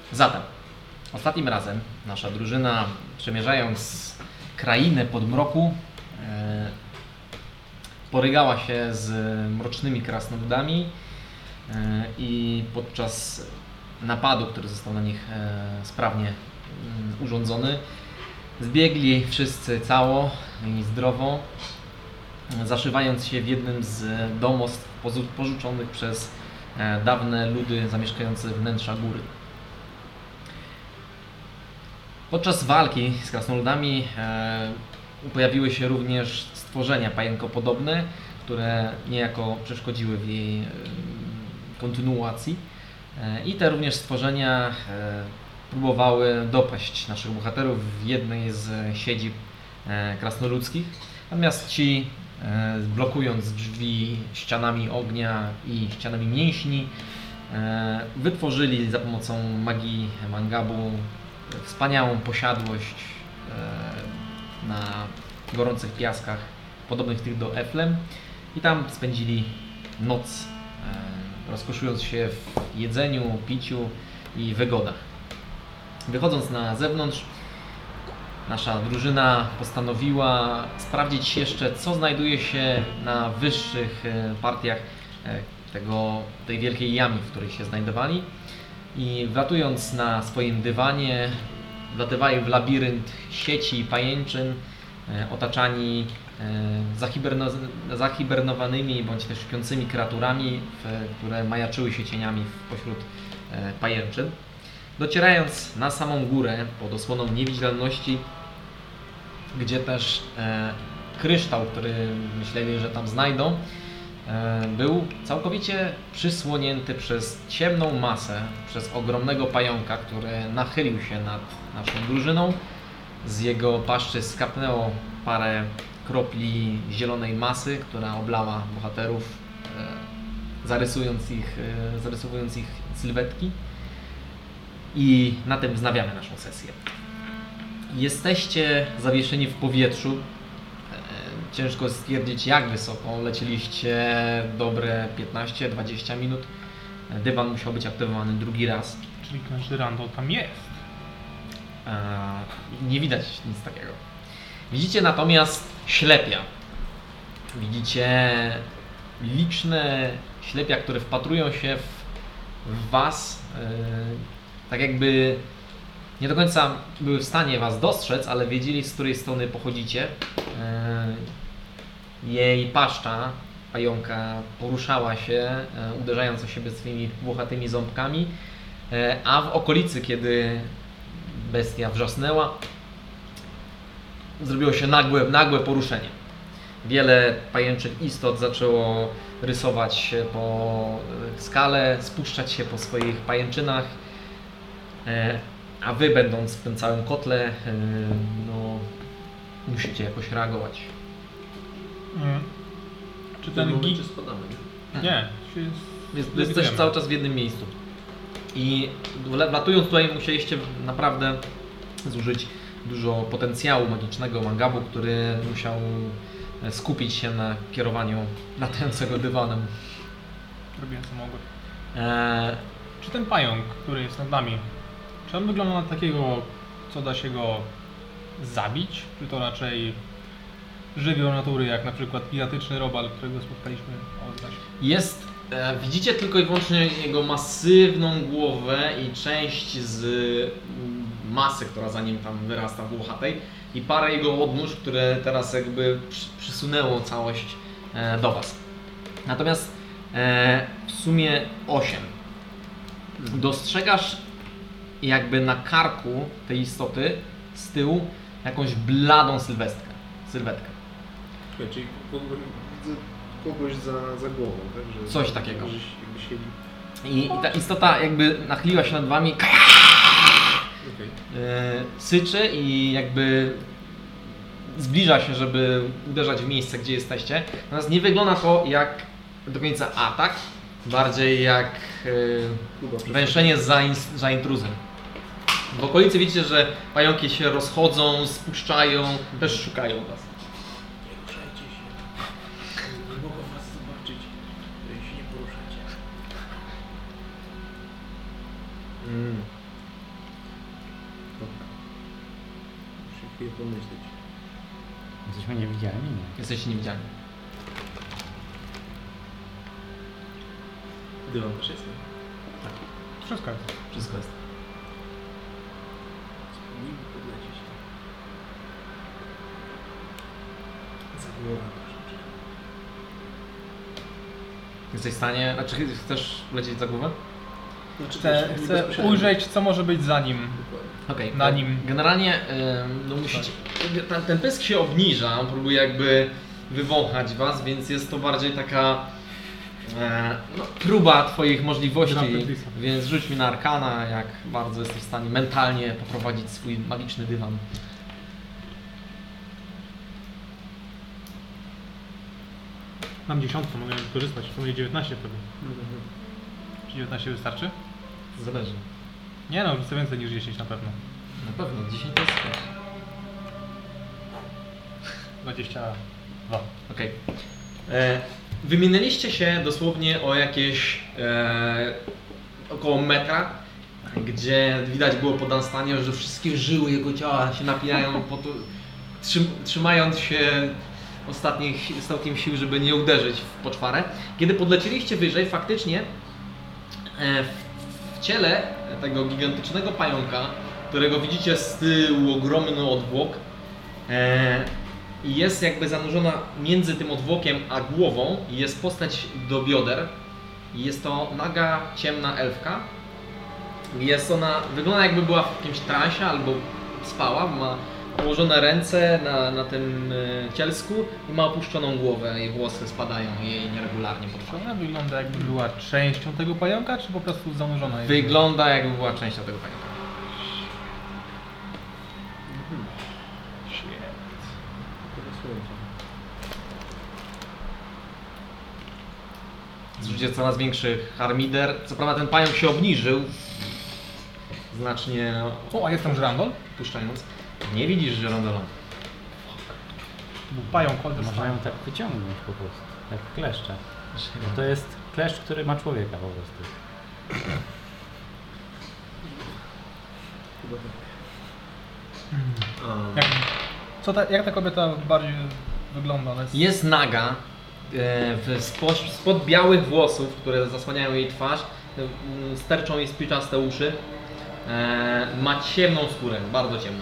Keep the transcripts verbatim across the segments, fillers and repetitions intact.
Zatem, ostatnim razem nasza drużyna, przemierzając krainę podmroku, e, porygała się z mrocznymi krasnoludami e, i podczas napadu, który został na nich e, sprawnie m, urządzony, zbiegli wszyscy cało i zdrowo, zaszywając się w jednym z domostw pożyczonych przez e, dawne ludy zamieszkające wnętrza góry. Podczas walki z krasnoludami e, pojawiły się również stworzenia pająkopodobne, które niejako przeszkodziły w jej e, kontynuacji. E, I te również stworzenia e, próbowały dopaść naszych bohaterów w jednej z siedzib e, krasnoludzkich. Natomiast ci, e, blokując drzwi ścianami ognia i ścianami mięśni, e, wytworzyli za pomocą magii Mangabu wspaniałą posiadłość e, na gorących piaskach, podobnych tych do Eflem, i tam spędzili noc, e, rozkoszując się w jedzeniu, piciu i wygodach. Wychodząc na zewnątrz, nasza drużyna postanowiła sprawdzić jeszcze, co znajduje się na wyższych e, partiach e, tego, tej wielkiej jamy, w której się znajdowali. I wlatując na swoim dywanie, wlatywali w labirynt sieci i pajęczyn, e, otaczani e, zahiberno, zahibernowanymi bądź też śpiącymi kreaturami, w, które majaczyły się cieniami pośród e, pajęczyn. Docierając na samą górę pod osłoną niewidzialności, gdzie też e, kryształ, który myśleli, że tam znajdą, był całkowicie przysłonięty przez ciemną masę, przez ogromnego pająka, który nachylił się nad naszą drużyną. Z jego paszczy skapnęło parę kropli zielonej masy, która oblała bohaterów, zarysując ich, zarysowując ich sylwetki. I na tym wznawiamy naszą sesję. Jesteście zawieszeni w powietrzu. Ciężko stwierdzić, jak wysoko. Lecieliście dobre piętnaście dwadzieścia minut. Dywan musiał być aktywowany drugi raz. Czyli ten żyrandol tam jest. Eee, nie widać nic takiego. Widzicie natomiast ślepia. Widzicie liczne ślepia, które wpatrują się w, w was, eee, tak jakby nie do końca były w stanie was dostrzec, ale wiedzieli, z której strony pochodzicie. Jej paszcza pająka poruszała się, uderzając o siebie swoimi włochatymi ząbkami, a w okolicy, kiedy bestia wrzasnęła, zrobiło się nagłe, nagłe poruszenie. Wiele pajęczych istot zaczęło rysować się po skale, spuszczać się po swoich pajęczynach, a wy, będąc w tym całym kotle, no, musicie jakoś reagować. Mm. Czy ten gi... gi... czy spadamy? Nie. Jest, jesteś cały czas w jednym miejscu. I wlatując tutaj musieliście naprawdę zużyć dużo potencjału magicznego Mangabu, który musiał skupić się na kierowaniu latającego dywanem. Robiłem co mogłem. Eee... Czy ten pająk, który jest nad nami, czy on wygląda na takiego, co da się go zabić? Czy to raczej żywioł natury, jak na przykład piratyczny robal, którego spotkaliśmy? O, znaczy. Jest, e, widzicie tylko i wyłącznie jego masywną głowę i część z masy, która za nim tam wyrasta włochatej, i parę jego odnóż, które teraz jakby przy, przysunęło całość e, do was. Natomiast e, w sumie osiem. Dostrzegasz jakby na karku tej istoty z tyłu jakąś bladą sylwetkę. sylwetkę. Okay, czyli kogoś, kogoś za, za głową, tak? Że coś takiego. Jakby, jakby siedzi. I, I ta istota jakby nachyliła się nad wami, okay. e, syczy i jakby zbliża się, żeby uderzać w miejsce, gdzie jesteście. Natomiast nie wygląda to jak do końca atak, bardziej jak e, węszenie za, in, za intruzem. W okolicy widzicie, że pająki się rozchodzą, spuszczają, też szukają was. Nie ruszajcie się. Nie mogą was zobaczyć. Jeśli nie poruszacie. Mm. chwilę pomyśleć. Jesteśmy niewidzialni, nie? Jesteście niewidzialni. Dywan też jest, nie? Wszystko jest. Wszystko jest. Spróbujmy podlecieć. Za głowę proszę. Jesteś w stanie... A czy chcesz lecieć za głowę? Znaczy, Chcę, też chcę bezpośrednio. ujrzeć, co może być za nim. Dokładnie. Okej. Na e, nim. Generalnie e, no musicie... Ten, ten pysk się obniża, on próbuje jakby wywąchać was, więc jest to bardziej taka... E, no, próba twoich możliwości, Drapetrisa. więc rzuć mi na arkana, jak bardzo jesteś w stanie mentalnie poprowadzić swój magiczny dywan. Mam dziesiątkę, mogę wykorzystać. To będzie dziewiętnaście pewnie. Czy dziewiętnaście wystarczy? Zależy. Nie no, rzucę więcej niż dziesięć na pewno. Na pewno, dziesięć to jest też. dwadzieścia dwa. Okej. E, Wymieniliście się dosłownie o jakieś e, około metra, gdzie widać było po Dunstanie, że wszystkie żyły jego ciała się napijają, po to, trzym, trzymając się ostatnich stołkiem sił, żeby nie uderzyć w poczwarę. Kiedy podleciliście wyżej, faktycznie e, w, w ciele tego gigantycznego pająka, którego widzicie z tyłu ogromny odwłok, e, i jest jakby zanurzona między tym odwłokiem a głową i jest postać do bioder. I jest to naga, ciemna elfka. Jest ona, wygląda jakby była w jakimś transie albo spała, ma położone ręce na, na tym y, cielsku i ma opuszczoną głowę, jej włosy spadają jej nieregularnie pod Czy twarzą. ona wygląda jakby była częścią tego pająka, czy po prostu zanurzona jest? Wygląda jakby była częścią tego pająka. Zrzucie coraz większy harmider. Co prawda ten pająk się obniżył znacznie O, a jest tam żrandol? puszczając. Nie widzisz żerondola. Był pająk, ale Można ją tak wyciągnąć po prostu, jak kleszcze. Bo to jest kleszcz, który ma człowieka po prostu. Chyba tak. Hmm. A, Jak, co ta, jak ta kobieta bardziej wygląda? Ona jest... Jest naga, e, w, spod, spod białych włosów, które zasłaniają jej twarz, e, sterczą jej spiczaste uszy. E, ma ciemną skórę, bardzo ciemną.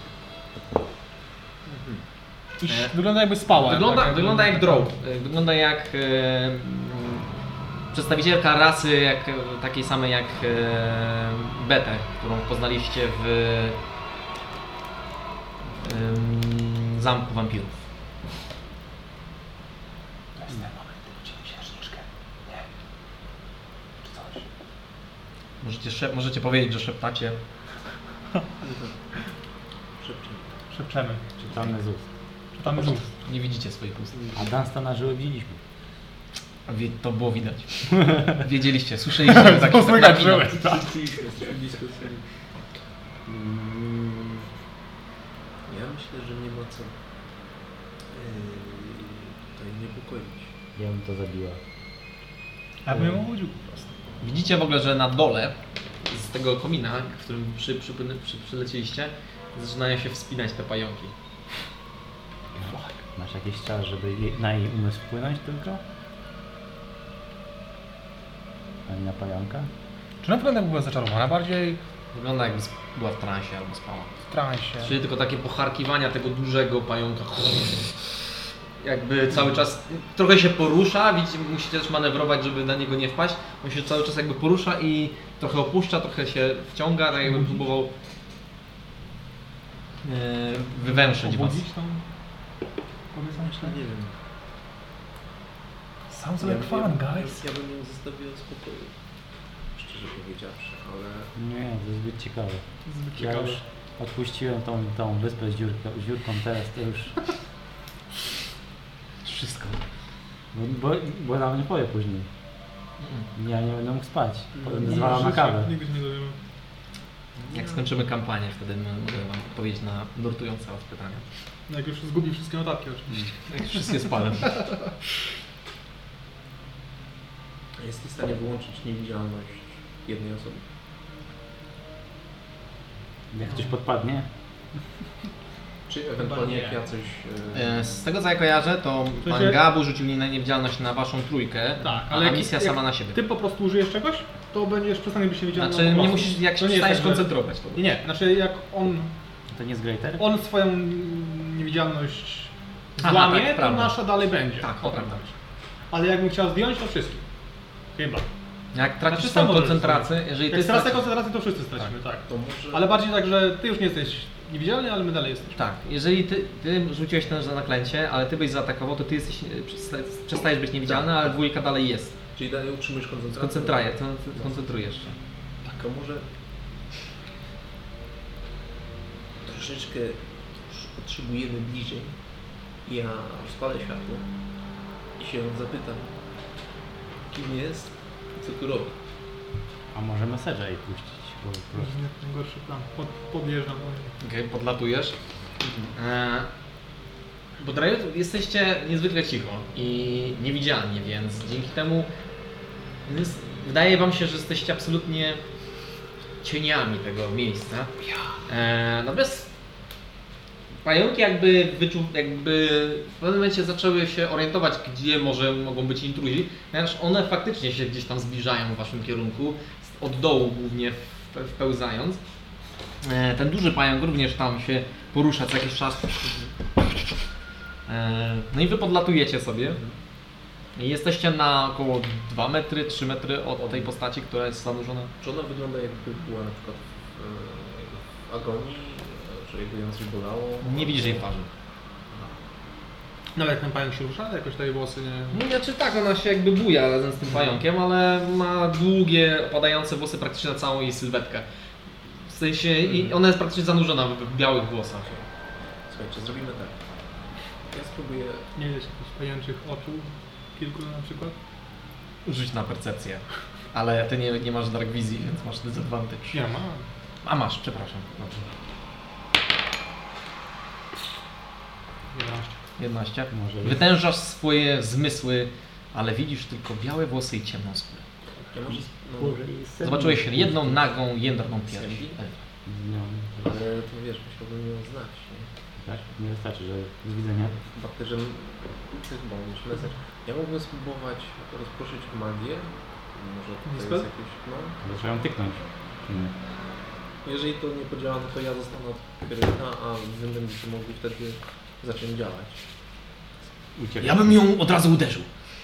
Iż, e, wygląda jakby spała. Wygląda, tak, wygląda jak drow. E, Wygląda jak e, mm, przedstawicielka rasy jak, takiej samej jak e, Betę, którą poznaliście w e, Zamku Wampirów. To jest ten moment, gdzie księżniczkę. Nie. Czy coś? Możecie, szep- możecie powiedzieć, że szeptacie. szepczemy. Szepczemy. Czytamy z ust. Czytamy z ust. Nie widzicie swoich ust. A Dunstana żyły widzieliśmy. Wie- To było widać. Wiedzieliście, słyszeliście, że tak się tak nawinął. Jesteśmy blisko siebie. Mm, Ja myślę, że nie ma co yy, tutaj niepokoić. Ja bym to zabiła. Ja bym ją obudził po prostu. Widzicie w ogóle, że na dole z tego komina, w którym przy, przy, przy, przylecieliście, zaczynają się wspinać te pająki. Masz jakiś czas, żeby jej, na jej umysł wpłynąć tylko? Ani na pająka? Czy ona wygląda jakby była zaczarowana bardziej Wygląda jakby sp- była w transie albo spała. w transie? Czyli tylko takie pocharkiwania tego dużego pająka. Jakby cały czas trochę się porusza, widzicie, musicie też manewrować, żeby na niego nie wpaść. On się cały czas jakby porusza i trochę opuszcza, trochę się wciąga, tak jakby próbował yy, wywęszyć was. Obudzić tą kobietę, myślę? Nie wiem. Sounds Ja, like fun, ja, guys. ja bym ją zostawił w spokoju. Szczerze powiedziawszy, ale Nie, to jest zbyt ciekawe. Zbyt Ja ciekawe. już odpuściłem tą, tą wyspę z dziurką, z dziurką teraz to już... Wszystko. Bo, bo, bo nam nie powie później. Ja nie będę mógł spać. Potem Nie, zwalam na życie, kawę. Nigdy się nie dowiemy. Jak skończymy kampanię, wtedy m- mogę wam odpowiedzieć na nurtujące was pytania. Jak już zgubi wszystkie notatki oczywiście. Jak wszystkie spalę. jesteś w stanie wyłączyć niewidzialność jednej osoby. Jak ktoś podpadnie, Czy ewentualnie nie. jak ja coś... E, Z tego co ja kojarzę, to W sensie- pan Gabu rzucił mi na niewidzialność na waszą trójkę, Tak, a ale jak- misja jak sama na siebie. Ty po prostu użyjesz czegoś, to będziesz przestanie być niewidzialny. Znaczy po nie prostu. musisz, jak To się nie jest przestaniesz tak, że- koncentrować. To... Nie, nie, znaczy jak on, To nie jest Greater? on swoją niewidzialność Aha, złamie, tak, to prawda. nasza dalej będzie. Tak, to Potem prawda. będzie. Ale jakbym chciał zdjąć, to wszystkim. Chyba. Jak tracisz Znaczy, swoją sam możesz koncentrację, jeżeli ty Jak stracę stracisz... koncentrację, to wszyscy stracimy, tak. To może... Ale bardziej tak, że ty już nie jesteś niewidzialny, ale my dalej jesteśmy. Tak, jeżeli ty, ty rzuciłeś ten zaklęcie, ale ty byś zaatakował, to ty jesteś, przesta- przestajesz być niewidzialny, ale dwójka dalej jest. Czyli dalej utrzymujesz koncentrację? Koncentraję, to koncentrujesz się. Tak, a może... Troszeczkę już potrzebujemy bliżej. Ja rozpalę światło i się zapytam, kim jest i co tu robi. A może Message'a jej puścić po prostu. Najgorszy plan. Pod, podjeżdżam do niej. Okej, podlatujesz. E, bo Draju jesteście niezwykle cicho i niewidzialni, więc dzięki temu jest, wydaje wam się, że jesteście absolutnie cieniami tego miejsca. E, natomiast pająki jakby, wyczu, jakby w pewnym momencie zaczęły się orientować, gdzie może mogą być intruzi, ponieważ one faktycznie się gdzieś tam zbliżają w waszym kierunku, od dołu głównie w- wpełzając. E, Ten duży pająk również tam się porusza co jakiś czas. E, No i wy podlatujecie sobie. I jesteście na około dwa metry, trzy metry od, od tej postaci, która jest zanurzona. Czy ona wygląda jakby była na przykład w, e, w agonii, e, że jakby ją coś bolało? Nie widzisz jej twarzy. Nawet jak ten pająk się rusza, to jakoś tutaj włosy nie... No znaczy tak, ona się jakby buja razem z tym pająkiem, ale ma długie, opadające włosy praktycznie na całą jej sylwetkę. W sensie, i ona jest praktycznie zanurzona w, w białych włosach. Słuchajcie, zrobimy tak. Ja spróbuję... Nie wiesz, jakichś pajęczych oczu, kilku na przykład. Rzuć na percepcję. Ale ty nie, nie masz dark wizji, więc masz disadvantage. Nie ma. A masz, przepraszam. Dobrze. jedenaście. jedenaście. Może jest. Wytężasz swoje zmysły, ale widzisz tylko białe włosy i ciemną skórę. Ja może... No, Może i sen- Zobaczyłeś jedną nagą, jędrną pierś. Sędzi? Z nią. ale to wiesz, musiałbym ją znać, nie? Tak? Nie wystarczy, że z widzenia. Chyba też, że... Ty chyba mówisz message. Ja mógłbym spróbować rozproszyć magię. Może tutaj Dispel? jest jakieś... No, To trzeba ją tyknąć. Nie. jeżeli to nie podziała, no to ja zostanę odkryta, a wy będziecie mogli wtedy zacząć działać. Uciekać. Ja bym ją od razu uderzył.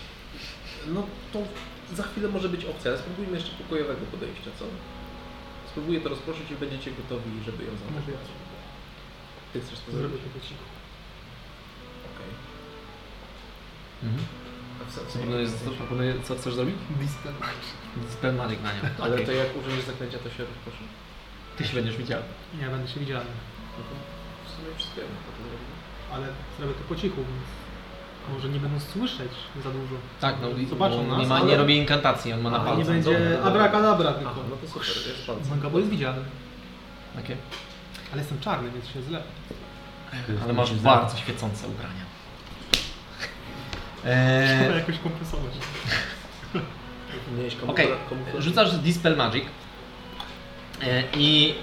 No to za chwilę może być opcja, ale spróbujmy jeszcze pokojowego podejścia, co? Spróbuję to rozproszyć i będziecie gotowi, żeby ją zaatakować. Ty chcesz to Zrobię zrobić? to po cichu. Okej. Mhm. A w Co, sensie... proponujesz- co, proponuję- co chcesz zrobić? Dispel. Spell magic na nią. Ale Okej. to jak użyjesz zaklęcia, to się rozproszy? Ty się będziesz widział. Nie, będę się widzialny. No to w sumie wszystkiego to zrobimy. Ale zrobię to po cichu, więc może nie będą słyszeć za dużo. Tak, no i Zobaczą bo nas, nie, ma, ale- nie robi inkantacji, on ma na A, palcu. nie będzie dobra. abracadabra tylko. Aha, no to super, jest palce. Mangabo jest widzialny. Takie. Ale jestem czarny, więc się zlewa. Ale masz bardzo świecące ubrania. Trzeba Eee, jakoś kompensować. Miałeś Okej, kamufla- kamuflaż? rzucasz Dispel Magic e, i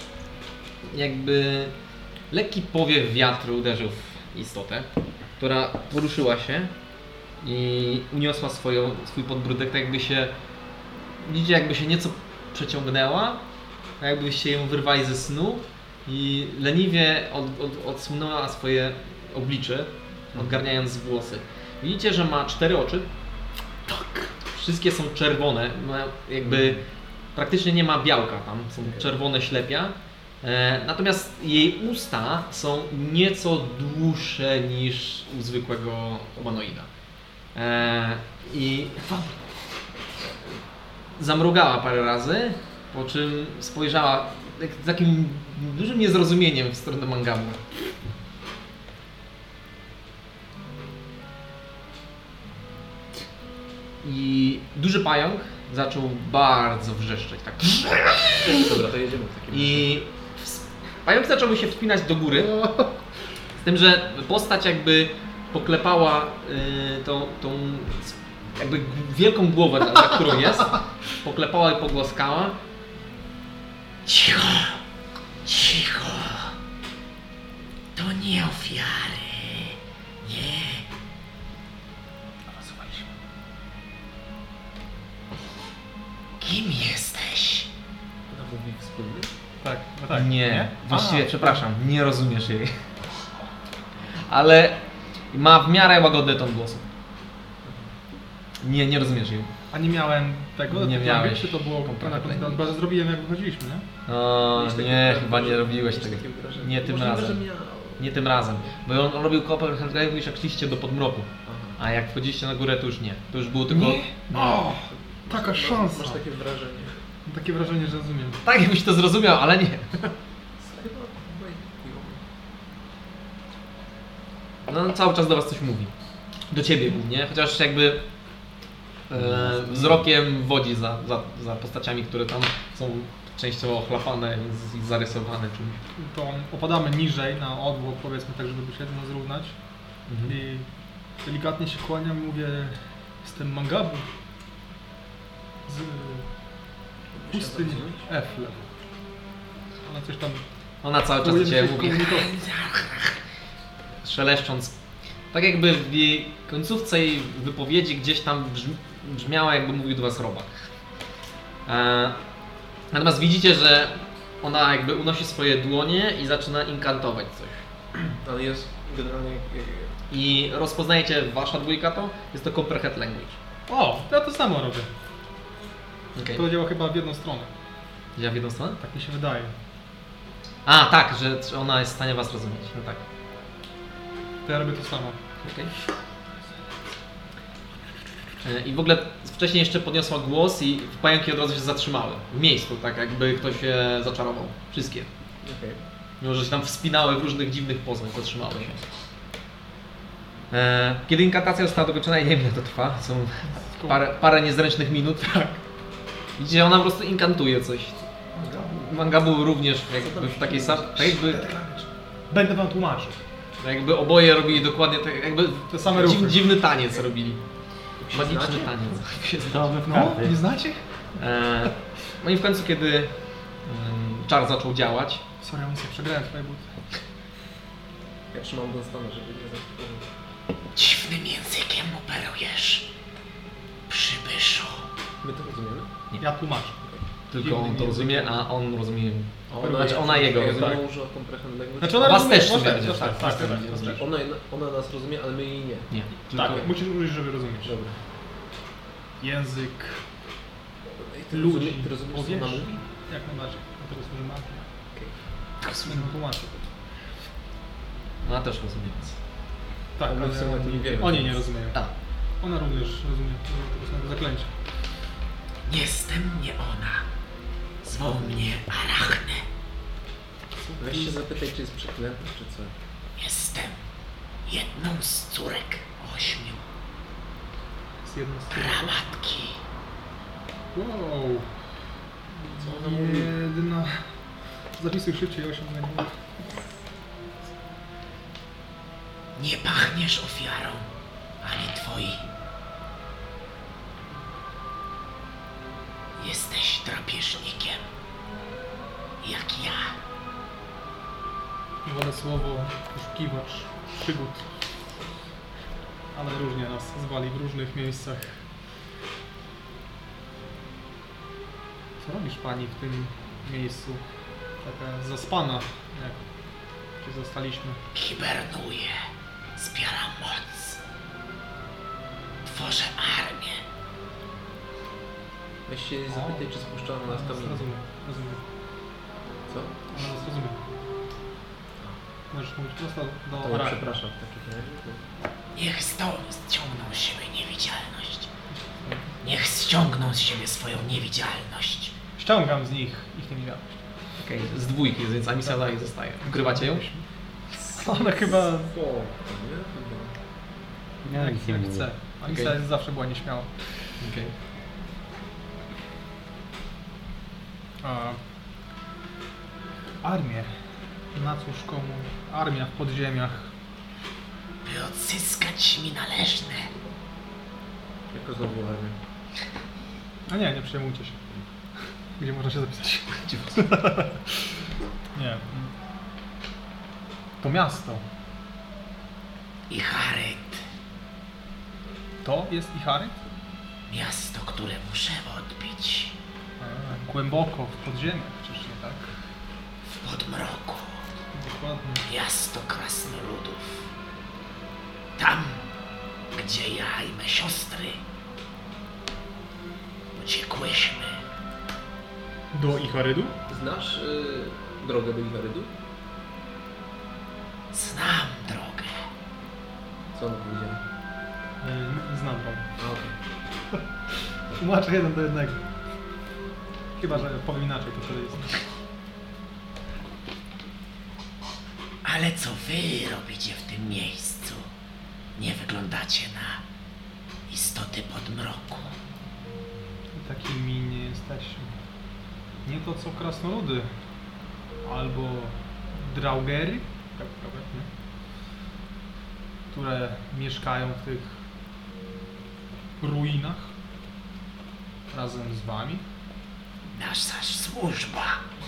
jakby lekki powiew wiatru uderzył w istotę, która poruszyła się i uniosła swoją, swój podbródek, tak jakby się, widzicie, jakby się nieco przeciągnęła, tak jakbyście ją wyrwali ze snu i leniwie od, od, odsunęła swoje oblicze, odgarniając włosy. Widzicie, że ma cztery oczy. Wszystkie są czerwone, ma jakby praktycznie nie ma białka tam, są czerwone ślepia. E, natomiast jej usta są nieco dłuższe niż u zwykłego humanoida. E, I zamrugała parę razy, po czym spojrzała tak, z takim dużym niezrozumieniem w stronę Mangabu. I duży pająk zaczął bardzo wrzeszczeć, tak. Dobra, to jedziemy w takim razie. I pająk zaczął się wspinać do góry, z tym, że postać jakby poklepała y, tą, tą jakby wielką głowę, za, za którą jest, poklepała i pogłaskała. Cicho, cicho. To nie ofiary. Nie. Kim jesteś? Ona mówi wspólnie? Tak, no tak. Nie, właściwie, A, przepraszam, nie rozumiesz jej. Ale ma w miarę łagodny ton głosu. Nie, nie rozumiesz jej. A nie miałem tego? Nie Ty miałeś. Czy to było Kompletnie. na zrobiłem jak wychodziliśmy, nie? O, Miałeś takie nie, wrażenie, chyba nie że- robiłeś miałeś tego. takie wrażenie. Nie tym Możliwe, razem. że miał. Nie tym razem. Bo on robił Copenhagen już jak szliście do podmroku. Aha. A jak wchodziliście na górę, to już nie. To już było tylko... Nie? O! Taka Masz- szansa. Masz takie wrażenie. Mam takie wrażenie, że rozumiem. Tak jakbyś to zrozumiał, ale nie. Chyba- No cały czas do was coś mówi. Do ciebie głównie, chociaż jakby e, wzrokiem wodzi za, za, za postaciami, które tam są częściowo ochlapane i z- i zarysowane czymś. To opadamy niżej na odwłok, powiedzmy tak, żeby się nas zrównać. Mhm. I delikatnie się kłaniam i mówię, jestem Mangabu z pustyni Efle. Ona coś tam Ona cały czas do próbuje ciebie się mówi, komunikować. szeleszcząc. Tak jakby w jej końcówce jej wypowiedzi gdzieś tam brzmi, brzmiała, jakby mówił do was robak. E, natomiast widzicie, że ona jakby unosi swoje dłonie i zaczyna inkantować coś. Ale jest generalnie... jak- jak- I rozpoznajecie, wasza dwójka to? Jest to Comprehend Language. O, ja to samo robię. Okay. To działa chyba w jedną stronę. Działa w jedną stronę? Tak mi się wydaje. A, tak, że ona jest w stanie was rozumieć. No tak. To ja robię to samo. Okay. I w ogóle wcześniej jeszcze podniosła głos i pająki od razu się zatrzymały. W miejscu, tak jakby ktoś się zaczarował. Wszystkie. Okej. Mimo, że się tam wspinały w różnych dziwnych pozach, zatrzymały się. E, Kiedy inkantacja została dokończona, nie wiem ile to trwa, są parę, parę niezręcznych minut. Tak. Widzicie, ona po prostu inkantuje coś. Mangabu również jakby w takiej samej... Tak jakby, Będę wam tłumaczył. tak jakby oboje robili dokładnie tak, jakby Te same ruchy. dziw, dziwny taniec robili. Się Magiczny znacie? taniec. To my w No, karty. nie znacie? E, no i w końcu, kiedy mm, czar zaczął działać, Sorry, ja sobie przegrałem twoje buty. Ja trzymam Dunstana, żeby nie zapomnieć. dziwnym językiem operujesz, przybyszu. My to rozumiemy? Ja tłumaczę. Tylko on to rozumie, a on rozumie... A Znaczy ona jego jak rozumie. ona użyła comprehend language. Znaczy ona Was rozumie, też was rozumie, też, tak, tak, was tak, też tak, będzie tak, rozumieć. Ona, ona nas rozumie, ale my jej nie. Nie, Tak, tylko... musisz użyć, żeby rozumieć. Dobra. Język, Ej, Ty, ludzi, rozumie, ty rozumiesz, co ona powierzchni. mówi? Jak najbardziej. A teraz użyję magii. Okej. Będę tłumaczył. Ona też rozumie was. Tak, A my w sumie ale to nie wiemy. oni nie rozumieją. Tak. Ona również rozumie tego samego zaklęcia. Jestem nie ona. Zwą mnie Arachne. Weź się zapytaj, czy jest przeklęty, czy co. Jestem jedną z córek ośmiu Jest jedna z tych. pramatki. Wow. Co ona mówi? Jedna. Zapisuj szybciej osiem na nią. Nie pachniesz ofiarą, ani twoi. Jesteś drapieżnikiem, jak ja. Wolę słowo poszukiwacz przygód. Ale różnie nas zwali w różnych miejscach. Co robisz pani w tym miejscu? Taka zaspana, jak się zostaliśmy. Hibernuję, zbieram moc. Tworzę armię. Weź się jej zapytaj, czy spuszczano nas Ona nas kamienie. rozumie, rozumie. Co? Ona nas rozumie. Możesz mówić prosto do To ja Arachne. przepraszam w takim razie. bo- Niech sto- ściągną z siebie niewidzialność. Niech ściągną z siebie swoją niewidzialność. Ściągam z nich ich niewidzialność. Okej, z dwójki, więc misja dalej zostaje. Ukrywacie ją? Ona chyba O, nie? Chyba. Ja jak, nic nie jak mówię. chce. Alisa Okej. jest zawsze była nieśmiała. Okej. A, armię. Na cóż komu? Armia w podziemiach. By odzyskać mi należne. Jako znowu armię. A nie, nie przejmujcie się. Gdzie można się zapisać? Nie. To miasto. Icharyt. To jest Icharyt? Miasto, które muszę odbić. A, głęboko w podziemiach, czyż nie tak? W podmroku. Dokładnie. Miasto krasnoludów. Tam, gdzie ja i me siostry uciekłyśmy. Do Icharydu? Znasz y, drogę do Icharydu? Znam drogę. Co on powiedział? Yy, znam drogę. A, okej. Tłumaczę jeden do jednego. Chyba, że powiem inaczej, to wtedy jest. Ale co wy robicie w tym miejscu? Nie wyglądacie na istoty podmroku. Takimi nie jesteśmy. Nie to co krasnoludy. Albo draugery, tak, prawda? Nie? Które mieszkają w tych ruinach razem z wami. Nasza służba.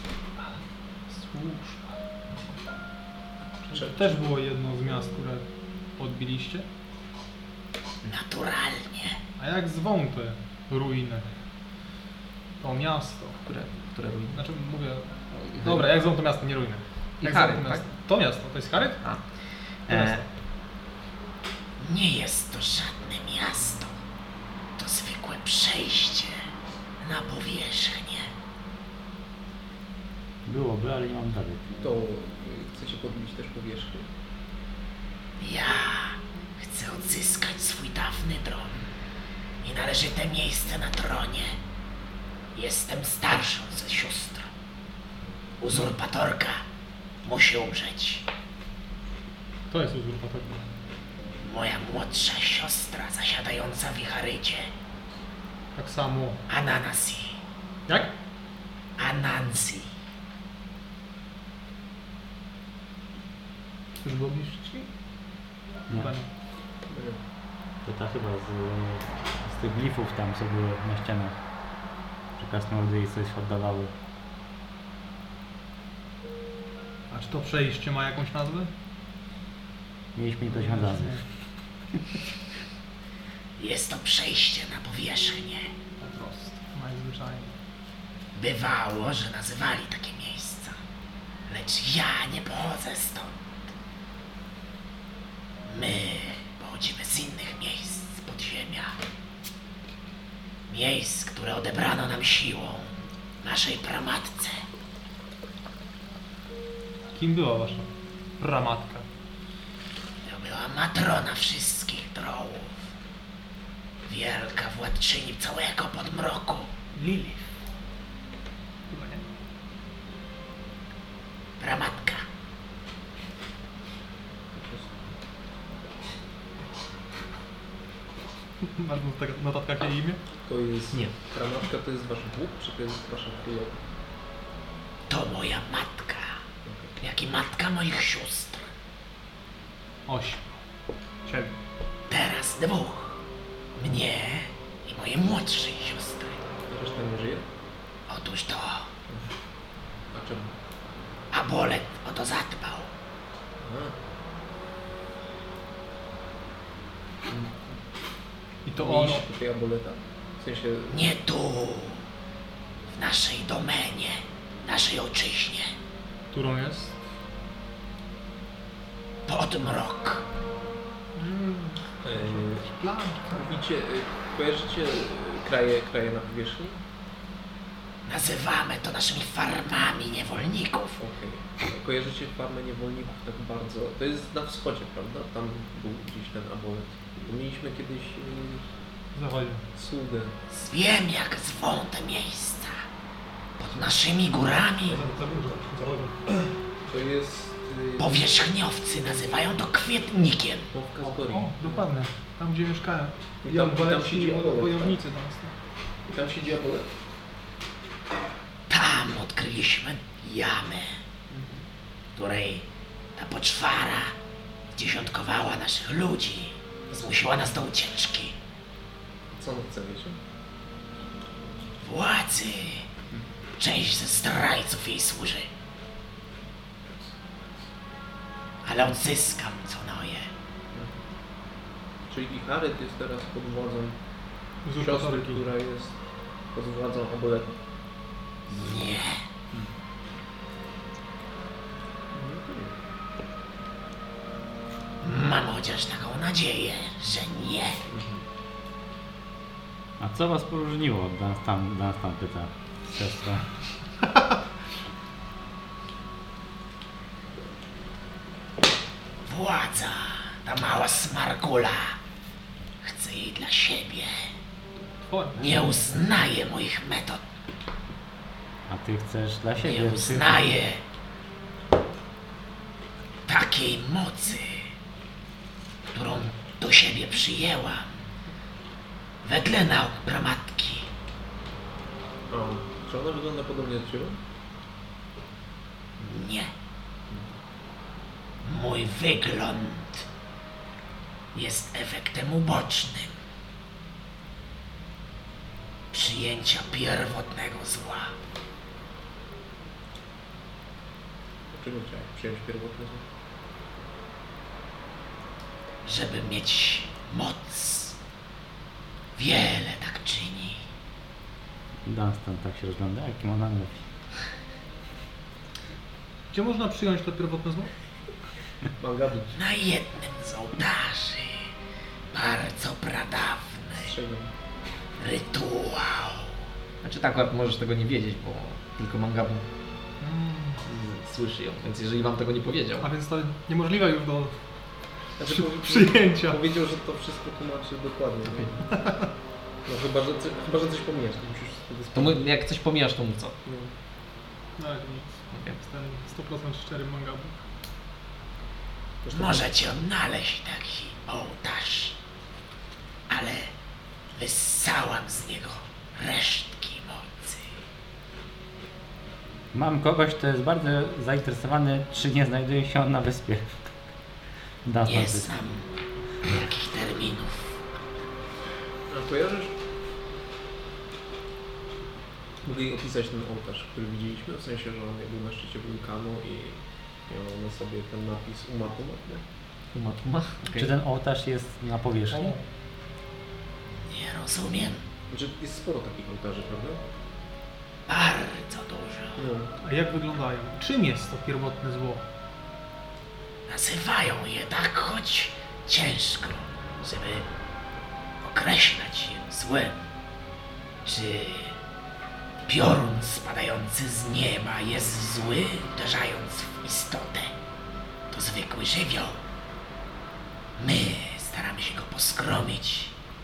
Służba. Czy Czy- też było jedno z miast, które odbiliście? Naturalnie. A jak zwą te ruiny? To miasto. Które, które ruiny? Znaczy mówię... Dobra, jak zwą to miasto, nie ruiny. Jak Icharyt, zwą to tak? miasto? To miasto, to jest Icharyt? A. To E, miasto. Nie jest to żadne miasto. To zwykłe przejście na powierzchnię. Byłoby, ale nie mam dalej. To y, chcecie podbić też powierzchnię? Ja chcę odzyskać swój dawny tron i należyte miejsce na tronie. Jestem starszą ze sióstr. Uzurpatorka musi umrzeć. To jest uzurpator. Moja młodsza siostra zasiadająca w Icharycie, Tak samo. Anansi. Jak? Anansi. Już było wcześniej? Nie. Chyba nie. Nie. To ta chyba z, z tych glifów tam, co były na ścianach. Że krasnoludy jej coś oddawały. A czy to przejście ma jakąś nazwę? Mieliśmy to związane. Jest to przejście na powierzchnię. Po prostu. Najzwyczajniej. Bywało, że nazywali takie miejsca, lecz ja nie pochodzę stąd. My pochodzimy z innych miejsc z podziemia. Miejsc, które odebrano nam siłą, naszej pramatce. Kim była wasza pramatka? To była matrona wszystkich drołów. Wielka władczyni całego podmroku, Lilith. Chyba nie. Pramatka. Masz w notatkach jej imię? To jest... Nie. Pramatka to jest wasz Bóg, czy to jest wasza królowa? To moja matka, jak i matka moich sióstr. Ośm. Siedem. Teraz dwóch. Mnie i mojej młodszej siostry. Reszta nie żyje? Otóż to A czemu? Abolet o to zadbał. A. I to ono. Mieliście tutaj aboleta? W sensie... Nie tu, w naszej domenie, naszej ojczyźnie. Którą jest? Podmrok. Yy, Plan. mówicie, y, kojarzycie y, kraje, kraje na powierzchni? Nazywamy to naszymi farmami niewolników. Okej. Kojarzycie farmę niewolników tak bardzo. To jest na wschodzie, prawda? Tam był gdzieś ten abolet. Mieliśmy kiedyś y, Zachodzi. sługę. Wiem, jak zwą te miejsca. Pod naszymi górami To jest... Y, powierzchniowcy nazywają to kwietnikiem. Mowka z Gori. O, dokładnie. Tam gdzie mieszkają. I tam- i tam siedzi abolet, wojownicy tam są. I tam siedzi abolet. Tam odkryliśmy jamę, w której ta poczwara dziesiątkowała naszych ludzi. Zmusiła nas do ucieczki. Co on chce, wiecie? Władzy. Część ze zdrajców jej służy. ale odzyskam co moje. Czyli Icharyt jest teraz pod władzą siostry, Uzurpatorki. która jest pod władzą Oboleta. Nie. Mam chociaż taką nadzieję, że nie. A co was poróżniło? Dunstan, Dunstan pyta siostra. Władza, ta mała smarkula. Chcę jej dla siebie. Twoja. Nie uznaje moich metod. A ty chcesz dla Nie siebie. uznaje takiej mocy, którą do siebie przyjęłam. Wedle nauk pramatki. O, czy ona wygląda podobnie do Ciebie? Nie. Mój wygląd jest efektem ubocznym przyjęcia pierwotnego zła. Dlaczego chciałeś przyjąć pierwotne zło? Żeby mieć moc. Wiele tak czyni. Dunstan tak się rozgląda, jakim ona mówi. Gdzie można przyjąć to pierwotne zło? Mangabu. Na jednym z ołtarzy bardzo pradawny Strzegam. rytuał. Znaczy tak, akurat możesz tego nie wiedzieć, bo tylko Mangabu Mm. słyszy ją, więc jeżeli wam tego nie powiedział, A więc to niemożliwe już do Znaczy, przy, powie- przyjęcia. Powiedział, że to wszystko tłumaczy dokładnie. nie? No chyba, że, co- chyba, że coś pomijasz, to musisz wtedy to my, jak coś pomijasz, to mów co. No. No ale nic. Okej. Jestem sto procent szczery mangabu. Zresztą- Możecie odnaleźć taki ołtarz, ale wyssałam z niego resztki mocy. Mam kogoś, kto jest bardzo zainteresowany, czy nie znajduje się on na wyspie. Dunstan Nie pyta. znam takich terminów. A kojarzysz? Mogę jej opisać ten ołtarz, który widzieliśmy, w sensie, że on był na szczycie wulkanu i miał na sobie ten napis Umatuma, nie? Tuma, tuma. Okay. Czy ten ołtarz jest na powierzchni? Nie rozumiem. Znaczy, jest sporo takich ołtarzy, prawda? Bardzo dużo. No. A jak wyglądają? Czym jest to pierwotne zło? Nazywają je tak, choć ciężko, żeby określać je złem. Czy piorun spadający z nieba jest zły, uderzając w istotę? To zwykły żywioł. My staramy się go poskromić.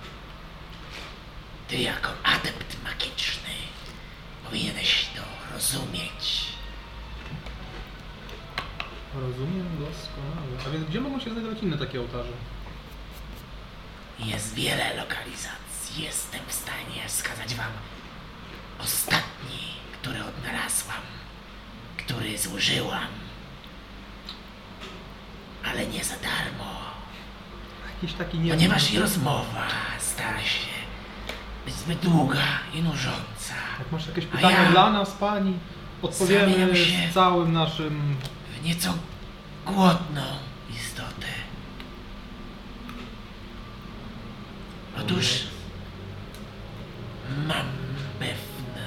Ty jako adept magiczny powinieneś to rozumieć. Rozumiem doskonale. A więc gdzie mogą się znajdować inne takie ołtarze? Jest wiele lokalizacji. Jestem w stanie wskazać wam ostatni, który odnalazłam, który zużyłam, ale nie za darmo, Jakiś taki nie ponieważ i rozmowa stara się być zbyt długa i nużąca. Jak masz jakieś A pytania ja dla nas, pani, odpowiemy zamieniam się z całym naszym... W nieco głodną istotę. Otóż mam pewną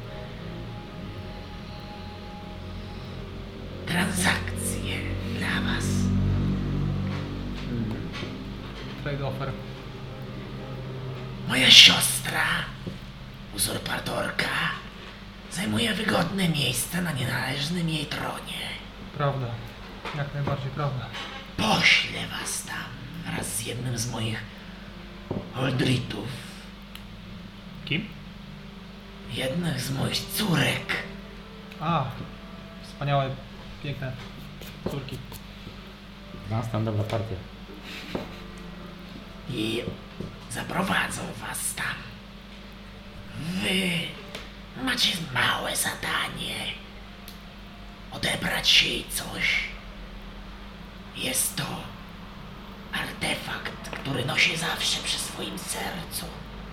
transakcję dla was. trade offer. Moja siostra, uzurpatorka, zajmuje wygodne miejsce na nienależnym jej tronie. Prawda. Jak najbardziej prawda. Poślę was tam wraz z jednym z moich Holdritów, Kim? jednych z moich córek. A, wspaniałe, piękne córki. Dunstan, dobra partia. I zaprowadzą was tam. Wy macie małe zadanie. Odebrać jej coś. Jest to artefakt, który nosi zawsze przy swoim sercu.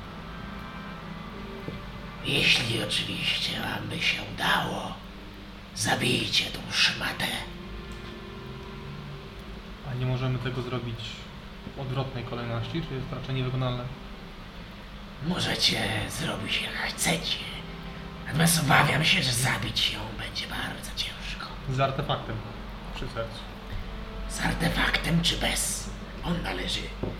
Jeśli oczywiście wam by się udało, zabijcie tą szmatę. A nie możemy tego zrobić w odwrotnej kolejności, czy jest to raczej niewykonalne? Możecie zrobić jak chcecie. Natomiast obawiam się, że zabić ją będzie bardzo ciężko. Z artefaktem przy sercu. Z artefaktem czy bez? On należy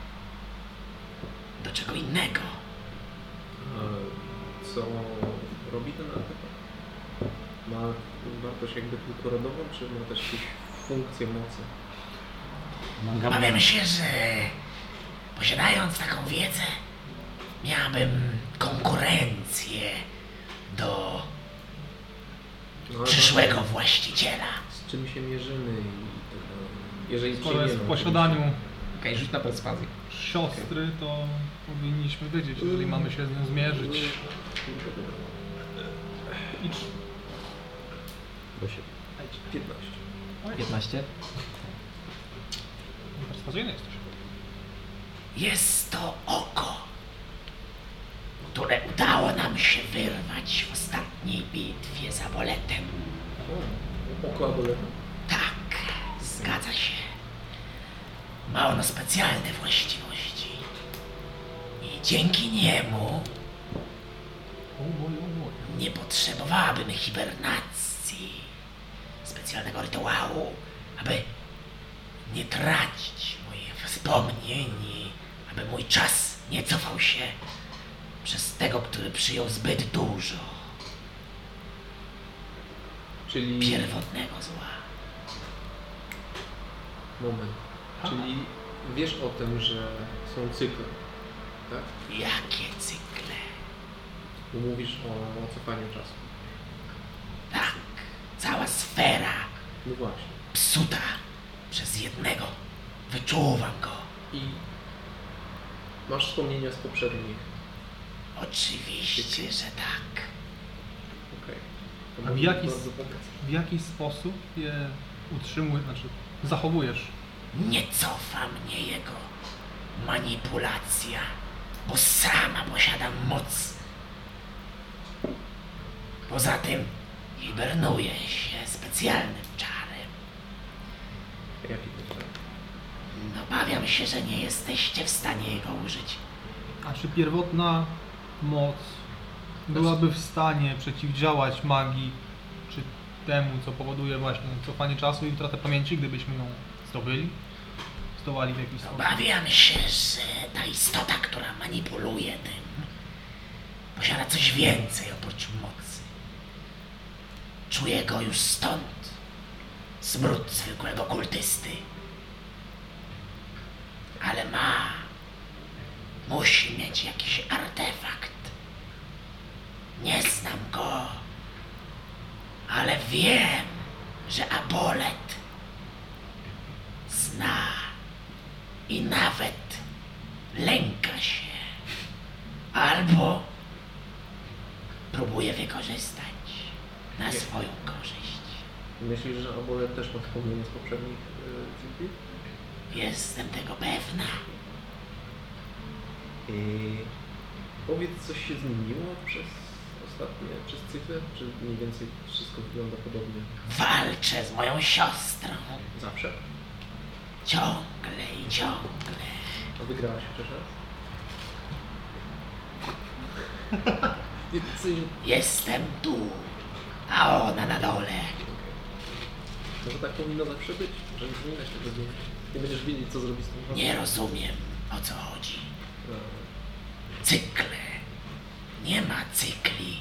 do czego innego. A co robi ten artefakt? Ma wartość jakby tylko rodową, czy ma też jakieś funkcje mocy? Obawiam się, że posiadając taką wiedzę, miałabym konkurencję do No, ale przyszłego to- właściciela. Z czym się mierzymy i tak dalej? Jeżeli Skoro cię nie jest w ma, posiadaniu Okej, rzuć na perswazję. siostry, to powinniśmy wiedzieć, jeżeli mamy się z nią zmierzyć. Idź. piętnaście. piętnaście. Perswazyjny jesteś. Jest to oko, które udało nam się wyrwać w ostatniej bitwie za Boletem. O, oko Aboleta. Tak, zgadza się. Ma ono specjalne właściwości. I dzięki niemu nie potrzebowałabym hibernacji, specjalnego rytuału, aby nie tracić moich wspomnień, aby mój czas nie cofał się przez tego, który przyjął zbyt dużo Czyli... pierwotnego zła. Moment. Czyli wiesz o tym, że są cykle, tak? Jakie cykle? Bo mówisz o, o cofaniu czasu. Tak, cała sfera No właśnie. psuta przez jednego. Wyczuwam go. I masz wspomnienia z poprzednich. Oczywiście, że tak. Okej. To A w może jaki bardzo s- pomóc. W jaki sposób je utrzymujesz, znaczy zachowujesz? Nie cofa mnie jego manipulacja, bo sama posiadam moc. Poza tym hibernuję się specjalnym czarem. Jaki to jest? Obawiam się, że nie jesteście w stanie jego użyć. A czy pierwotna moc byłaby w stanie przeciwdziałać magii, czy temu, co powoduje właśnie cofanie czasu i utratę pamięci, gdybyśmy ją zdobyli? Zdołali w jakiś sposób? Obawiam się, że ta istota, która manipuluje tym, posiada coś więcej oprócz mocy. Czuję go już stąd. Smród zwykłego kultysty. Ale ma. Musi mieć jakiś artefakt. Nie znam go. Ale wiem, że Abolet zna i nawet lęka się. Albo próbuje wykorzystać na swoją korzyść. Myślisz, że Abolet też ma wspomnienie z poprzednich yy, cykli? Jestem tego pewna. I powiedz, coś się zmieniło przez ostatnie, przez cykle? Czy mniej więcej wszystko wygląda podobnie? Walczę z moją siostrą. Zawsze? Ciągle i ciągle. A wygrałaś chociaż raz? Nie, coś... Jestem tu, a ona na dole. Może tak powinno zawsze być, że nie zmieniać tego dnia. Nie będziesz wiedzieć, co zrobić z tym walką. Nie rozumiem, o co chodzi. No. Cykle. Nie ma cykli.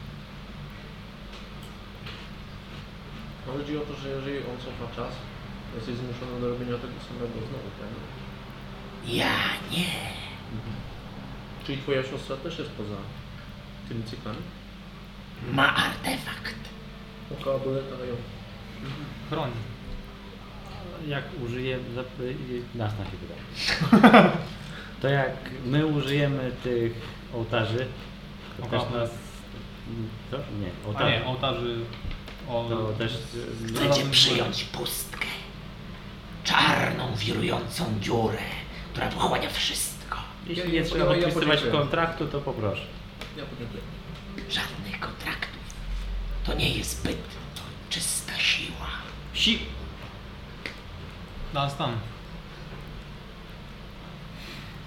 Chodzi o to, że jeżeli on cofa czas, to jesteś zmuszony do robienia tego samego znowu, prawda? Ja nie. Czyli twoja siostra też jest poza tymi cyklami? Ma artefakt. Oka Aboleta ją... Chroni. Jak użyję, nas na się wydaje. To jak my użyjemy tych ołtarzy, to Aha. też nas... Co? Nie, A ołtarzy. nie, ołtarzy... O, To też... Chcecie przyjąć pustkę. Czarną, wirującą dziurę, która pochłania wszystko. Jeśli Ja- nie ja- trzeba ja- ja podpisywać podziękuję. kontraktu, to poproszę. Ja podziękuję. Żadnych kontraktów. To nie jest byt, to czysta siła. Si! Nas tam.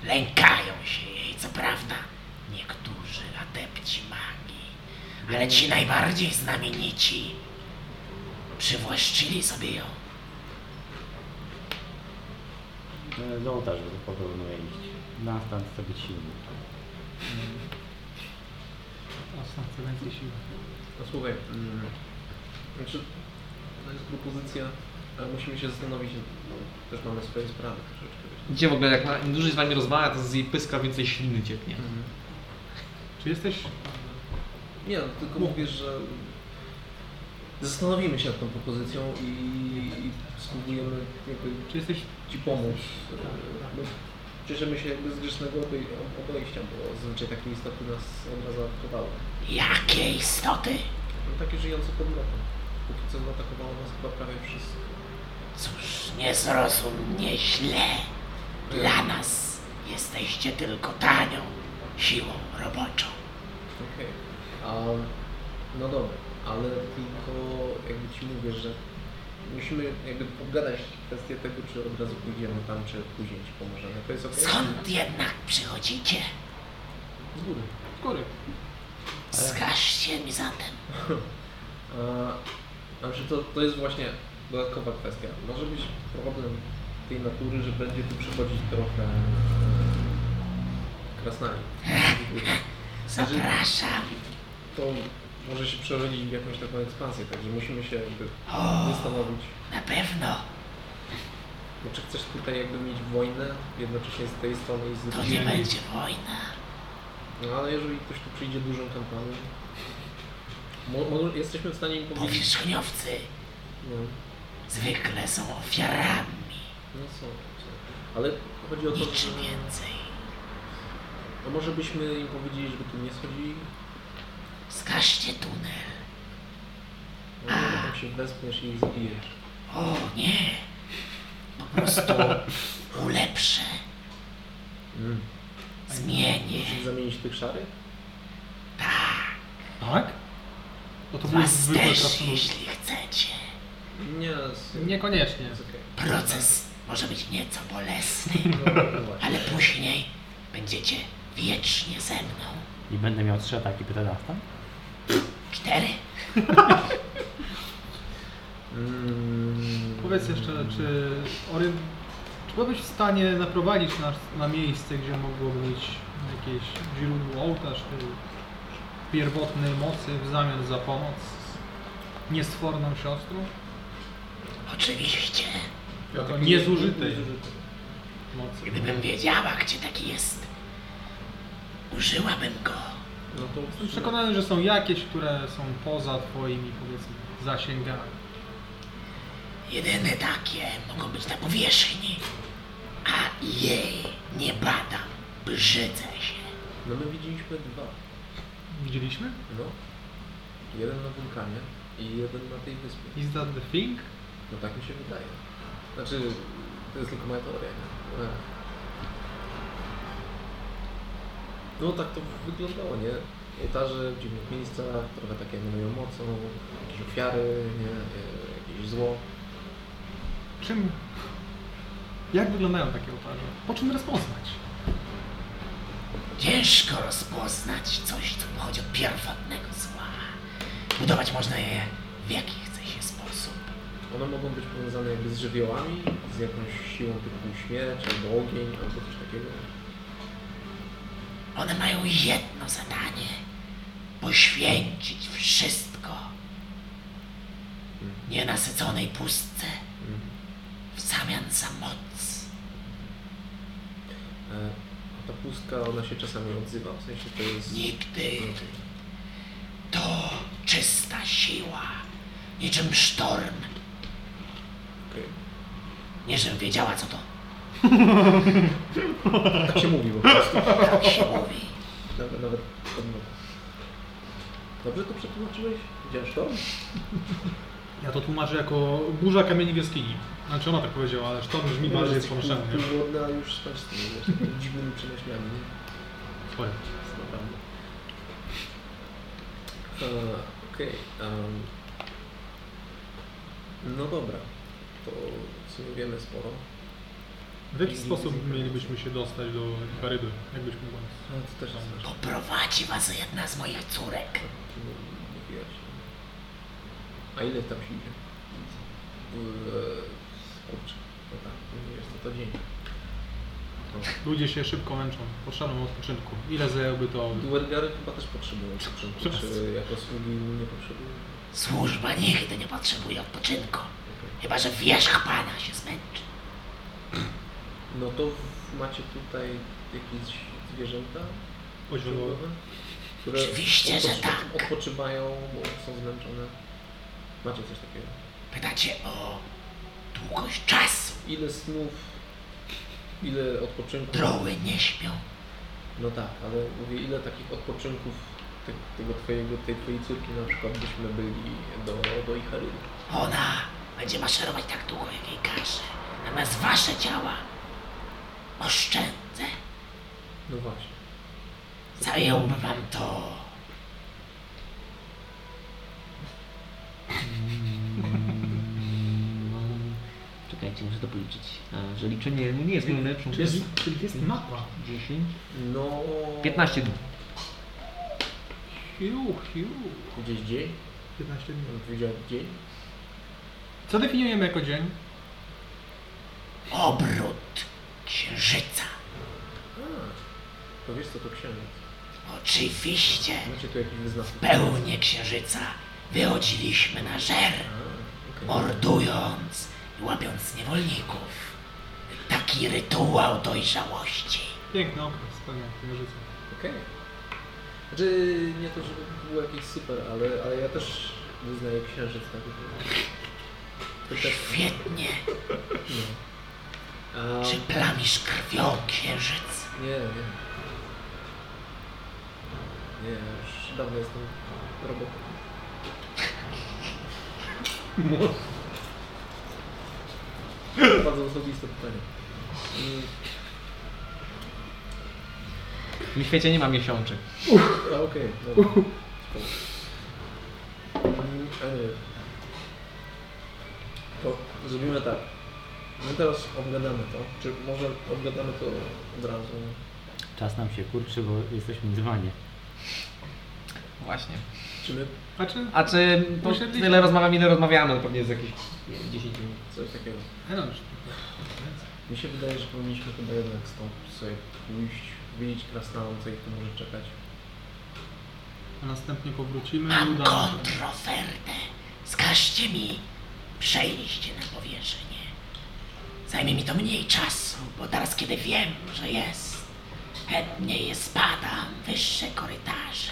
Lękają się jej, co prawda, niektórzy adepci magii, ale ci najbardziej znamienici przywłaszczyli sobie ją. E, Do ołtarza proponuję iść. Nastan chce być silny. Astan chce więcej siły. No słuchaj, mm, znaczy, to jest propozycja, ale musimy się zastanowić, no, też mamy swoje sprawy troszeczkę. wiesz. Widzicie w ogóle, jak na, im dłużej z wami rozmawia, to z jej pyska więcej śliny cieknie. Czy jesteś... Nie, no, tylko mówię, że zastanowimy się nad tą propozycją i, i spróbujemy jakby Czy jesteś... Ci pomóc. My cieszymy się jakby z grzecznego obej- obejścia, bo zazwyczaj takie istoty nas od razu atakowały. Jakie istoty? No, takie żyjące pod mrokiem. Póki co zaatakowało nas chyba prawie wszystko. Cóż, nie zrozum mnie źle. Dla nas jesteście tylko tanią siłą roboczą. Okej. A no dobra, ale tylko jakby ci mówię, że musimy jakby pogadać kwestię tego, czy od razu pójdziemy tam, czy później ci pomożemy. To jest okej? Skąd jednak przychodzicie? Z góry. Z góry. Wskażcie mi zatem. A, znaczy to, to jest właśnie dodatkowa kwestia. Może być problem tej natury, że będzie tu przychodzić trochę e, krasnali. Zapraszam. To może się przerodzić w jakąś taką ekspansję, także musimy się jakby zastanowić. Na pewno. No, czy chcesz tutaj jakby mieć wojnę jednocześnie z tej strony i z To nie drugiej? będzie wojna. No ale jeżeli ktoś tu przyjdzie dużą kampanią, mo- mo- jesteśmy w stanie im powiedzieć... Powierzchniowcy No, zwykle są ofiarami. no są, są. Ale chodzi o to, Niczym że... więcej. A może byśmy im powiedzieli, żeby tu nie schodzili? Wskażcie tunel. No, może tam się wespniesz i ich zabijesz. O nie. Po prostu ulepszę. Mm. Zmienię. Musisz zamienić tych szarych? Tak. Tak? No to były Was zwykłe też, krasnoludy. jeśli chcecie. Nie, z... Niekoniecznie. jest okej. Proces może być nieco bolesny, No, no właśnie. ale później będziecie wiecznie ze mną. I będę miał trzy ataki, pyta Nastan? Cztery? Mm. Powiedz jeszcze, czy Oryn, czy byłbyś w stanie naprowadzić nas na miejsce, gdzie mogłoby być jakieś źródło, ołtarz tej pierwotnej mocy w zamian za pomoc z niestworną siostrą? Oczywiście. Jako niezużytej mocy. Gdybym wiedziała, gdzie taki jest, użyłabym go. No to Jestem przekonany, że są jakieś, które są poza twoimi, powiedzmy, zasięgami. Jedyne takie mogą być na powierzchni, a jej nie badam, brzydzę się. No my widzieliśmy dwa. Widzieliśmy? No. Jeden na wulkanie i jeden na tej wyspie. Is that the thing? No tak mi się wydaje. Znaczy, to jest tylko moja teoria, nie? Ale... No tak to wyglądało, nie? Ołtarze w dziwnych miejscach, trochę takie emanują mocą, jakieś ofiary, nie? E, Jakieś zło. Czym? Jak wyglądają takie ołtarze? Po czym rozpoznać? Ciężko rozpoznać coś, co pochodzi od pierwotnego zła. Budować można je w jaki chce się sposób. One mogą być powiązane jakby z żywiołami, z jakąś siłą typu śmierć, albo ogień, albo coś takiego. One mają jedno zadanie. Poświęcić wszystko nienasyconej pustce Mhm. w zamian za moc. E, a ta pustka, ona się czasami odzywa, w sensie to jest... Nigdy. Okej. To czysta siła, niczym sztorm. Okej. Nie, żebym wiedziała, co to. Tak się mówi po prostu. Tak się mówi. Nawet, nawet odmowę. Dobrze to przetłumaczyłeś? Widziałeś to? Ja to tłumaczę jako burza kamieni w jaskini. Znaczy ona tak powiedziała, ale sztorm brzmi bardziej poruszony. Tu głodna, a już spać z tymi wiesz, takimi dziwnymi przemyślami. nie? Swoje. Jest naprawdę. E, Okej. em, No dobra. To w sumie wiemy sporo. W jaki sposób mielibyśmy się dostać do Karyby? Jakbyśmy mogli? No to też jest ważne. Poprowadzi was jedna z moich córek. Nie, nie wyjaśnię. A ile tam się idzie? Kurczę, no tak, jest to, to dzień. No. Ludzie się szybko męczą, potrzebują odpoczynku. Ile zajęłoby to? Duergary chyba też potrzebują odpoczynku, czy jako sługi nie potrzebują? Służba nigdy nie potrzebuje odpoczynku. Chyba że wierzch pana się zmęczy. No to w- macie tutaj jakieś zwierzęta? Poziomkowe? Służbowe? Które Oczywiście, że odpoczy- tak. Odpoczywają, bo są zmęczone. Macie coś takiego? Pytacie o długość czasu. Ile snów, ile odpoczynków? Droły nie śpią. No tak, ale mówię, ile takich odpoczynków te, tego twojego, tej twojej córki na przykład byśmy byli do, do Icharydy? Ona będzie maszerować tak długo, jak jej każe. Natomiast wasze ciała oszczędzę. No właśnie. Zajęłoby wam to Czekajcie, muszę to policzyć. A, że liczenie no nie jest moją lepszą. Czyli, czyli jest mapa. dziesięć. No... piętnaście dni. Hiu, hiu. Gdzieś dzień? piętnaście dni. Powiedziałem dzień? Co definiujemy jako dzień? obrót księżyca. A, to wiesz co to księżyc? Oczywiście. Macie tu jakiś wyznacznik? Pełnię księżyca wychodziliśmy na żer, A, okej. mordując i łapiąc niewolników. Taki rytuał dojrzałości. Piękny okres, pełnia księżyca. Okej. Znaczy, nie to, żeby to było jakieś super, ale, ale ja też wyznaję księżyc tak. To też... Świetnie. No. A, Czy plamisz krwią księżyc? nie, nie. Nie, już dawno jestem robotem. Bardzo osobiste pytanie. Mm, W tym świecie nie ma miesiączek. A okej, dobra. Spoko. Mm, a nie. To zrobimy tak. My teraz obgadamy to. Czy może obgadamy to od razu? Czas nam się kurczy, bo jesteśmy dzwanie. Właśnie. Czy my Znaczy, A czy to Usiedliśmy- tyle rozmawiamy, ile rozmawiamy, pewnie jest jakieś nie wiem, dziesięć minut. coś takiego? no już. Mi się wydaje, że powinniśmy chyba jednak stąd sobie pójść, wiedzieć krasnałom, co ich tu może czekać. A następnie powrócimy i Mam udamy się. kontrofertę. Skażcie mi przejście na powierzchnię. Zajmie mi to mniej czasu, bo teraz kiedy wiem, że jest, chętnie je spadam, wyższe korytarze.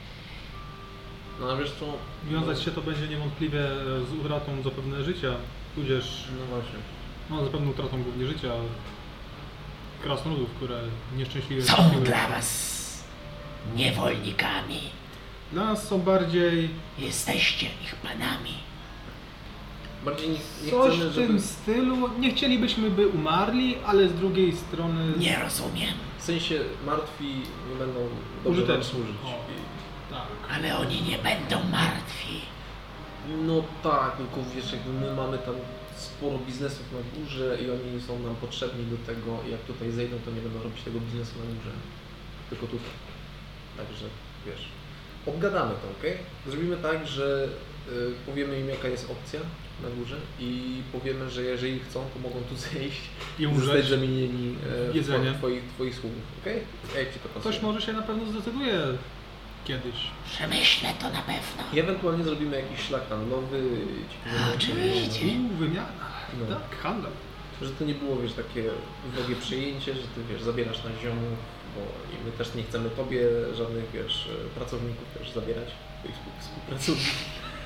No a wiesz co? Wiązać się to będzie niewątpliwie z utratą zapewne życia, tudzież No właśnie. no, zapewne utratą głównie życia krasnoludów, które nieszczęśliwie Są trafiły. dla was niewolnikami. Dla nas są bardziej Jesteście ich panami. Bardziej nie, nie coś chcemy, w żeby... tym stylu. Nie chcielibyśmy, by umarli, ale z drugiej strony Nie rozumiem, W sensie martwi nie będą dobrze nam użyteczni. służyć. O, tak. ale oni nie będą martwi. No tak, tylko wiesz, jakby my mamy tam sporo biznesów na górze i oni są nam potrzebni do tego i jak tutaj zejdą, to nie będą robić tego biznesu na górze. Tylko tutaj. Także wiesz, obgadamy to, okej? Zrobimy tak, że y, powiemy im jaka jest opcja na górze i powiemy, że jeżeli chcą, to mogą tu zejść I i zostać umrzeć. zamienieni e, w Jedzenie. twoich, twoich sługów, okej? Jak ci to pasuje? Ktoś może się na pewno zdecyduje kiedyś. Przemyślę to na pewno. I ewentualnie zrobimy jakiś szlak handlowy, ci powiemy, Oczywiście. Uuu, wymiana. No. Tak, handel. że to nie było, wiesz, takie wrogie przyjęcie, że ty, wiesz, zabierasz na ziomów, bo i my też nie chcemy tobie żadnych, wiesz, pracowników też zabierać, twoich współ- współpracowników.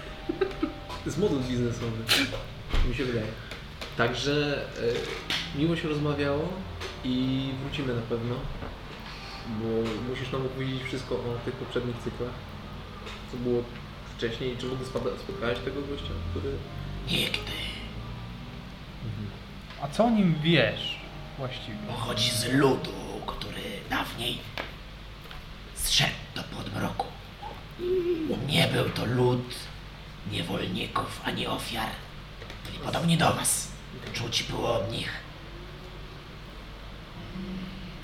To jest model biznesowy, mi się wydaje. Także e, miło się rozmawiało i wrócimy na pewno, bo musisz nam opowiedzieć wszystko o tych poprzednich cyklach, co było wcześniej. Czy w ogóle spada- spotkałeś tego gościa, który... Nigdy. A co o nim wiesz właściwie? Pochodzi z ludu, który dawniej zszedł do podmroku. Nie był to lud niewolników ani ofiar. Byli podobni do was. Czuć było od nich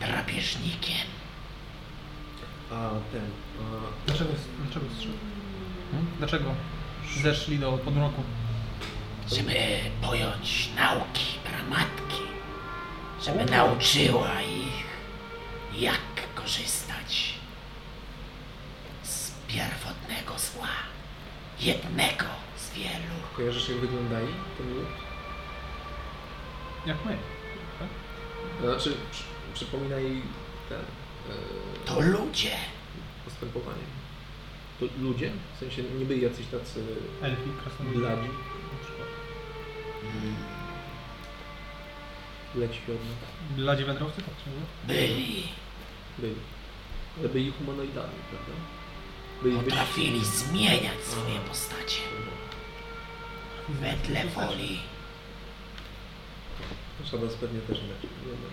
drapieżnikiem. A ten... A... Dlaczego, dlaczego strzelił? Hmm? Dlaczego zeszli do podmroku? Żeby pojąć nauki pramatki. Żeby nauczyła ich, jak korzystać z pierwotnego zła. Jednego z wielu. Kojarzysz, jak wyglądali ten lud? Jak my. Tak? Znaczy, przy, przypomina jej ten... E, To ludzie. postępowanie. To ludzie? W sensie nie byli jacyś tacy Elfi, krasnoludy. bladzi? Na przykład. Leci od nas. Bladzi wędrowcy, tak się mówi? Byli. Byli. Ale byli humanoidami, prawda? Byli Potrafili zmieniać swoje postacie. Wedle woli. Shadows pewnie też inaczej wygląda.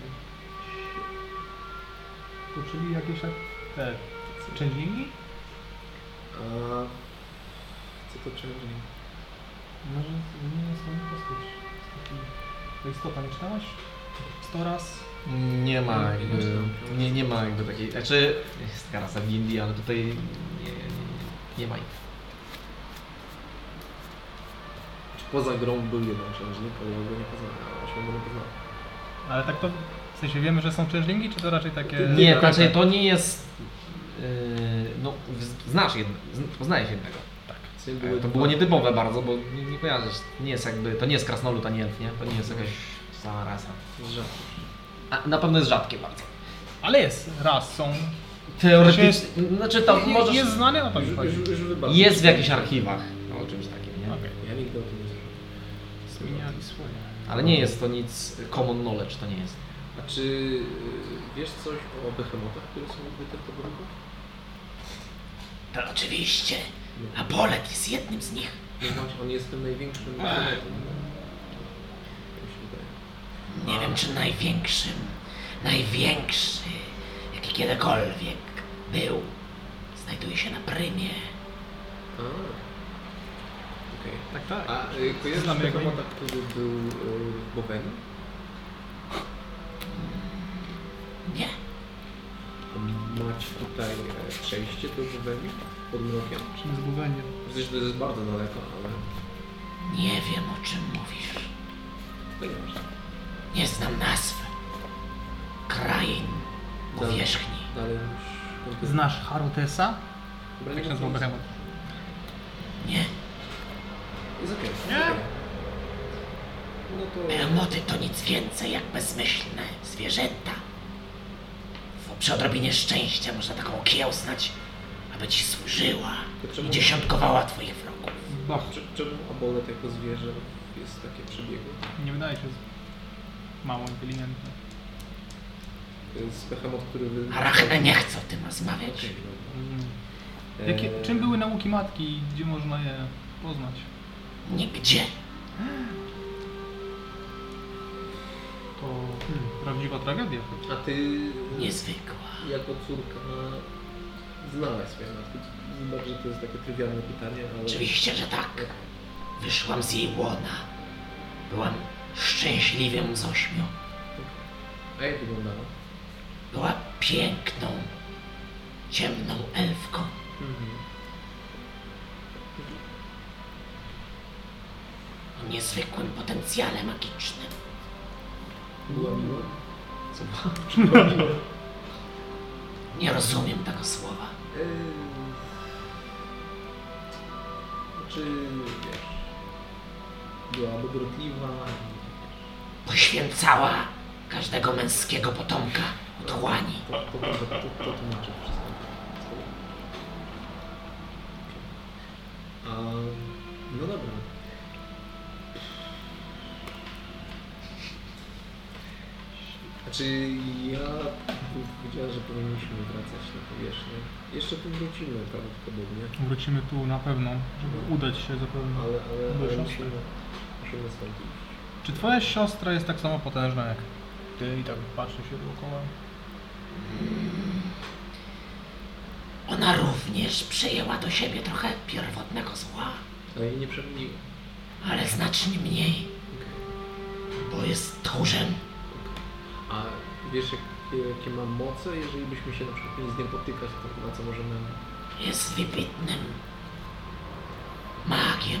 To czyli jakieś tak... te... Changelingi? A co to changeling? Może zmienia swoją postać. To istota, nie czytałeś? Sto raz? Nie ma Nie, jakby, nie znam. nie, nie ma jakby takiej, znaczy jest taka rasa w Indii, ale tutaj nie, nie, nie ma ich. Poza grą był jeden changeling, ale ja go nie poznałem, a się go nie poznałem. Ale tak to... W sensie wiemy, że są changelingi, czy to raczej takie... Nie, znaczy to nie jest, yy, no w- znasz jedno, z- poznajesz jednego. Tak. W sensie E, były To dwa- było nietypowe bardzo, bo nie, nie kojarzysz, nie jest jakby, to nie jest krasnolud ani elf, nie? To nie jest jakaś sama rasa. rzadkie. A na pewno jest rzadkie bardzo. Ale jest, raz, są... Teoretycznie, znaczy to Je- możesz, Jest znany, o to Już, mi chodzi. już, już wybaczę. jest w jakichś archiwach, no, o czymś takim, nie? Okej. Ja nigdy o tym nie słyszałem. Zmieniali swoje. Ale nie jest to nic common knowledge, to nie jest. A czy y, wiesz coś o behemotach, które są ukryte w podróbach? To oczywiście. Apolet jest jednym z nich. No właśnie, on jest tym największym behemotem. Tak mi się wydaje. Nie wiem, czy największym. Największy, jaki kiedykolwiek był, znajduje się na Prymie. A, okej. Tak, tak. A y, kojarzysz Znamy jego behemota, który był y, w Bowenii? Nie. Macie tutaj e, przejście do Bowenii pod mrokiem? Czym zgubienie? Przecież to jest bardzo daleko, ale Nie wiem, o czym mówisz. to nie można. Nie znam nazw. Krain, powierzchni. Dalej już... Znasz Harutesa? Dobra, Jak się nie nazywał ma co- behemot? Nie. Jest okej. jest Nie? okej. No to... Behemoty to nic więcej jak bezmyślne zwierzęta. W- Przy odrobinie szczęścia można taką okiełznać, aby ci służyła To czemu- i dziesiątkowała twoich wrogów. Bach. Cze- Czemu abolet jako zwierzę jest takie przebiegłe? Nie wydaje się z- mało inteligentny. To jest behemot, który... Wy... Arachne nie chcą o tym rozmawiać. Okej, dobra. Rozumiem. Eee, Jakie, czym były nauki matki i gdzie można je poznać? Nigdzie. To hmm, prawdziwa tragedia. A ty Niezwykła. jako córka znałaś swoją matkę? Wybacz, że to jest takie trywialne pytanie, ale... Oczywiście, że tak. Wyszłam z jej łona. Byłam szczęśliwą z ośmiu. A jak wyglądała? Była piękną, ciemną elfką. Mhm. O niezwykłym potencjale magicznym. Była miła? Co? Nie rozumiem tego słowa. Eee... Znaczy, wiesz... Była dobrotliwa i... Poświęcała każdego męskiego potomka otchłani. To, to, to, to, to, to tłumaczy wszystko. A, no dobra. Znaczy ja bym powiedziała, że powinniśmy wracać na powierzchnię. Jeszcze tu wrócimy prawdopodobnie, Wrócimy tu na pewno, żeby udać się zapewne ale, ale, do ale siostry. musimy, musimy stąd iść. Czy twoja siostra jest tak samo potężna jak ty i tak patrzy się dookoła? Ona również przejęła do siebie trochę pierwotnego zła, Ale jej nie przemieniło. ale znacznie mniej, bo jest tchórzem. A wiesz jak jakie, jakie ma moce, jeżeli byśmy się na przykład mieli z nim potykać, to na co możemy... Jest wybitnym magiem.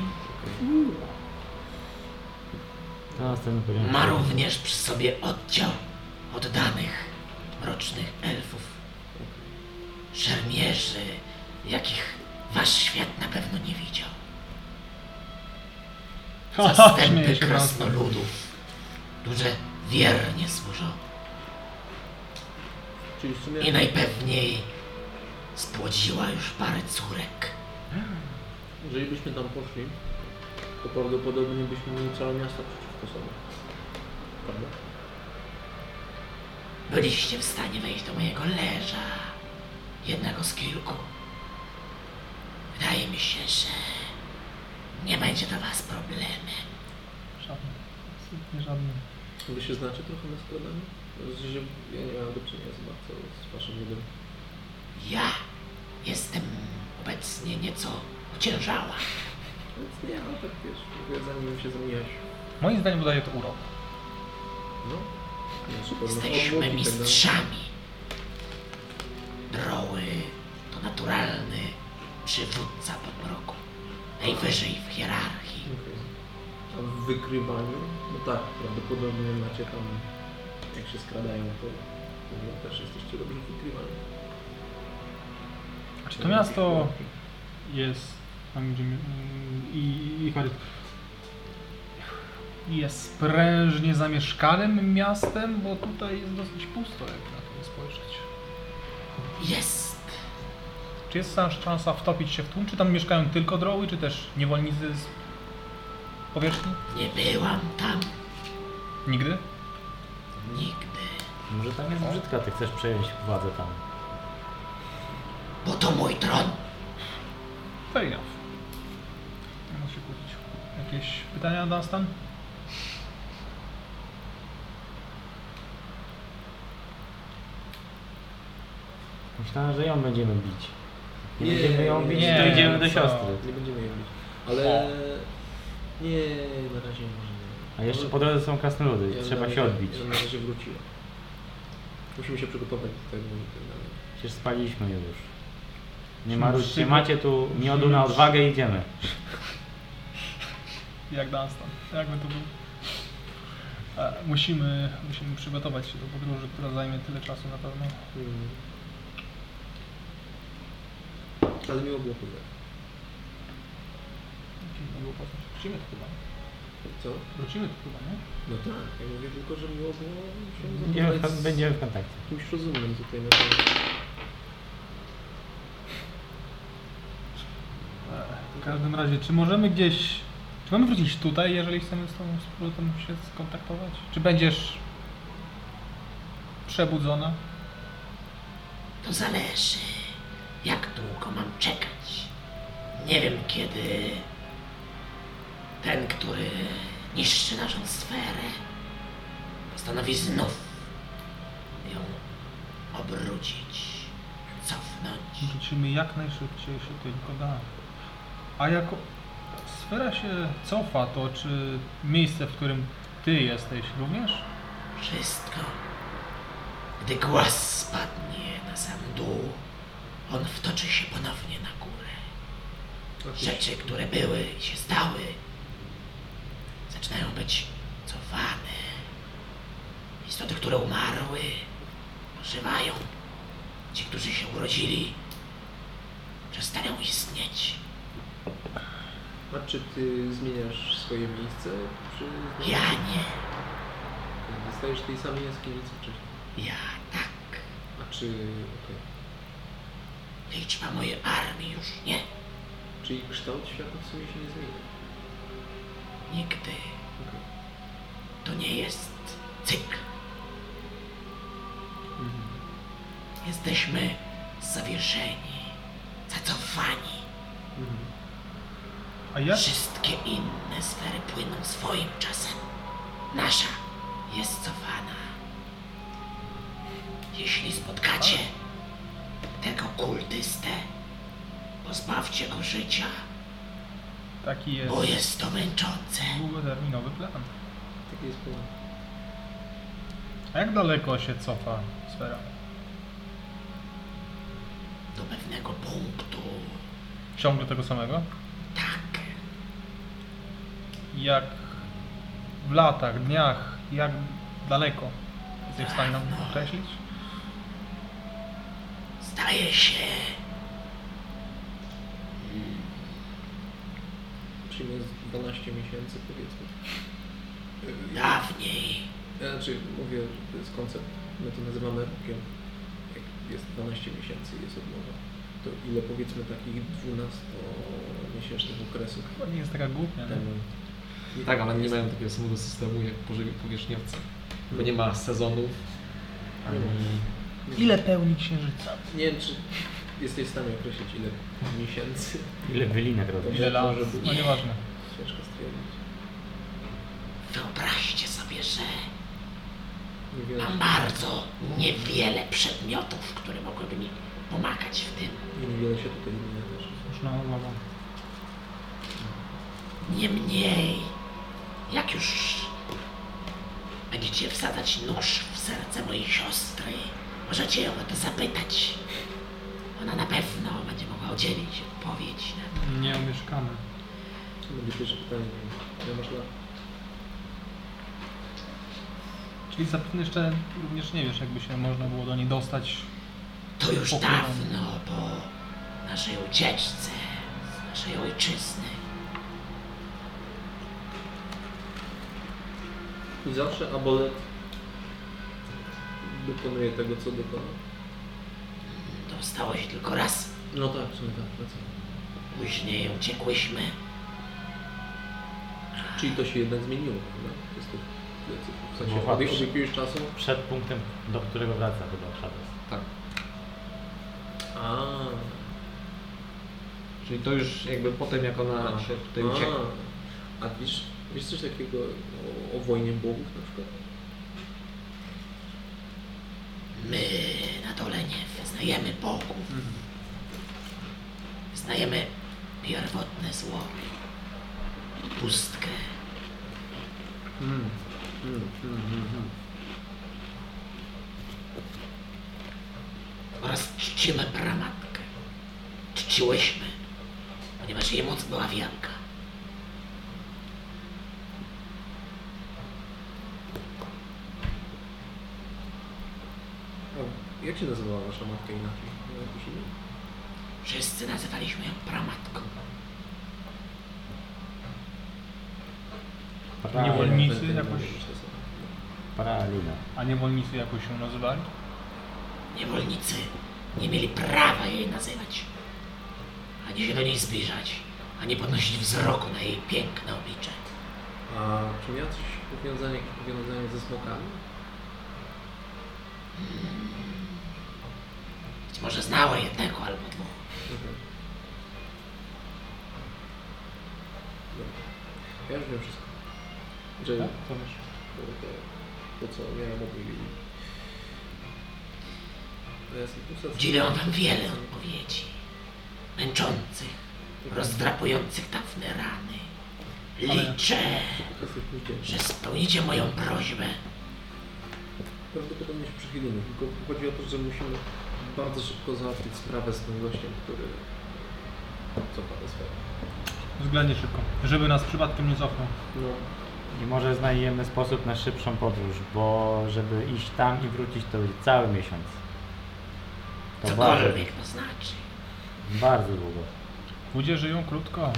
To następny poziom. Ma również przy sobie oddział oddanych, mrocznych elfów. Szermierzy, jakich wasz świat na pewno nie widział. Zastępy Śmieje się krasnoludów, którzy wiernie służą. Czyli w sumie... I najpewniej spłodziła już parę córek. Jeżeli byśmy tam poszli, to prawdopodobnie byśmy mieli całe miasto przeciwko sobie. Prawda? Byliście w stanie wejść do mojego leża. Jednego z kilku. Wydaje mi się, że nie będzie dla was problemem. Żadnym. Absolutnie żadnym. Wy się znacie trochę na składaniu? Ja nie miałem do czynienia z bardzo z waszym ludem. Ja jestem obecnie nieco ociężała. Więc nie, ale tak wiesz, mówię, zanim się zamieniłeś. Moim zdaniem dodaje to urok. No. Nie, super, no, Jesteśmy obłoki, tak dalej. mistrzami. Droły to naturalny przywódca podmroku. Najwyżej w hierarchii. Okej. A w wykrywaniu? No tak, prawdopodobnie macie tam, jak się skradają, to to też jesteście dobrzy w wykrywaniu. Czy to miasto jest... Tam gdzie... I... i chodzi... Jest prężnie zamieszkanym miastem, bo tutaj jest dosyć pusto, jak na to spojrzeć. Jest. Czy jest szansa wtopić się w tłum? Czy tam mieszkają tylko droły, czy też niewolnicy z powierzchni? Nie byłam tam Nigdy? nigdy. Może tam jest brzydka, ty chcesz przejąć władzę tam. Bo to mój tron. Fair enough. Nie muszę się kłócić. Jakieś pytania, Dunstan? Myślałem, że ją będziemy bić. Nie, Nie, będziemy ją bić, nie, to idziemy do co? siostry. Nie będziemy je bić. Ale... Nie, na razie może nie. A jeszcze Może- po drodze są krasnoludy, Ja trzeba na się razie- odbić. Ja na razie wróciłem. Musimy się przygotować do tego i tak dalej. Przecież spaliśmy je już. Nie Musimy marudźcie, przygo- macie tu miodu na odwagę, idziemy. Jak Dunstan? Jakby to był? E, musimy, musimy przygotować się do podróży, która zajmie tyle czasu na pewno. Hmm. Ale miło było poznać. Musimy było poznać. Wrócimy tu chyba. Co? Wrócimy tu chyba, nie? No tak, ja mówię tylko, że miło było się Będziemy, zapoznać w- z będziemy w kontakcie. kimś rozumnym tutaj na temat. E, w każdym razie, czy możemy gdzieś... Czy mamy wrócić tutaj, jeżeli chcemy z tobą z powrotem się skontaktować? Czy będziesz przebudzona? To zależy, jak długo mam czekać. Nie wiem, kiedy ten, który niszczy naszą sferę, postanowi znów ją obrócić, cofnąć. Wrócimy jak najszybciej się tylko da. A jako sfera się cofa, to czy miejsce, w którym ty jesteś, również? Wszystko. Gdy głaz spadnie na sam dół, on wtoczy się ponownie na górę. Rzeczy, które były i się stały, zaczynają być cofane. Istoty, które umarły, ożywają. Ci, którzy się urodzili, przestaną istnieć. A czy ty zmieniasz swoje miejsce, czy... Ja nie. Zostajesz w tej samej jaskini co wcześniej? Ja tak. A czy... okej. Liczba mojej armii już nie. Czyli kształt świata w sumie się nie zmienia? Nigdy. Okej. To nie jest cykl. Mhm. Jesteśmy zawieszeni, zacofani. Mhm. A jak? Wszystkie inne sfery płyną swoim czasem. Nasza jest cofana. Jeśli spotkacie tego kultystę, pozbawcie go życia, Taki jest bo jest to męczące. długoterminowy plan. Taki jest plan. A jak daleko się cofa sfera? Do pewnego punktu. Ciągle tego samego? Tak. Jak w latach, dniach, jak daleko? Jesteś w stanie nam określić? Zdaje się, Czyli jest dwanaście miesięcy, powiedzmy. dawniej. Ja, Znaczy, mówię, to jest koncept, my to nazywamy rokiem. Jak jest dwanaście miesięcy i jest odmowa, to ile powiedzmy takich dwunastomiesięcznych okresów To nie jest taka głupia, nie? temu? Nie Tak, ale nie jest- mają takiego samego systemu jak powie- powierzchniowcy. Bo nie ma sezonów, ani... Ile pełni księżyca? Nie wiem, czy jesteś w stanie określić ile miesięcy. Ile wylinek robisz? Ile lat? Może być No nieważne. ciężko stwierdzić. Wyobraźcie sobie, że Niewiele, mam bardzo niewiele przedmiotów, które mogłyby mi pomagać w tym. niewiele się tutaj zmienia też. Słuszna uwaga. Niemniej, jak już będziecie wsadzać nóż w serce mojej siostry, możecie ją o to zapytać. Ona na pewno będzie mogła udzielić odpowiedzi na to. Nie omieszkamy. To będzie pierwsze pytanie. Ile masz lat? Czyli zapewne jeszcze również nie wiesz, jakby się można było do niej dostać. To już Pochłonął. dawno po naszej ucieczce z naszej ojczyzny. I zawsze Abolet dokonuje tego, co dokona. To stało się tylko raz. No tak, w sumie tak, wracam. Później uciekłyśmy. Czyli to się jednak zmieniło, prawda? To jest to, w sensie Bo od, od faktycznie- jakiegoś czasu. Przed punktem, do którego wraca chyba Shadows. Tak. A, Czyli to już jakby po tym, jak ona się tutaj uciekła. A, a wiesz, wiesz coś takiego o, o wojnie bogów na przykład? My na dole nie wyznajemy bogów. Wyznajemy pierwotne zło. Pustkę. Mm. Mm, mm, mm, mm. Oraz czcimy pramatkę. Czciłyśmy, ponieważ jej moc była wielka. A jak się nazywała wasza matka inaczej? Miała jakieś imię? Wszyscy nazywaliśmy ją pramatką. Pra... Niewolnicy Będę jakoś- mówić to samo. Paralina. A niewolnicy jakoś się nazywali? Niewolnicy nie mieli prawa jej nazywać. Ani się do niej zbliżać, ani podnosić wzroku na jej piękne oblicze. A czy miała coś powiązanie, jakieś powiązanie ze smokami? Być może znała jednego albo dwóch. Mhm. Dobra. Ja już wiem wszystko. Że Tak? Co wiesz? to, to, to co miałem powiedzieć. To jest impulsacja. Udzielę wam wiele odpowiedzi. Męczących, rozdrapujących dawne rany. Liczę, Jesteś wdzięczny. że spełnicie moją prośbę. Prawdopodobnie się przychylimy, tylko chodzi o to, że musimy bardzo szybko załatwić sprawę z tym gościem, który cofa tę sferę. Względnie szybko. Żeby nas przypadkiem nie cofnął. No, I może znajdziemy sposób na szybszą podróż, bo żeby iść tam i wrócić to będzie cały miesiąc. To bardzo, Cokolwiek to znaczy. bardzo długo. Ludzie żyją krótko.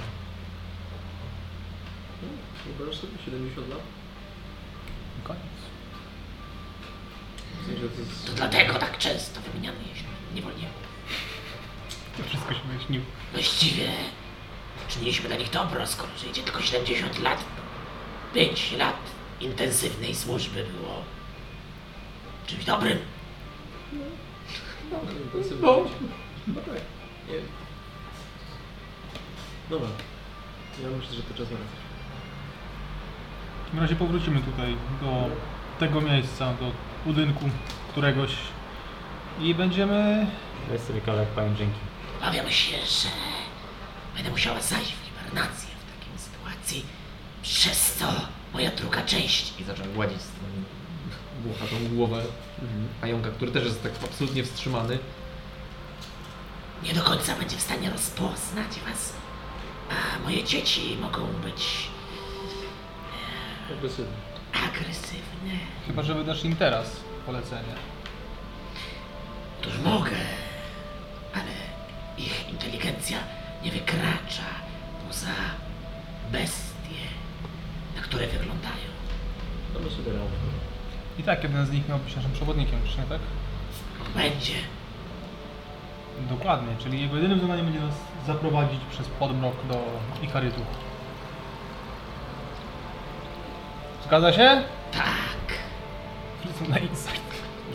wyobrażasz sobie siedemdziesiąt lat? I koniec. W sensie to jest... To dlatego tak często wymieniany jest niewolników. To wszystko się wyjaśniło. Właściwie czyniliśmy dla nich dobro, skoro żyjecie tylko siedemdziesiąt lat. pięć lat intensywnej służby było czymś dobrym. No, no. no tak, nie wiem. Dobra, ja myślę, że to czas wracać. W takim razie powrócimy tutaj do tego miejsca, do budynku któregoś i będziemy... Weź sobie kawałek pajęczynki. Obawiam się, że będę musiała zajść w hibernację w takiej sytuacji, przez co moja druga część I zacząłem gładzić swoim włocha tą głowę pająka, który też jest tak absolutnie wstrzymany. Nie do końca będzie w stanie rozpoznać was, a moje dzieci mogą być Agresywny. agresywne. Chyba, że wydasz im teraz polecenie. Otóż mogę, ale ich inteligencja nie wykracza poza bestie, na które wyglądają. Damy sobie radę. I tak jeden z nich miał być naszym przewodnikiem, czy nie tak? Będzie. Dokładnie, czyli jego jedynym zadaniem będzie nas zaprowadzić przez podmrok do Ikarytu. Zgadza się? Tak. Rzucę na insight.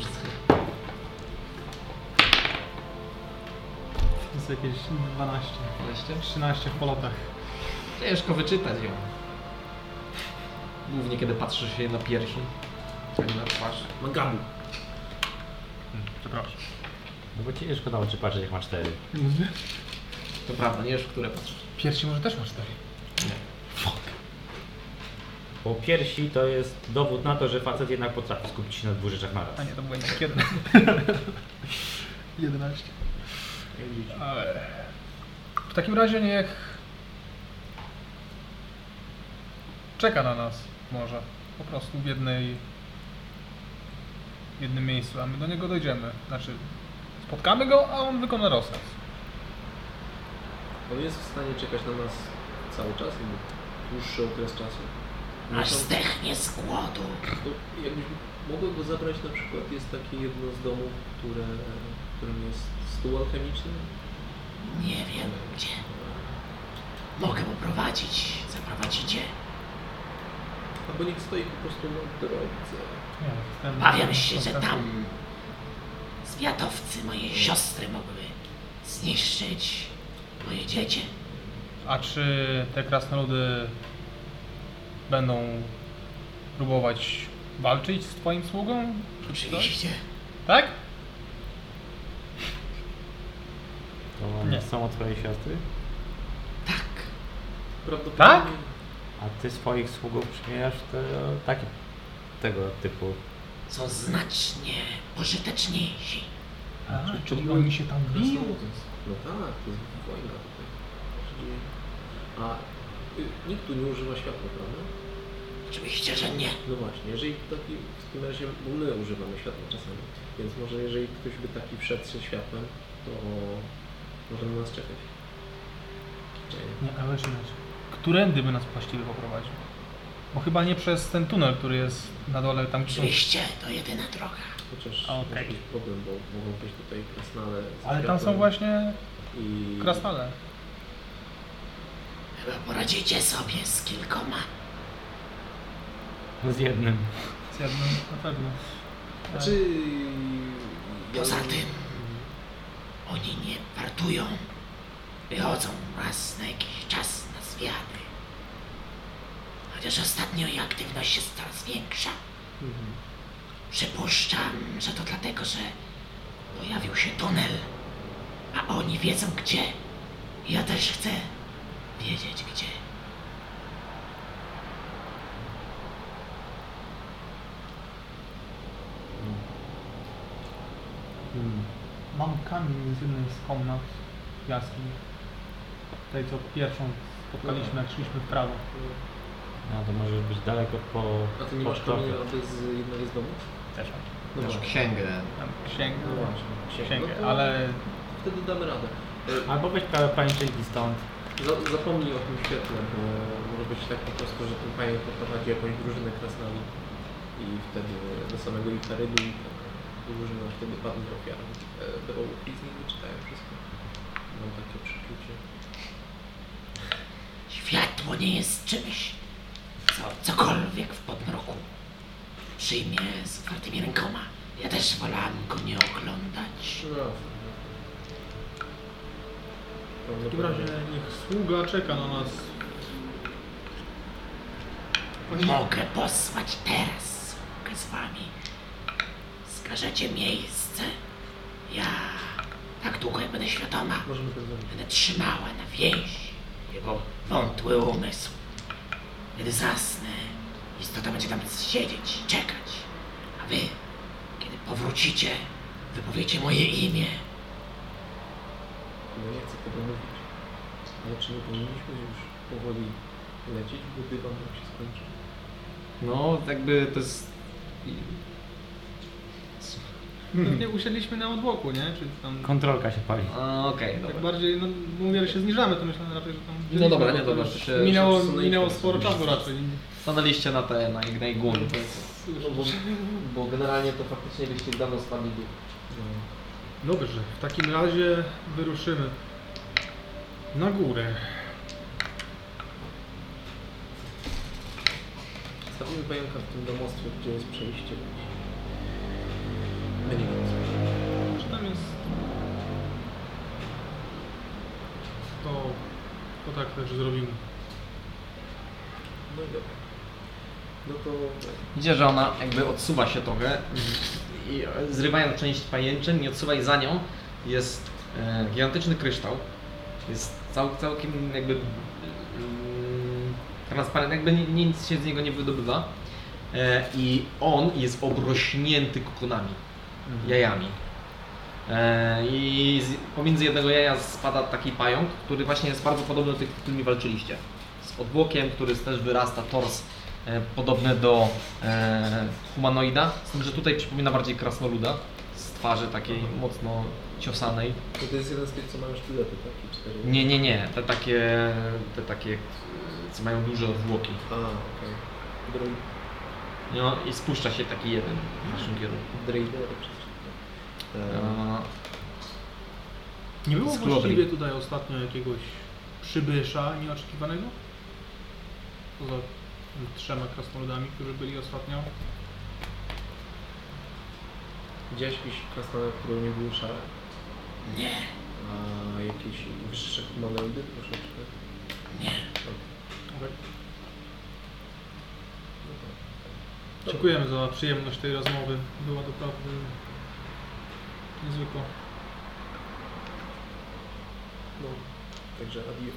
To jest jakieś dwanaście. Wreszcie. trzynaście w polotach. Ciężko wyczytać ją. Głównie kiedy patrzysz się na piersi, a nie na twarz. Magabu. Przepraszam. No bo ciężko na oczy patrzeć, jak ma cztery. To prawda, nie wiesz, w które patrzysz. Piersi może też ma cztery. Bo piersi to jest dowód na to, że facet jednak potrafi skupić się na dwóch rzeczach A naraz. nie, to było jednak jeden. jedenaście. Ale... W takim razie niech... czeka na nas może. Po prostu w jednej... w jednym miejscu, a my do niego dojdziemy. Znaczy, spotkamy go, a on wykona rozkaz. On jest w stanie czekać na nas cały czas, lub dłuższy okres czasu. Aż Miesiąc? zdechnie z głodu. To jakbyś mogła go zabrać, na przykład jest takie jedno z domów, które, w którym jest stół alchemiczny. Nie wiem gdzie. Mogę mu prowadzić. Zaprowadzicie. Albo niech stoi po prostu na drodze. Nie, ten... Obawiam się, że tam zwiadowcy mojej siostry mogłyby zniszczyć moje dziecię. A czy te krasnoludy będą próbować walczyć z twoim sługą? Czy coś? Oczywiście. Tak? To Nie. nie są od twojej siostry? Tak. Prawdopodobnie A ty swoich sługów przymieniasz te, takie, tego typu. Są znacznie pożyteczniejsi. A, Czyli czyli oni się tam biją? No tak, to jest wojna tutaj. Czyli... A y, nikt tu nie używa światła, prawda? Oczywiście, że nie. No właśnie, jeżeli taki, w takim razie, bo my używamy światła czasami, więc może jeżeli ktoś by taki wszedł się światłem, to może na nas czekać. Nie. Nie, ale jeszcze inaczej. Którędy by nas właściwie poprowadził? Bo chyba nie przez ten tunel, który jest na dole, tam gdzie są... Oczywiście, to jedyna droga. Chociaż A, może okej. być problem, bo mogą być tutaj krasnale z Ale tam są światłem właśnie i... krasnale. Chyba poradzicie sobie z kilkoma. Z jednym. Z jednym na pewno. Znaczy... ja- Poza tym oni nie wartują. Wychodzą raz na jakiś czas na zwiady. Chociaż ostatnio ich aktywność jest coraz większa. Mhm. Przypuszczam, że to dlatego, że pojawił się tunel, a oni wiedzą gdzie. Ja też chcę wiedzieć gdzie. Hmm. Mam kamień z jednej z komnat jaskini. Tej, co pierwszą spotkaliśmy, jak szliśmy w prawo. No to możesz być daleko po... A ty nie po masz tropie. kamienia aby z jednego z domów? Też mam. No Masz właśnie. księgę. Tam księgę. No właśnie, Księgę, No to ale wtedy damy radę. E, Albo weź prawie pamięci stąd. Za, zapomnij o tym świetle, bo może być tak po prostu, że ten pająk poprowadzi jakąś drużynę krasnali i wtedy do samego Ikarydu i ta drużyna wtedy padnie ofiarą. E, Bo i z nich wyczytają wszystko. Mam takie przeczucie. Światło nie jest czymś, co cokolwiek w podmroku przyjmie z otwartymi rękoma. Ja też wolałam go nie oglądać. No. w takim razie niech sługa czeka na nas. Mogę posłać teraz sługę z wami. Wskażecie miejsce. Ja tak długo jak będę świadoma, Możemy to zrobić. będę trzymała na więzi jego wątły umysł. Kiedy zasnę, istota będzie tam siedzieć, czekać, a wy, kiedy powrócicie, wypowiecie moje imię. No nie chcę tego mówić. Ale czy nie powinniśmy już powoli lecieć, bo dywan nam się skończy? No, jakby to jest... Pewnie usiedliśmy na odwłoku, nie? Czy tam... Kontrolka się pali. A, Okej, Tak dobra. bardziej, no mówię, że się zniżamy, to myślę raczej, że tam... No dobra, nie, to dobra, już to się- Minęło, się przesunęliśmy. minęło sporo czasu raczej. Stanęliście na te, na ich najgłębi. No bo, bo generalnie to faktycznie byście dawno spadli dół. Dobrze, w takim razie wyruszymy na górę. Stawimy pająka w tym domostwie, gdzie jest przejście. My nie wiemy. Czy tam jest... To... To tak też zrobimy. No i dobra. No to... Widzicie, że ona jakby odsuwa się trochę i zrywając część pajęczyn i odsuwa i za nią jest e, gigantyczny kryształ. Jest cał, całkiem jakby mm, transparentny, jakby ni- nic się z niego nie wydobywa. E, I on jest obrośnięty kokonami, jajami. E, I z, pomiędzy jednego jaja spada taki pająk, który właśnie jest bardzo podobny do tych, z którymi walczyliście. Z odwłokiem, który też wyrasta, tors e, podobny do e, humanoida, z tym, że tutaj przypomina bardziej krasnoluda, z twarzy takiej mocno ciosanej. To, to jest jeden z tych, co mają sztylety, tak? I cztery. Nie, nie, nie, te takie, te takie, co mają duże odwłoki. A, okej. Okay. Droid... No i spuszcza się taki jeden w naszym kierunku. Droidery czy coś takiego. Eee, E, Nie było Sklodry. właściwie tutaj ostatnio jakiegoś przybysza nieoczekiwanego? Poza tymi trzema krasnoludami, którzy byli ostatnio. Widziałeś jakieś krasnoludy, które nie były szare? Nie, A jakieś wyższe humanoidy troszeczkę? nie. Okay. Dziękujemy za przyjemność tej rozmowy. Była doprawdy niezwykła. No, także adios.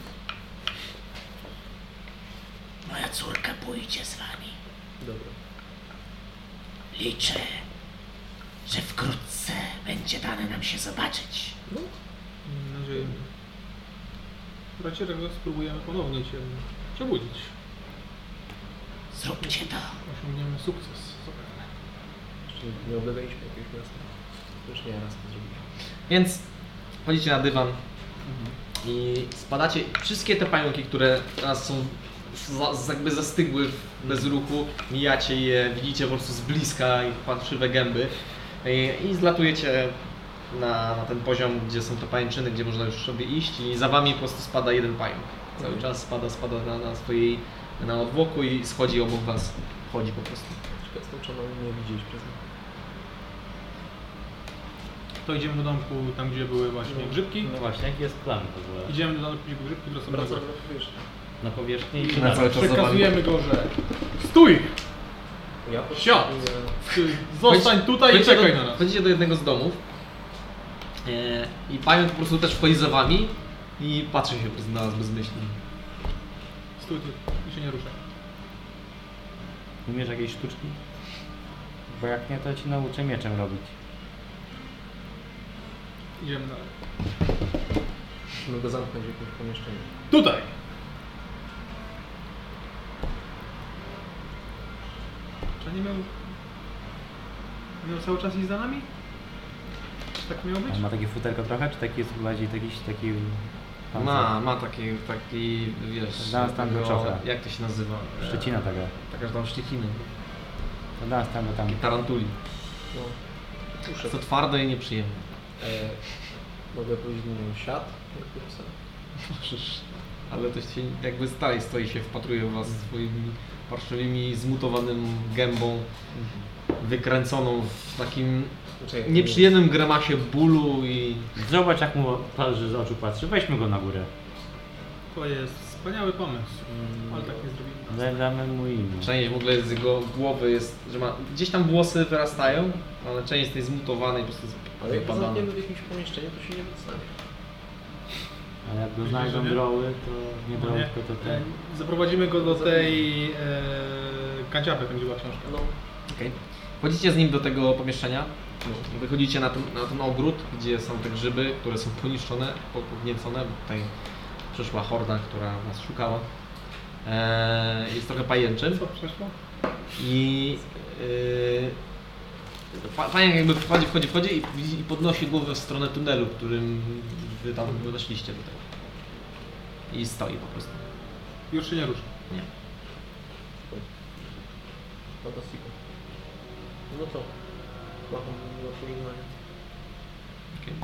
Moja córka pójdzie z wami. Dobra. Liczę, że wkrótce będzie dane nam się zobaczyć. No, Mam nadzieję. W razie czego spróbujemy ponownie Cię przebudzić. Zróbcie to. Osiągniemy sukces zapewne. jeszcze nie oblegaliśmy jakiegoś miasta. Już nie raz to zrobiliśmy. Więc wchodzicie na dywan i spadacie. Wszystkie te pająki, które teraz są za, z- jakby zastygły w bezruchu, mijacie je, widzicie po prostu z bliska ich parszywe gęby i, i zlatujecie na, na ten poziom, gdzie są te pajęczyny, gdzie można już sobie iść i za wami po prostu spada jeden pająk. Cały czas spada, spada na, na swojej, na odwłoku i schodzi obok was. Chodzi po prostu. Ciekawe, czy ona nie widzieć przez nie. To idziemy do domku, tam gdzie były właśnie grzybki. No właśnie, jaki jest plan w ogóle? Idziemy do domku, gdzie były grzybki, wracamy na Wracamy górę. na powierzchnię. Na powierzchni i Na cały czas Przekazujemy go, że stój! Ja Siad! potrzebuję... Zostań tutaj i Wchodzicie czekaj do, na nas. Wchodzicie do jednego z domów e, i pająk po prostu też wchodzi za wami i patrzy się po prostu na was bezmyślnie. Stój tu i się nie ruszaj. umiesz jakieś sztuczki? Bo jak nie, to ci nauczę mieczem robić. Idziemy dalej. Musimy go zamknąć w jakimś pomieszczeniu. Tutaj! Czy nie miał... Miał cały czas iść za nami? Czy tak miało być? On ma takie futerko trochę, czy taki jest bardziej jakiś taki... pancerz? Ma, ma taki, taki wiesz, Dam tam do takiego- czofra. jak to się nazywa? E, Szczecina taka. Taka, że tam szczeciny, To nas tam, bo tam... takie tarantuli. No, muszę. To twarde i nieprzyjemne. E, mogę powiedzieć mu siad? Jak to psa? Możesz, ale to się jakby dalej stoi się, wpatruje w was swoimi parszywymi, zmutowanym gębą, wykręconą w takim Czekaj, nieprzyjemnym gremasie bólu i... Zobacz jak mu patrzy z oczu patrzy, weźmy go na górę. To jest wspaniały pomysł, ale tak nie zrobimy. Damy mu imię. Część w ogóle z jego głowy jest, że ma... Gdzieś tam włosy wyrastają, ale część jest tej zmutowanej, po prostu Ale jak go wypadana. zamkniemy w jakimś pomieszczeniu, to się nie wycofamy. A jak go Myślisz, znajdą że nie? droły, to nie No droły, nie. tylko to E, ten. Zaprowadzimy go do tej e, kanciapy, tam gdzie była książka. No, Okej. Wchodzicie z nim do tego pomieszczenia, wychodzicie na ten, na ten ogród, gdzie są te grzyby, które są poniszczone, podniecone, bo tutaj przyszła horda, która nas szukała. Eee, jest trochę pajęczym. Co przeszło? I yy, pająk jakby wchodzi, wchodzi, wchodzi i, widzi- i podnosi głowę w stronę tunelu, którym wy tam weszliście do tego. I stoi po prostu. Już się nie ruszy. Nie. Fantastyko. No to. Macham na pożegnanie. Okay.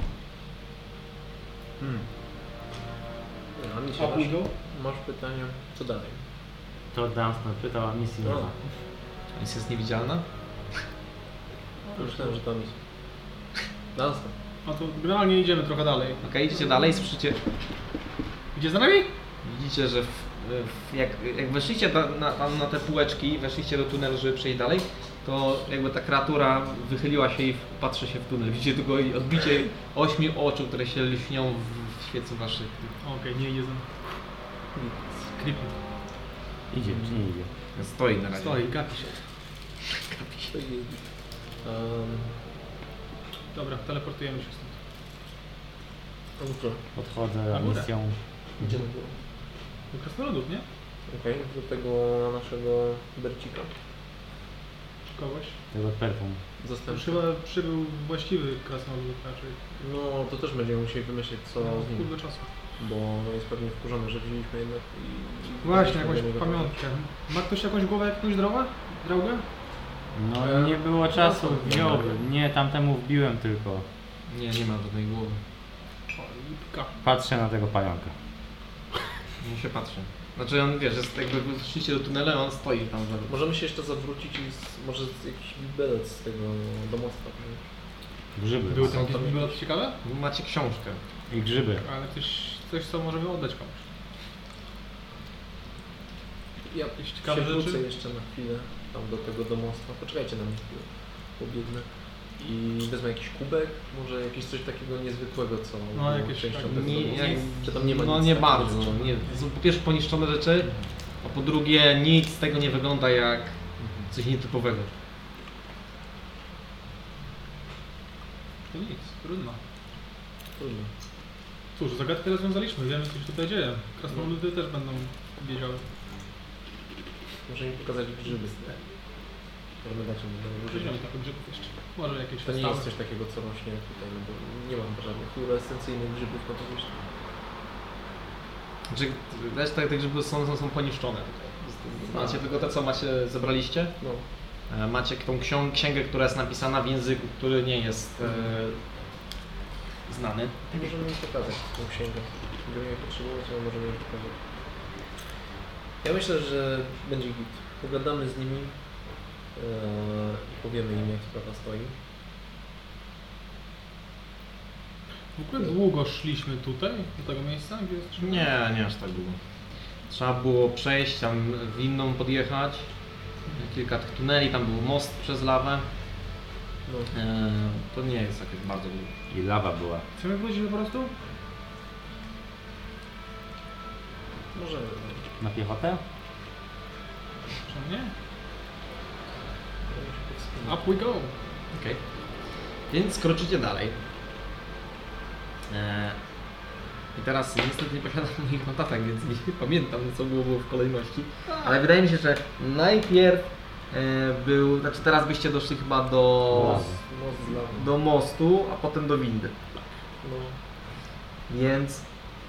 Hmm. A mi A się pójdą? masz pytania, co dalej? To Dunstan pytał, a misji nie No. ma. Jest, jest niewidzialna. Myślałem, że to misja. Dunstan. No to generalnie idziemy trochę dalej. Okej, idziecie dalej, słyszycie, Idzie za nami? widzicie, że w, w, jak, jak weszliście na, na, tam na te półeczki, weszliście do tunelu, żeby przejść dalej, to jakby ta kreatura wychyliła się i patrzy się w tunel. Widzicie tylko jej odbicie ośmiu oczu, które się lśnią w, w świecy waszych. Okej, nie idzie za nami. Creepy. Idzie, czy nie idzie? Stoi na razie. Stoi, gapi się. To jest. Um, Dobra, teleportujemy się stąd. dobrze. Podchodzę Na górę. misją. Idziemy do. Do krasnoludów, nie? Okej, do tego naszego Bercika. Kogoś. Tego perfum. Już Zastępcy. chyba przybył właściwy krasnolud raczej. No to też będziemy musieli wymyślić co No, z nim. kurde czasu. Bo jest pewnie wkurzony, że wzięliśmy jednak i... Właśnie, jakąś do niego pamiątkę. Ma ktoś jakąś głowę, jakąś drogę? Drogę? No nie było czasu, no, wziąłem. Nie, tamtemu wbiłem tylko. Nie, nie ma żadnej głowy. O, lipka. Patrzę na tego pająka. Nie się patrzy. Znaczy on, wiesz, jest jakby wyszliście do tunelu, a on stoi tam za Możemy się jeszcze zawrócić i z, może z jakiś widelec z tego domostwa. Grzyby. Były są tam jakieś tam biblioteki jakieś- ciekawe? Macie książkę. I grzyby. Ale coś, coś co możemy oddać komuś. Ja Jakieś ciekawe się wrócę rzeczy? jeszcze na chwilę tam do tego domostwa. Poczekajcie na mnie chwilę. Pobiegnę. I wezmę jakiś kubek, może jakieś coś takiego niezwykłego, co No, było jakieś częścią tak- tego Nie, domostwa. jak, Czy tam nie ma no nic nie takiego bardzo. rzeczy? Nie. Są po pierwsze poniszczone rzeczy, a po drugie nic z tego nie wygląda jak coś nietypowego. To nic, trudno. Trudno. Cóż, zagadkę rozwiązaliśmy, wiemy co się tutaj dzieje. Krasnoludy też będą wiedziały. Może mi pokazać grzyby. Możemy dać im do Weźmiemy użycia. trochę grzybów jeszcze. Może jakieś To nie wystawy. jest coś takiego, co rośnie tutaj, no bo nie mam żadnych fluorescencyjnych grzybów, no to wiesz. Znaczy, reszta tych grzybów są, są, są poniszczone. Macie tylko te, co macie, zebraliście. No. E, Macie tą ksią- księgę, która jest napisana w języku, który nie jest e, znany. Możemy mi pokazać tą księgę. Będziemy jej potrzebować, ale możemy jej pokazać. Ja myślę, że będzie git. Pogadamy z nimi yy, i powiemy im, jak sprawa stoi. W ogóle długo szliśmy tutaj, do tego miejsca, gdzie jest Nie, nie aż tak długo. Trzeba było przejść, tam winną podjechać. Kilka tych tuneli, tam był most przez lawę. No. E, to nie jest jakieś bardzo długo. I lawa była. Chcemy wrócić po prostu? Możemy. Na piechotę? Czemu nie? Możemy się powstrzymać. Up we go! Okej. Więc kroczycie dalej. E, I teraz niestety nie posiadam moich notatek, więc nie pamiętam, co było, było w kolejności. Ale wydaje mi się, że najpierw e, był, znaczy teraz byście doszli chyba do, Lawy. Most z lawą. do mostu, a potem do windy. No. Więc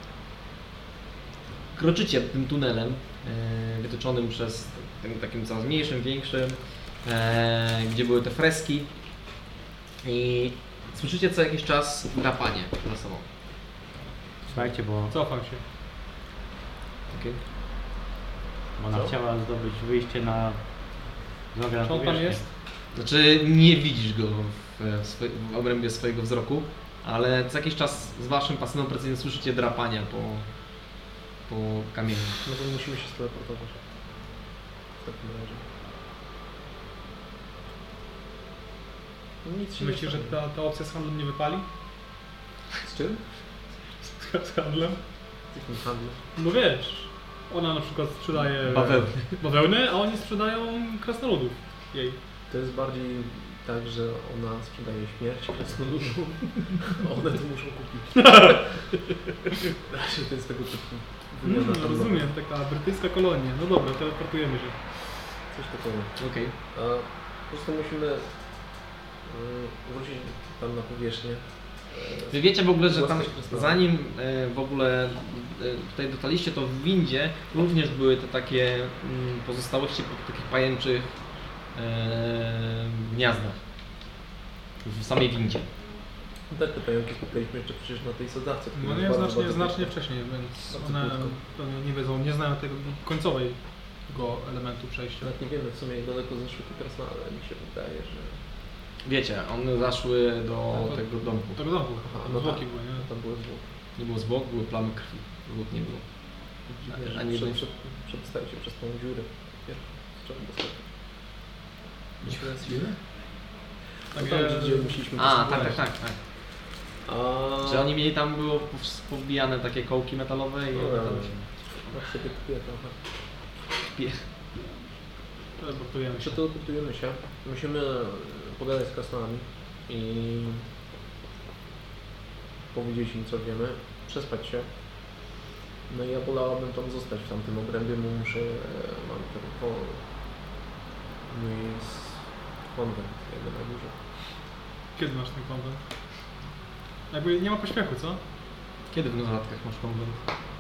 kroczycie tym tunelem e, wytyczonym przez tym takim coraz mniejszym, większym, e, gdzie były te freski i słyszycie co jakiś czas drapanie za sobą. Słuchajcie, bo Cofam się. Okay. ona Co? chciała zdobyć wyjście na drogę na Czy on tam powierzchnię. jest? Znaczy nie widzisz go w, w, swej, w obrębie swojego wzroku, ale co jakiś czas z waszym pasywną precyzją słyszycie drapania po, po kamieniu. No to musimy się steleportować. W takim razie. Nic się Myślisz, nie że stanie. ta, ta opcja z handlem nie wypali? Z czym? Z handlem? Z jakim handlem? No wiesz, ona na przykład sprzedaje Bawełny. bawełny, a oni sprzedają krasnoludów jej. To jest bardziej tak, że ona sprzedaje śmierć krasnoludom, a one to muszą kupić. Znaczy, to jest tego typu. Mm, wygląda tam rozumiem, taka brytyjska kolonia. No dobra, teleportujemy się. Coś takiego. Okej. A po prostu musimy mm, wrócić tam na powierzchnię. E, Wy wiecie w ogóle, że tam Głosy krasnoludów. zanim e, w ogóle e, tutaj dotarliście, to w windzie również były te takie mm, pozostałości po takich pajęczych e, gniazdach. W samej windzie. Tak, te pająki spotkaliśmy jeszcze przecież na tej sadzawce. która No jest nie, bardzo, znacznie, bardzo znacznie krótka. wcześniej, więc Bardzo one krótko. pewnie nie wiedzą, nie znają tego końcowej tego elementu przejścia. Nawet nie wiemy w sumie jak daleko zeszły te krasnale, ale mi się wydaje, że... Wiecie, one zaszły do No to- tego domku. Tego domku, Aha, tam no zwłoki tak. były, nie? Tam były zwłoki. Nie było zwłok, były plamy krwi. Zwłok nie było. Dziwne, A że nie przed, wiem. przed, przedstawił się przez tą dziurę. Wiesz, trzeba doskoczyć. Dziura jest dziura? Tak, No tam, e, gdzie musieliśmy A, tak, przesuwać. tak, tak, tak. A... Czy oni mieli tam było pow- powbijane takie kołki metalowe i No, one no, tam no. się Tak sobie kupuję trochę. pie... teleportujemy się. Przeteleportujemy się. Musimy pogadać z krasnolami i powiedzieć im co wiemy, przespać się. No i ja wolałabym tam zostać w tamtym obrębie, bo muszę, mam ten po... mój s- konwent jakby na górze. Kiedy masz ten konwent? Jakby nie ma pośpiechu, co? Kiedy w notatkach masz konwent?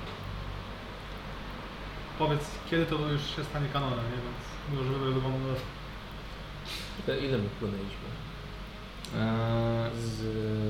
Powiedz, kiedy to już się stanie kanonem, nie? Więc już wywiadowano na... Te ile my płynęliśmy? Eee, Z...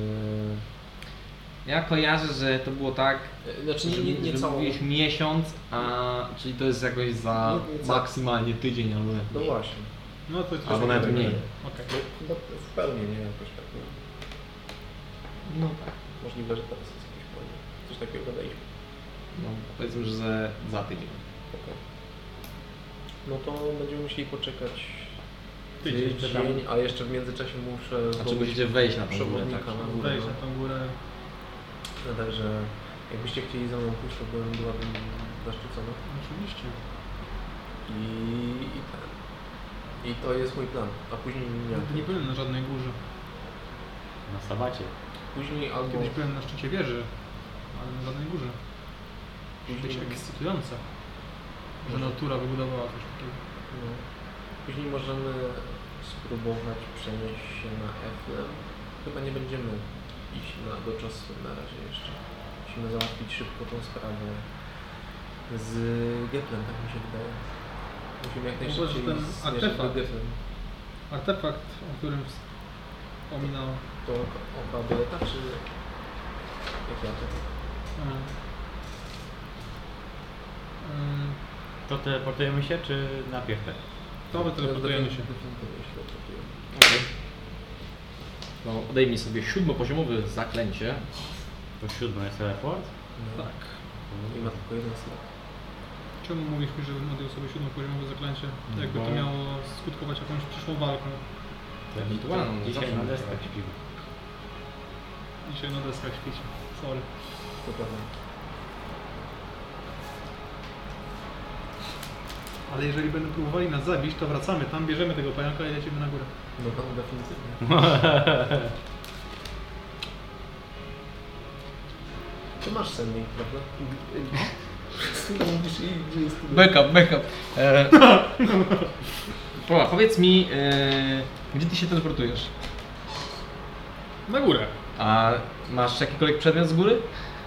ja kojarzę, że to było tak, e, Znaczy nie, nie, nie że całą... mówiłeś miesiąc, a czyli to jest jakoś za Nie- nie ca- maksymalnie tydzień albo nawet No mniej. właśnie. No to jest Albo coś nawet takiego. mniej. Okej. No, chyba w pełni nie jakoś tak. No. No tak. Możliwe, że teraz jest jakiś problem. Coś takiego gadaliśmy. No, powiedzmy, że za, za tydzień. Okay. No to będziemy musieli poczekać Tydzień, tydzień, a jeszcze w międzyczasie muszę Znaczy zdobyć musicie wejść na tą górę, przewodnika tak? na górę. Wejść na tą górę. No, także jakbyście chcieli ze mną pójść, to bym, byłabym zaszczycona. Oczywiście. I, i tak. I to jest mój plan. A później nie. Nie byłem na żadnej górze. Na sabacie. Później albo... Kiedyś byłem na szczycie wieży, ale na żadnej górze. Później, Dość ekscytujące, że natura wybudowała coś takiego. no, później możemy spróbować przenieść się na Eflem. Chyba nie będziemy iść na, do czasu na razie jeszcze. Musimy załatwić szybko tą sprawę z Geplem, tak mi się wydaje. Musimy jak najszybciej ten zmierzyć do artefakt. Geplem. Artefakt, o którym wspominał. To oka bileta, czy jaki artefakt? um, um, To teleportujemy się, czy najpierw tak? To my teleportujemy się. Definitywnie się teleportujemy. Okay. No, odejmij sobie siódmopoziomowe zaklęcie. To siódmy jest teleport? No. Tak. I ma tylko jeden slot. Czemu mówisz mi, żebym odjął sobie siódmopoziomowe zaklęcie? No Jakby to bo- miało skutkować jakąś przyszłą walką. To Ewentualnie, Dzisiaj zawsze na można deskach grać. śpimy. Dzisiaj na deskach świeci. Sorry. To prawda. Ale jeżeli będą próbowali nas zabić, to wracamy tam, bierzemy tego pająka i lecimy na górę. No to definitywnie. Ty masz sennik, prawda? Mówisz i gdzie jest tu? Backup, backup. E... Pola, powiedz mi, e... gdzie ty się teleportujesz? Na górę. A masz jakikolwiek przedmiot z góry?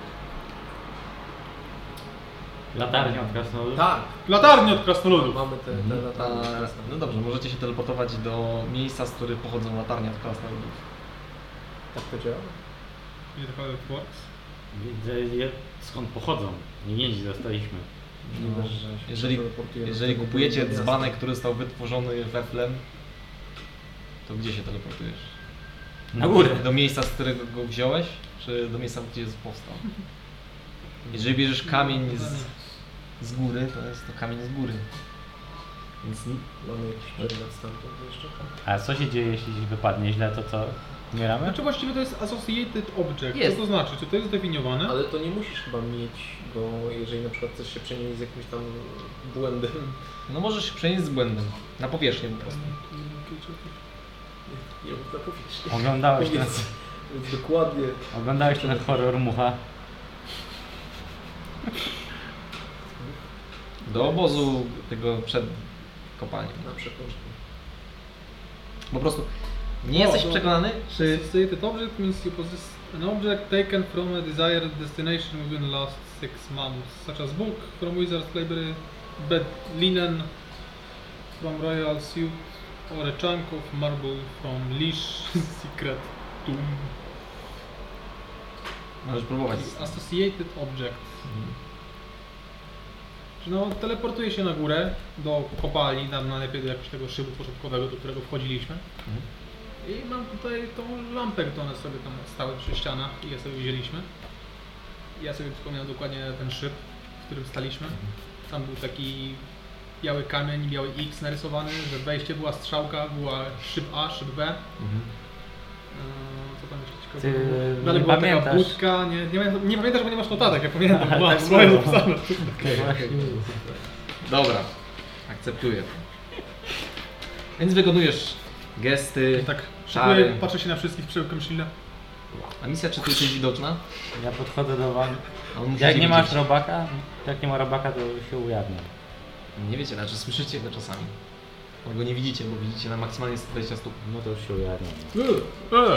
Latarnia od krasnoludów? Tak! Latarnie od krasnoludów. Mamy te, te A, latarnie. no dobrze, możecie się teleportować do miejsca, z których pochodzą latarnia od krasnoludów. Tak to działa? Nie to how it works. Widzę, je- skąd pochodzą. Nie niedź zostaliśmy. No, że się Jeżeli, teleportujemy jeżeli do tego kupujecie miasta. dzbanek, który został wytworzony weflem, to gdzie się teleportujesz? Na górę. Do miejsca, z którego go wziąłeś, czy do miejsca, gdzie powstał? Jeżeli bierzesz kamień z, z góry, to jest to kamień z góry. Więc ni- Mamy jakiś przedmiot stamtąd jeszcze? A co się dzieje, jeśli wypadnie źle, to co? Umieramy? Znaczy właściwie to jest associated object. Jest. Co to znaczy? Czy to jest zdefiniowane? Ale to nie musisz chyba mieć go, jeżeli na przykład chcesz się przenieść z jakimś tam błędem. no możesz się przenieść z błędem, na powierzchnię po prostu. czy coś. Nie mógł zapowiedzieć. Oglądałeś ten, Powiedz, więc dokładnie. oglądałeś ten horror Mucha? Do obozu tego przed kopalnią. Na przekątkę. Po prostu nie O, jesteś to- przekonany, czy... Associated object means you possess an object taken from a desired destination within the last six months, such as book from Wizard's Library, bed linen from Royal Suit, or a chunk of marble from Leash Secret Tomb. Możesz próbować. Associated object. No, teleportuję się na górę do kopalni, tam najlepiej do jakiegoś tego szybu początkowego, do którego wchodziliśmy. Mhm. I mam tutaj tą lampę, którą one sobie tam stały przy ścianach i je sobie wzięliśmy. Ja sobie przypomniałem dokładnie ten szyb, w którym staliśmy. Tam był taki biały kamień, biały X narysowany, że wejście była strzałka, była szyb A, szyb B. Mhm. Eee, Co tam jeszcze Ty ciekawego? nie Dalej była taka pamiętasz. budka, nie, nie, pamię- nie pamiętasz, bo nie masz notatek, ja pamiętam, Tak była było. swoje zapisane. Dobra, akceptuję. Więc wykonujesz gesty. I tak czary. szykuję, patrzę się na wszystkich przełkiem Shielda. A misja, czy ty jesteś widoczna? Ja podchodzę do wam. A on musi Jak cię nie masz widzieć. robaka, jak nie ma robaka, to się ujawnia. Nie wiecie, znaczy słyszycie go czasami. Bo go nie widzicie, bo widzicie na maksymalnie sto dwadzieścia stóp. No to już się ujawnia. Eee. Dobra,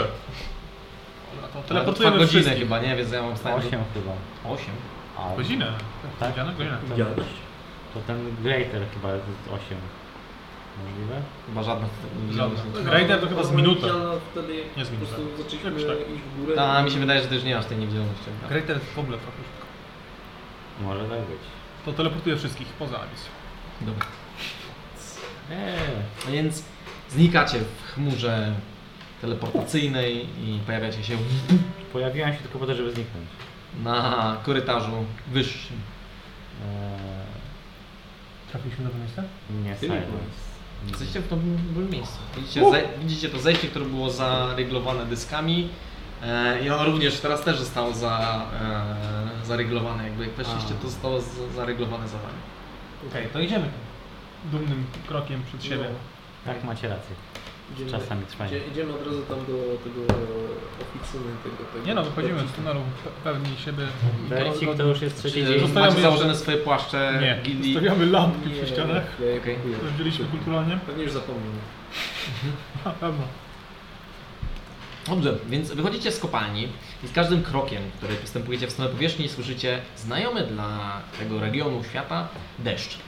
to Teleportujemy teleportujemy godzinę wszystkich. chyba, nie? Więc ja mam stanie. Osiem chyba. Osiem? A, Godzinę? Tak? Godzinę? Godzinę. To ten, to ten Greater chyba jest osiem. Możliwe? Chyba żadna. Żadna. Raider to chyba z minutę. Wtedy jak Nie z po prostu minutę. zaczęliśmy Jakoś tak. iść w górę. Ta, mi się wydaje, że ty już nie masz tej niewidzialności. Greater w ogóle trochę szybko. Może tak być. To teleportuję wszystkich poza Abyss. Dobra. Eee, A więc znikacie w chmurze teleportacyjnej i pojawiacie się pojawiłem się tylko po to, żeby zniknąć. na korytarzu wyższym. Eee, Trafiliśmy do tego miejsca? nie Ty silence. Jesteście w dobrym, dobrym miejscu. Widzicie, ze, widzicie to zejście, które było zaryglowane dyskami e, i ono również teraz też zostało za, e, zaryglowane. Jakby jak weszliście, to zostało z, zaryglowane za wami. Okej, to idziemy dumnym krokiem przed siebie. Tak, macie rację. Idziemy, Czasami trwają. idzie- Idziemy od razu tam do tego oficyny, tego, tego... Nie no, wychodzimy z tunelu pe- pewni siebie. Bercik to już jest trzeci Czy dzień. Zostawiamy macie jeszcze- założone swoje płaszcze Nie, gildii? zostawiamy lampki Nie, przy ścianach, Ja je Okej. kupuję. które wzięliśmy kulturalnie. Pewnie już zapomniał. Na pewno. Dobrze, więc wychodzicie z kopalni i z każdym krokiem, który postępujecie w stronę powierzchni, słyszycie znajomy dla tego regionu świata deszcz.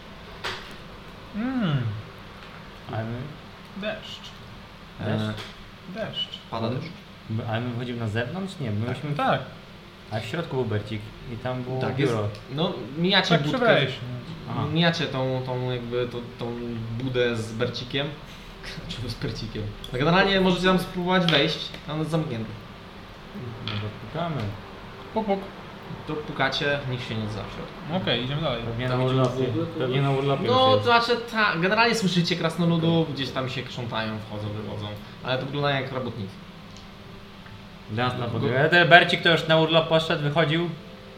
Mmm, Ale my, deszcz. E, Deszcz. pada deszcz. my- ale my wychodzimy na zewnątrz? Nie, my musimy... Tak, A w środku był Bercik i tam było Tak, jest, biuro. no mijacie tak przy budkę, wejściu. Aha. mijacie tą, tą jakby tą, tą budę z bercikiem. Czy z bercikiem? No generalnie możecie tam spróbować wejść, a on jest zamknięty. No to pukamy. Puk, puk. To pukacie, nikt się nie odzywa w środku. Okej, idziemy dalej. Pewnie Tam na idziemy urlopie. w ogóle, to- Pewnie na urlopie No, już to jest. znaczy, ta, generalnie słyszycie krasnoludów, gdzieś tam się krzątają, wchodzą, wychodzą, ale to wygląda jak robotnicy. Jasna podróż. Ten Bercik to już na urlop poszedł, wychodził.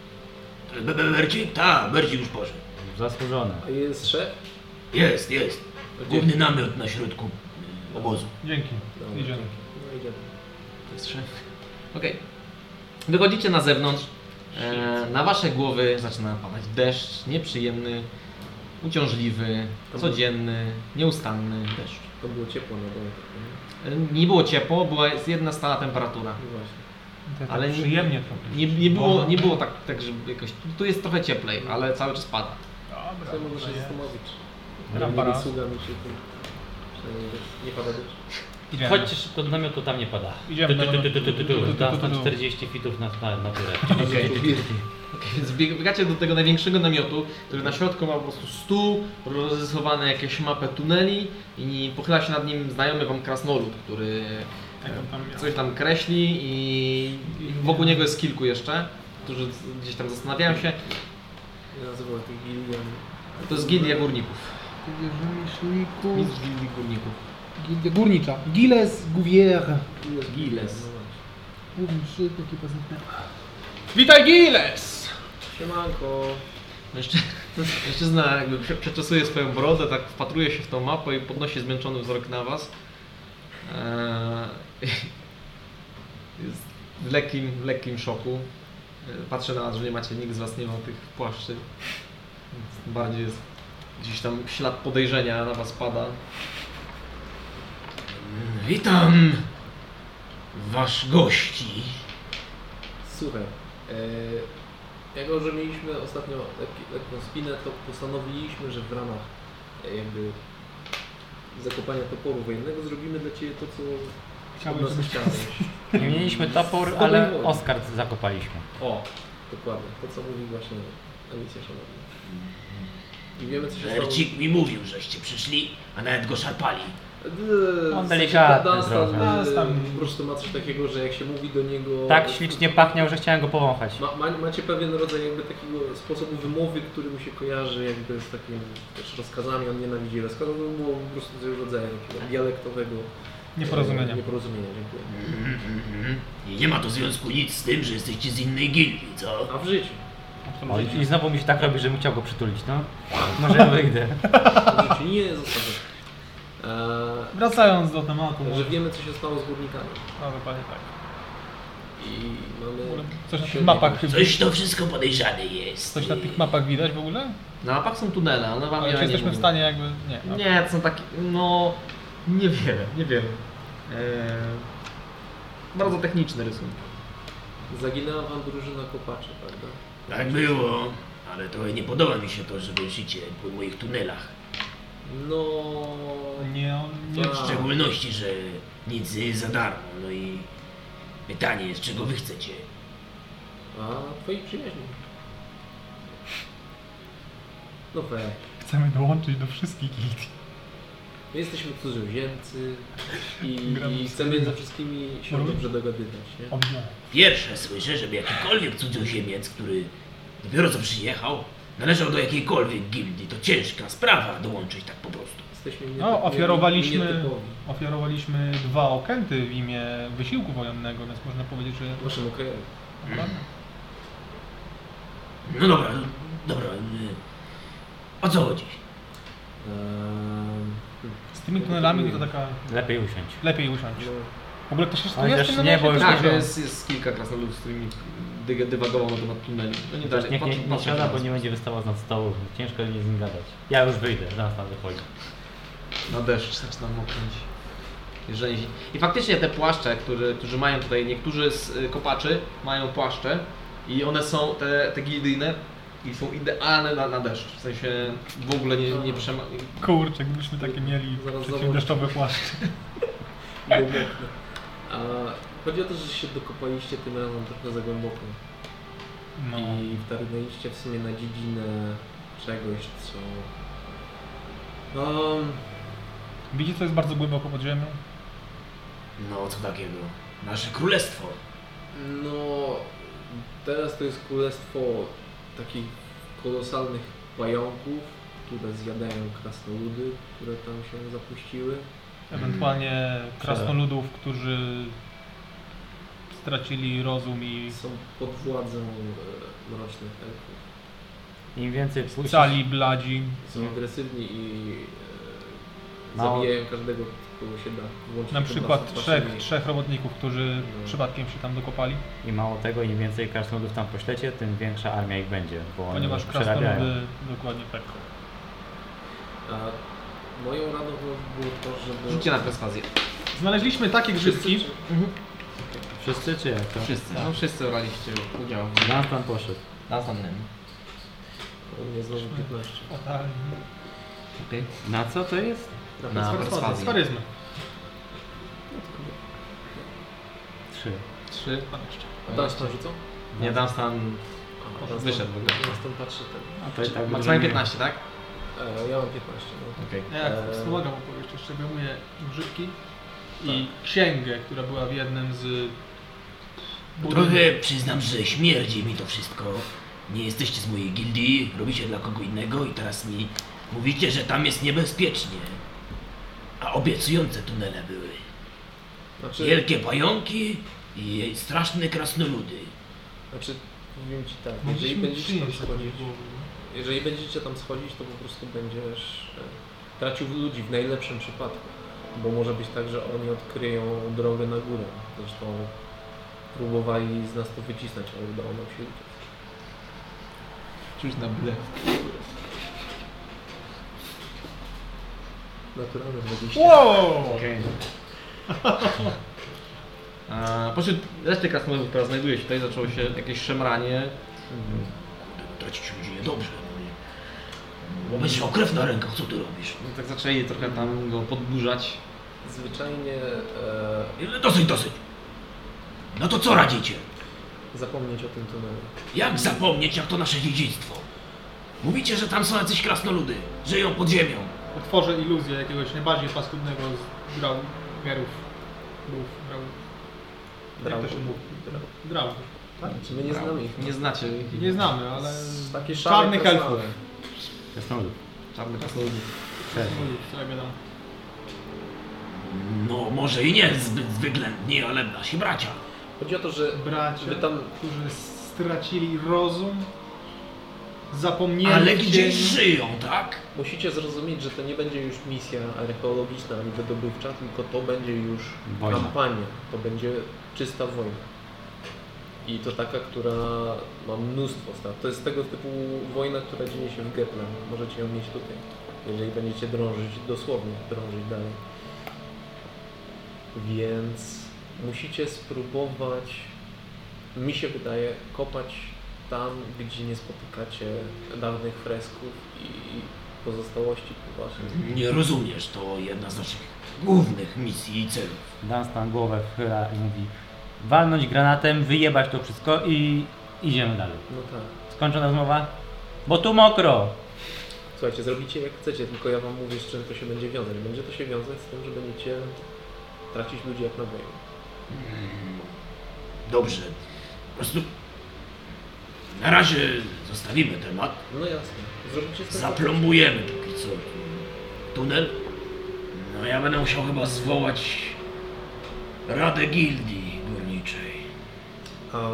Bercik? Tak, Bercik już poszedł. Zasłużone. A jest szef? Jest, jest. Główny namiot na środku obozu. Dzięki. Dobra, Idziemy. No idziemy. To jest szef. Okej. Wychodzicie na zewnątrz. E, na wasze głowy zaczyna padać deszcz, nieprzyjemny, uciążliwy, codzienny, nieustanny deszcz. To było ciepło na dole. tak, nie? E, nie było ciepło, była jest jedna stała temperatura. No właśnie. Tak Ale nie- przyjemnie trochę. Nie, nie, było, nie było tak, tak, że jakoś. Tu jest trochę cieplej, ale cały czas pada. Dobra, Co może się dobra, zastanowić? Ram, Nie para. sługami się tym. Przynajmniej nie pada deszcz. Idziemy. Chodźcie szybko do namiotu, tam nie pada. Idziemy Tu, tu, tu, tu, tu, tu, tu, tu. tu, tu, Tam tu, tu. czterdzieści fitów na, na, na tyle. Okej. Okej, więc bieg- biegacie do tego największego namiotu, który na środku ma po prostu stół, rozrysowane jakieś mapy tuneli i pochyla się nad nim znajomy wam krasnolud, który Jak on tam e, miał? coś tam kreśli i wokół niego jest kilku jeszcze, którzy gdzieś tam zastanawiają się. Ja nazywał tych gildian. To jest gildia górników. Rzemieślników. Mistrz gildii górników. Gildia górnicza. Giles Gouvier. Giles. Górniczy, taki pozytywny. Witaj Giles! Siemanko. Mężczyzna, mężczyzna jakby prze- przeczesuje swoją brodę, tak wpatruje się w tą mapę i podnosi zmęczony wzrok na was. Eee, jest w lekkim, w lekkim szoku. Patrzę na was, że nie macie, nikt z was nie ma tych płaszczy. Więc bardziej jest gdzieś tam ślad podejrzenia na was pada. Witam wasz gości. Słuchaj, e, jako że mieliśmy ostatnio lekki, lekką spinę, to postanowiliśmy, że w ramach e, jakby zakopania toporu wojennego zrobimy dla Ciebie to, co Chciałbym, od nas żebyś- chciałeś. Nie mieliśmy topór, Zdobył ale wodę. Oskar zakopaliśmy. O, dokładnie, to co mówi właśnie Alicja Szanowna. I wiemy, co się stało. Bercik mi mówił, żeście przyszli, a nawet go szarpali. Eee, On w sensie delikatny Dunstan, trochę. eee, Dunstan. po prostu ma coś takiego, że jak się mówi do niego... Tak ślicznie pachniał, że chciałem go powąchać. Ma, ma, macie pewien rodzaj jakby takiego sposobu wymowy, który mu się kojarzy jakby z takimi też rozkazami, on nienawidzi rozkazów, to było po prostu coś rodzaju takiego dialektowego Nieporozumienia. e, nieporozumienia, dziękuję. I nie ma to związku nic z tym, że jesteście z innej gildii, co? A w życiu? O, i znowu mi się tak robi, że bym chciał go przytulić, no. Może ja wyjdę. W życiu nie zostawię. Eee, Wracając do tematu, że wiemy, co się stało z górnikami. no dokładnie tak. I mamy... Coś na tych silnego- mapach chyba. Coś to wszystko podejrzane jest. Coś na tych mapach widać w ogóle? Na mapach są tunele, ale wam Ale ja czy nie jesteśmy w mówię. stanie jakby... Nie. no. Nie, to są takie, no niewiele, niewiele. Eee, bardzo techniczny rysunek. Zaginęła wam drużyna kopaczy, prawda? Tak było, ale trochę nie podoba mi się to, że wierzycie po moich tunelach. No... Nie, on nie... Tak. W szczególności, że nic nie jest za darmo. No i pytanie jest, czego wy chcecie? A twoi przyjaźni. No weź. Chcemy dołączyć do wszystkich gildii. My jesteśmy cudzoziemcy i, Gramy i w chcemy sobie. ze wszystkimi się Mhm. dobrze dogadywać, nie? Obnią. Pierwsze słyszę, żeby jakikolwiek cudzoziemiec, który dopiero co przyjechał, należał do jakiejkolwiek gildii. To ciężka sprawa dołączyć tak po prostu. Jesteśmy nie, No, ofiarowaliśmy, nietypowi. ofiarowaliśmy dwa okręty w imię wysiłku wojennego, więc można powiedzieć, że... Waszym okrejem. Dokładnie. No dobra, dobra. y, O co chodzi? Ehm, Z tymi tunelami to taka... Lepiej usiąść. Lepiej usiąść. no, W ogóle ktoś jeszcze tu Chociaż jest w tym nie, namiocie? bo już Tak, Tak, że jest, jest kilka krasnoludów, z którymi dy- dywagował na temat tuneli. No nie Chociaż dalej, niech nie, patrzę- nie patrzę siada, na bo was. nie będzie wystawał z nad stołu. Ciężko nie z nim gadać. Ja już wyjdę, zaraz tam wychodzi. Na deszcz zaczynam moknąć. Rzęzi. I faktycznie te płaszcze, którzy, którzy mają tutaj, niektórzy z y, kopaczy mają płaszcze i one są, te, te gildyjne, i są idealne na, na deszcz. W sensie w ogóle nie, nie przema... kurczę, gdybyśmy takie mieli Zaraz przeciwdeszczowe płaszcze. i głęboko. A chodzi o to, że się dokopaliście tym razem trochę za głęboko. No. I wtargnęliście w sumie na dziedzinę czegoś, co... Um, Widzicie, co jest bardzo głęboko pod ziemią? No co takiego? Nasze królestwo. no, teraz to jest królestwo takich kolosalnych pająków, które zjadają krasnoludy, które tam się zapuściły. Ewentualnie krasnoludów, którzy stracili rozum i Są pod władzą e, mrocznych elfów. Im więcej puścisz, cali, bladzi. Są agresywni i e, Mało- zabijają każdego, kogo się da. włącznie Na tym przykład waszymi- trzech, trzech robotników, którzy No. przypadkiem się tam dokopali, i mało tego, im więcej krasnoludów tam poślecie, tym większa armia ich będzie, bo one ponieważ przerabiają. krasnoludy dokładnie tak. A moją radą było to, żeby... Rzućcie na perswazję. Znaleźliśmy takie grzybki. Wszyscy, Wszyscy czy jak to? Wszyscy, no wszyscy braliście udział w Dunstan poszedł. następnym. czy- U mnie znowu piętnaście. Fatalnie. Okej. Na co to jest? Na perswazję. perswazję. Z charyzmy. Trzy. Trzy. Pan jeszcze. A teraz pan rzucą? Nie, Dunstan A, teraz wyszedł pan- w ogóle. teraz pan patrzy ten. A to i tak maksymalnie dużo piętnaście, tak? E, ja mam piętnaście, no. Okej. Ja jak Eee. wspomagam opowieść, jeszcze wyjmuję grzybki i księgę, która była w jednym z... Trochę przyznam, że śmierdzi mi to wszystko. Nie jesteście z mojej gildii, robicie dla kogo innego i teraz mi mówicie, że tam jest niebezpiecznie. A obiecujące tunele były. Znaczy, Wielkie pająki i straszne krasnoludy. znaczy, powiem ci tak, jeżeli Mogliśmy będziecie tam przyjąć taką schodzić, głowę. jeżeli będziecie tam schodzić, to po prostu będziesz e, tracił ludzi w najlepszym przypadku. Bo może być tak, że oni odkryją drogę na górę. Zresztą próbowali z nas to wycisnąć, ale udało nam się uciec. Czuć na blef. Naturalne dwadzieścia. Wow! Okej. A pośród reszty krasnoludów, która znajduje się tutaj, zaczęło się jakieś szemranie. Mhm. Tracić ludzi niedobrze. Bo będziesz miał krew na rękach, co ty robisz? No, tak zaczęli trochę tam go podburzać. Zwyczajnie e, Dosyć, dosyć. No to co radzicie? zapomnieć o tym tunelu. Jak zapomnieć, jak to nasze dziedzictwo? Mówicie, że tam są jacyś krasnoludy, żyją pod ziemią. Utworzę iluzję jakiegoś najbardziej paskudnego z grał, gerów. Grów, grał. Jak to się mówi? Grał. Tak, czy my nie znamy ich? Nie znacie ich. Nie znamy, ale... Takie szare Czarnych krasnale. elfów. Krasnolud. Czarny krasnoludów. Cześć. Co ja gadam? No, może i nie zbyt wyględni, ale nasi bracia. Chodzi o to, że Bracia, wy tam którzy stracili rozum, zapomnieli Ale chcieli. gdzieś żyją, tak? musicie zrozumieć, że to nie będzie już misja archeologiczna ani wydobywcza, tylko to będzie już Wojna. kampania. To będzie czysta wojna. I to taka, która ma mnóstwo strat. To jest tego typu wojna, która dzieje się w Geplen. Możecie ją mieć tutaj, jeżeli będziecie drążyć, dosłownie drążyć dalej. Więc musicie spróbować, mi się wydaje, kopać tam, gdzie nie spotykacie dawnych fresków i pozostałości po waszych. Nie rozumiesz, to jedna z naszych głównych misji i celów. Dunstan głowę wchyla i mówi: walnąć granatem, wyjebać to wszystko i idziemy dalej. No tak. Skończona rozmowa? Bo tu mokro! Słuchajcie, zrobicie jak chcecie, tylko ja wam mówię, z czym to się będzie wiązać. Będzie to się wiązać z tym, że będziecie tracić ludzi jak na wojnie. Dobrze. Po prostu na razie zostawimy temat. No jasne. Zrobicie z tym Zaplombujemy póki co tunel. No ja będę musiał chyba zwołać Radę Gildii Górniczej. Um,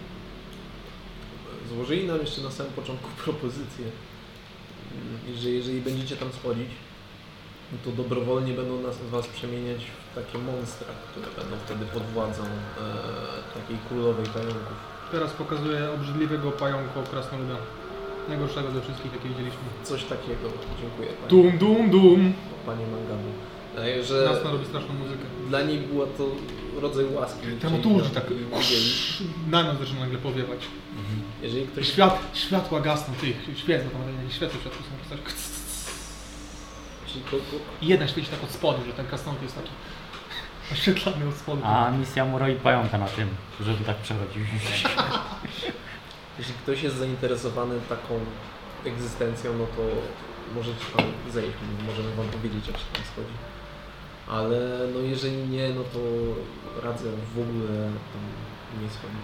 złożyli nam jeszcze na samym początku propozycję, że jeżeli będziecie tam schodzić, to dobrowolnie będą nas, was przemieniać w takie monstra, które będą wtedy pod władzą e, takiej królowej pająków. Teraz pokazuję obrzydliwego pająka krasnoluda. Najgorszego ze wszystkich, jakie widzieliśmy. Coś takiego. Dziękuję Pani. Dum, dum, dum! Panie Mangabu. E, że Nas robi straszną muzykę. dla niej była to rodzaj łaski. Dramaturgi czyli tak nie wiedzieli. na nas zaczyna nagle powiewać. Jeżeli ktoś... Świat, światła gasną, tych świec, bo tam jakieś światło w środku są. Tak. Czyli ko- ko- I jedna świeci tak od spodu, że ten krasnolud jest taki oświetlany od spodu. A misja mu roi pająka na tym, żeby tak przechodził. Jeśli ktoś jest zainteresowany taką egzystencją, no to możecie tam zejść, możemy wam powiedzieć, jak się tam schodzi. Ale no jeżeli nie, no to radzę w ogóle tam nie schodzić.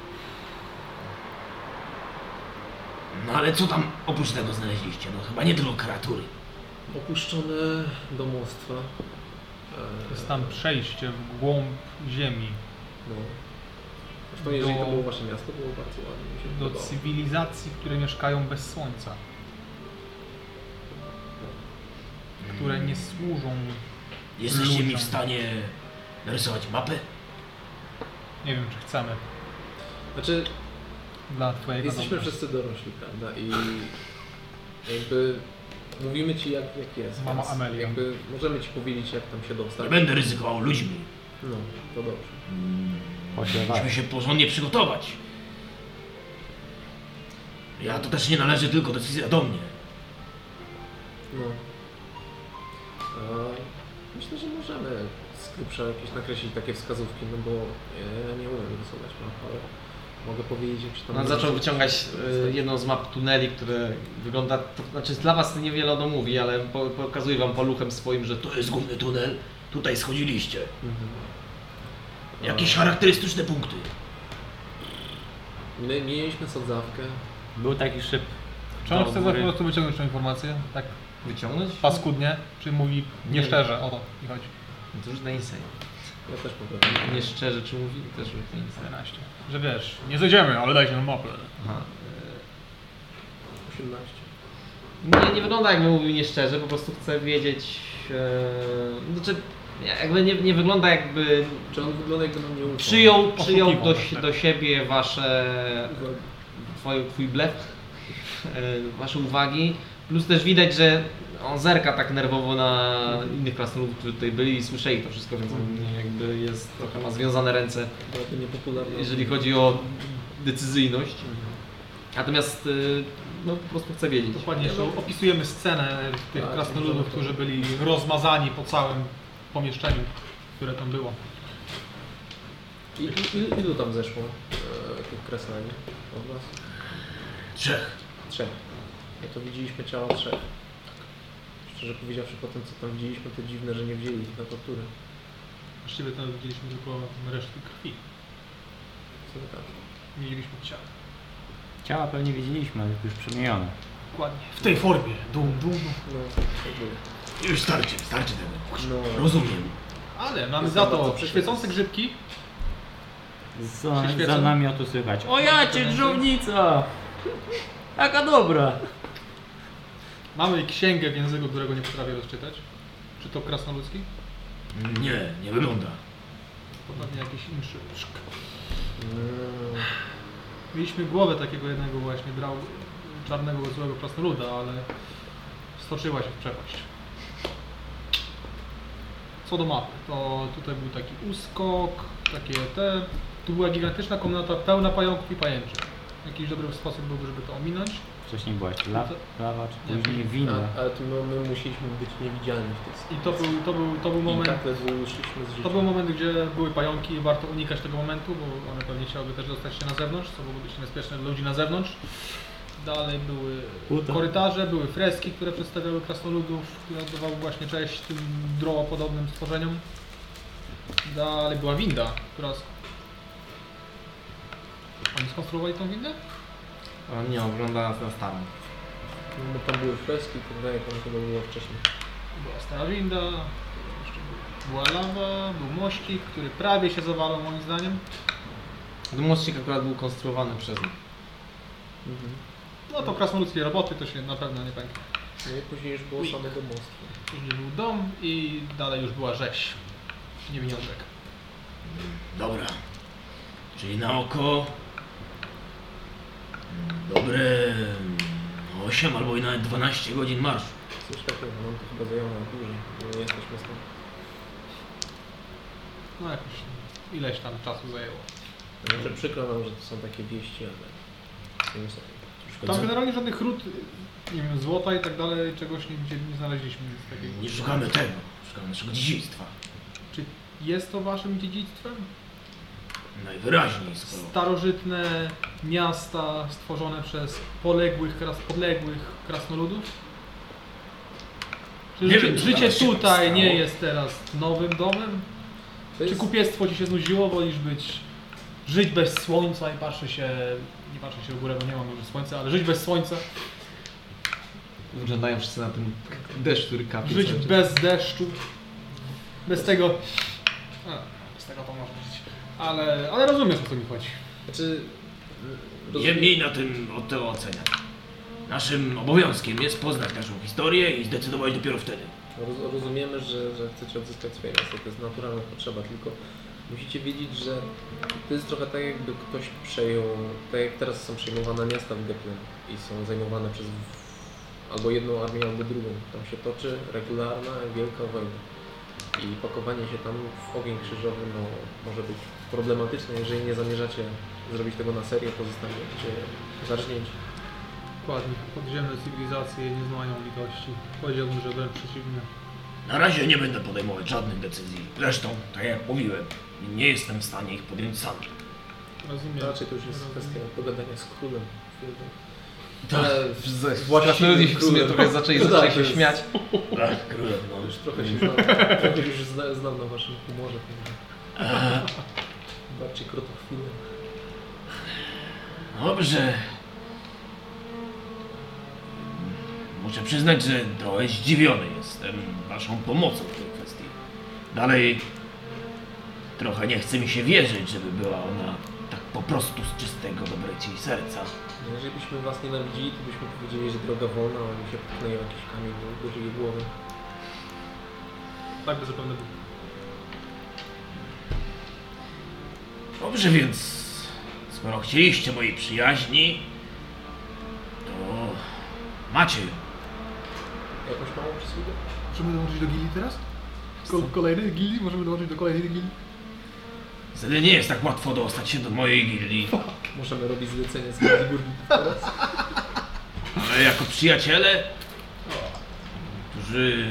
No ale co tam oprócz tego znaleźliście? No chyba nie tylko kreatury. Opuszczone domostwa. To jest tam przejście w głąb ziemi. No. Zresztą jeżeli Do- to było wasze miasto, było bardzo ładnie, mi się Do podobało. cywilizacji, które mieszkają bez słońca. Które nie służą... Jesteście mi ludziom. w stanie narysować mapę? Nie wiem, czy chcemy Znaczy, dla twojego jesteśmy dobra. wszyscy dorośli, prawda? I jakby mówimy ci jak, jak jest. Mama więc Amelia. Jakby możemy ci powiedzieć, jak tam się dostać. Nie będę ryzykował ludźmi. No, to dobrze. Musimy się porządnie przygotować. Ja to też nie należy tylko decyzja do mnie. No. A myślę, że możemy z grubsza jakieś nakreślić takie wskazówki, no bo ja nie umiem rysować map, ale mogę powiedzieć, jak się tam... On zaczął wyciągać y, jedną z map tuneli, które wygląda, to znaczy dla was niewiele ono mówi, ale po, pokazuje wam paluchem swoim, że to To jest główny tunel. Tutaj schodziliście. Mhm. Jakieś charakterystyczne punkty. My mieliśmy sadzawkę. Był taki szyb. Czy on do chce góry. po prostu wyciągnąć tę informację? Tak wyciągnąć. paskudnie? Czy mówi Nie. nieszczerze? O to i chodzi. No to już na insight. Ja też powiem. Nie szczerze, czy mówi, też już na insight. czternaście. Że wiesz, nie zejdziemy, ale dajcie nam mapę. Aha. osiemnaście. Nie, nie wygląda jakby mówił nieszczerze, po prostu chce wiedzieć E, znaczy, jakby nie, nie wygląda jakby... Czy on wygląda jakby nam nie ufał? Przyjął, przyjął do, Oszukiwał, tak. do siebie wasze... Twoje, twój blef, e, wasze uwagi. Plus też widać, że on zerka tak nerwowo na innych krasnoludów, którzy tutaj byli i słyszeli to wszystko, więc on jakby jest trochę ma związane ręce, Byłaby niepopularna. jeżeli chodzi o decyzyjność. Natomiast y, no, po prostu chcę wiedzieć. Dokładnie, że opisujemy scenę tych Tak, krasnoludów, to- którzy byli rozmazani po całym pomieszczeniu, które tam było. I, i, ilu tam zeszło e, tych krasnali od was? Trzech. Trzech. No to widzieliśmy ciała trzech. Szczerze powiedziawszy, po tym co tam widzieliśmy, to dziwne, że nie wzięli ich na tortury. Właściwie to widzieliśmy tylko resztki krwi. W sumie tak. Nie widzieliśmy ciała. Ciała pewnie widzieliśmy, ale już przemienione. Dokładnie. W tej formie. Dum, dum, dum. No, tak było. Już starczy, starczy tego. No, Rozumiem. Ale mamy Jest za bardzo to przykre. świecące grzybki. Za, Przyświecą? za namiotu słychać. O ja cię dżownica! Jaka dobra! Mamy księgę w języku, którego nie potrafię rozczytać. Czy to krasnoludzki? Nie, nie wygląda. To pewnie jakiś inszy. no. Mieliśmy głowę takiego jednego właśnie brał czarnego złego krasnoluda, ale stoczyła się w przepaść. Co do mapy, to tutaj był taki uskok, takie te... Tu była gigantyczna komnata pełna pająków i pajęczy. Jakiś dobry sposób byłby, żeby to ominąć. Wcześniej była jeszcze lawa, lawa czy Nie, później winda. A, ale to my, my musieliśmy być niewidzialni w tej I sytuacji. to był, to był, to był I moment... tak ledwo szliśmy z życia. To był moment, gdzie były pająki i warto unikać tego momentu, bo one pewnie chciałyby też dostać się na zewnątrz, co byłoby dość niebezpieczne dla ludzi na zewnątrz. Dalej były Uta. korytarze, były freski, które przedstawiały krasnoludów, które oddawały właśnie cześć tym drołopodobnym stworzeniom. Dalej była winda, która... Oni skonstruowali tą windę? On nie wygląda na starą. No, tam były freski, tak dalej, tam chyba było wcześniej. Była stara winda, jeszcze była lawa, był mościk, który prawie się zawalał moim zdaniem. Ten moscik akurat był konstruowany przez nich. Mhm. No to krasnoludzkie roboty to się na pewno nie pęknie. No i później już było same domostwo. Później był dom i dalej już była rzeź. Niewiniątek. Dobra. Czyli na oko... Dobre... osiem albo i nawet dwanaście godzin marszu. Coś takiego, nam to chyba zajęło na dłużej, bo nie jesteśmy stąd. No jakoś ileś tam czasu zajęło. Znaczy przykro nam, że to są takie wieści, ale... nie sobie. Tam generalnie żadnych ród, nie wiem, złota i tak dalej, czegoś nie, widzieli- nie znaleźliśmy z takiego. Nie szukamy tego. Szukamy naszego dziedzictwa. Czy jest to waszym dziedzictwem? Najwyraźniej, skoro... Starożytne miasta stworzone przez poległych, kras, podległych krasnoludów? Czy Nie życie, wiem, co życie teraz się tutaj stało. nie jest teraz nowym domem? To Czy jest... kupiectwo ci się znudziło, wolisz być, żyć bez słońca i patrzy się, nie patrzy się w górę, bo nie mam już słońca, ale żyć bez słońca, Wyglądają wszyscy na ten deszcz, który kapie. żyć cały czas. bez deszczu, bez tego, a, bez tego to może żyć, ale, ale rozumiesz, o co mi chodzi. Znaczy... Nie mniej na tym od tego ocenia. Naszym obowiązkiem jest poznać naszą historię i zdecydować dopiero wtedy. Roz, rozumiemy, że, że chcecie odzyskać swoje miasto, to jest naturalna potrzeba, tylko musicie wiedzieć, że to jest trochę tak, jakby ktoś przejął, tak jak teraz są przejmowane miasta w Geplen i są zajmowane przez albo jedną armię, albo drugą. Tam się toczy regularna, wielka wojna. I pakowanie się tam w ogień krzyżowy no, może być problematyczne, jeżeli nie zamierzacie zrobić tego na serię, pozostaniecie zarżnięci. Dokładnie, podziemne cywilizacje nie znają litości, powiedziałbym, że wręcz przeciwnie. Na razie nie będę podejmować żadnych decyzji. Zresztą, tak jak mówiłem, nie jestem w stanie ich podjąć sam. Rozumiem. Raczej to już jest Rozumiem. kwestia pogadania z królem. Krasnoludzi się w sumie trochę zaczęli, Tak, zaczęli to się jest- śmiać. Tak, królem, no. Już trochę się znam, trochę już zna, znam na waszym humorze. Bardziej krotochwilę. Dobrze. Muszę przyznać, że trochę zdziwiony jestem waszą pomocą w tej kwestii. Dalej, trochę nie chce mi się wierzyć, żeby była ona tak po prostu z czystego dobreci serca. Jeżeli byśmy was nienawidzili, to byśmy powiedzieli, że droga wolna, a oni się pchną jakiś kamień do uderzy jej głowy. Tak by zapewne był. Dobrze, więc skoro chcieliście mojej przyjaźni, to macie. Jakąś małą przysługę? Możemy dołączyć do gildii teraz? Ko kolejnej gildii? Możemy dołączyć do kolejnej gildii? Wtedy nie jest tak łatwo dostać się do mojej gildii. Możemy robić zlecenie z gildii górników teraz? Ale jako przyjaciele, którzy,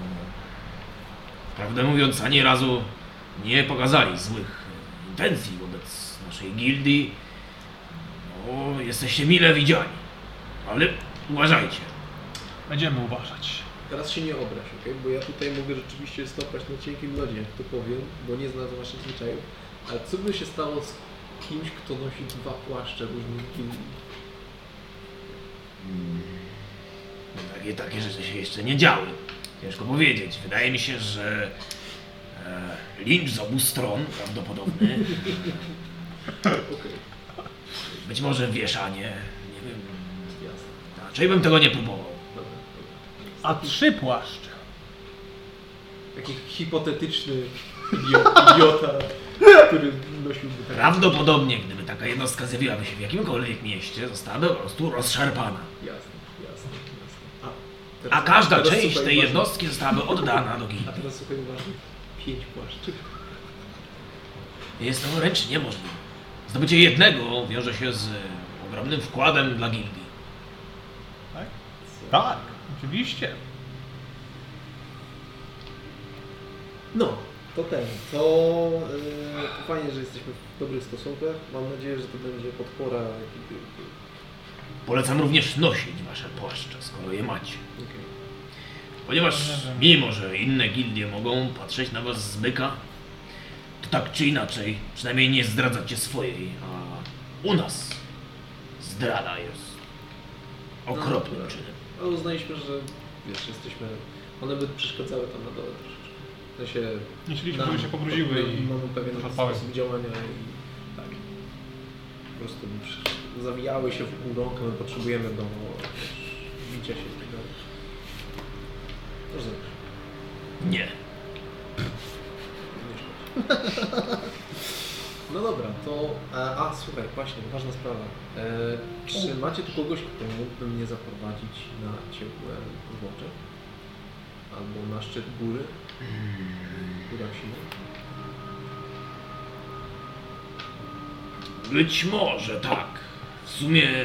prawdę mówiąc, ani razu nie pokazali złych intencji wobec naszej gildii, no, jesteście mile widziani. Ale uważajcie. Będziemy uważać. Teraz się nie obraź, okej? Bo ja tutaj mogę rzeczywiście stopać na cienkim lodzie, jak to powiem, bo nie znam waszych zwyczajów. Ale co by się stało z kimś, kto nosi dwa płaszcze różnych gildii? No, takie, takie rzeczy się jeszcze nie działy. Ciężko powiedzieć. Wydaje mi się, że e, lincz z obu stron prawdopodobny. Okej, Być może wieszanie. Nie wiem. jasne. Raczej bym tego nie próbował. Dobra, dobra. A trzy płaszcze. Taki hipotetyczny idiota, idiota który nosiłby tak. Prawdopodobnie, gdyby taka jednostka zjawiłaby się w jakimkolwiek mieście, zostałaby po prostu rozszarpana. Jasne, jasne, jasne. A, A teraz- każda teraz część słuchaj tej uważnie. jednostki zostałaby oddana do A gildii. teraz słuchaj uważnie. Pięć płaszczy. Jest to wręcz niemożliwe. Zdobycie jednego wiąże się z ogromnym wkładem dla gildii. Tak? Tak, oczywiście. No, to ten, to, yy, to fajnie, że jesteśmy w dobrych stosunkach. Mam nadzieję, że to będzie podpora ekipy. Polecam również nosić wasze płaszcze, skoro je macie. Okay. Ponieważ Nie wiem. mimo, że inne gildie mogą patrzeć na was z byka, to tak czy inaczej, przynajmniej nie zdradzacie swojej, a u nas zdrada jest okropnym No, czynem. Ale uznaliśmy, że wiesz, jesteśmy, one by przeszkadzały tam na dole troszeczkę. W sensie, Nie chcieliśmy, nam- żeby się pobrudziły mamy- i mamy pewien szarpały. sposób działania i tak. Po prostu by przy- zawijały się wokół rąk, my potrzebujemy do wiesz, bicia się i tak dalej. Rozumiesz? Nie. Nie szkodzi. No dobra, to... A, a słuchaj, właśnie, ważna sprawa. E, czy macie tu kogoś, kto mógłby mnie zaprowadzić na ciepłe zbocze? Albo na szczyt góry? Góra siły? Być może tak. W sumie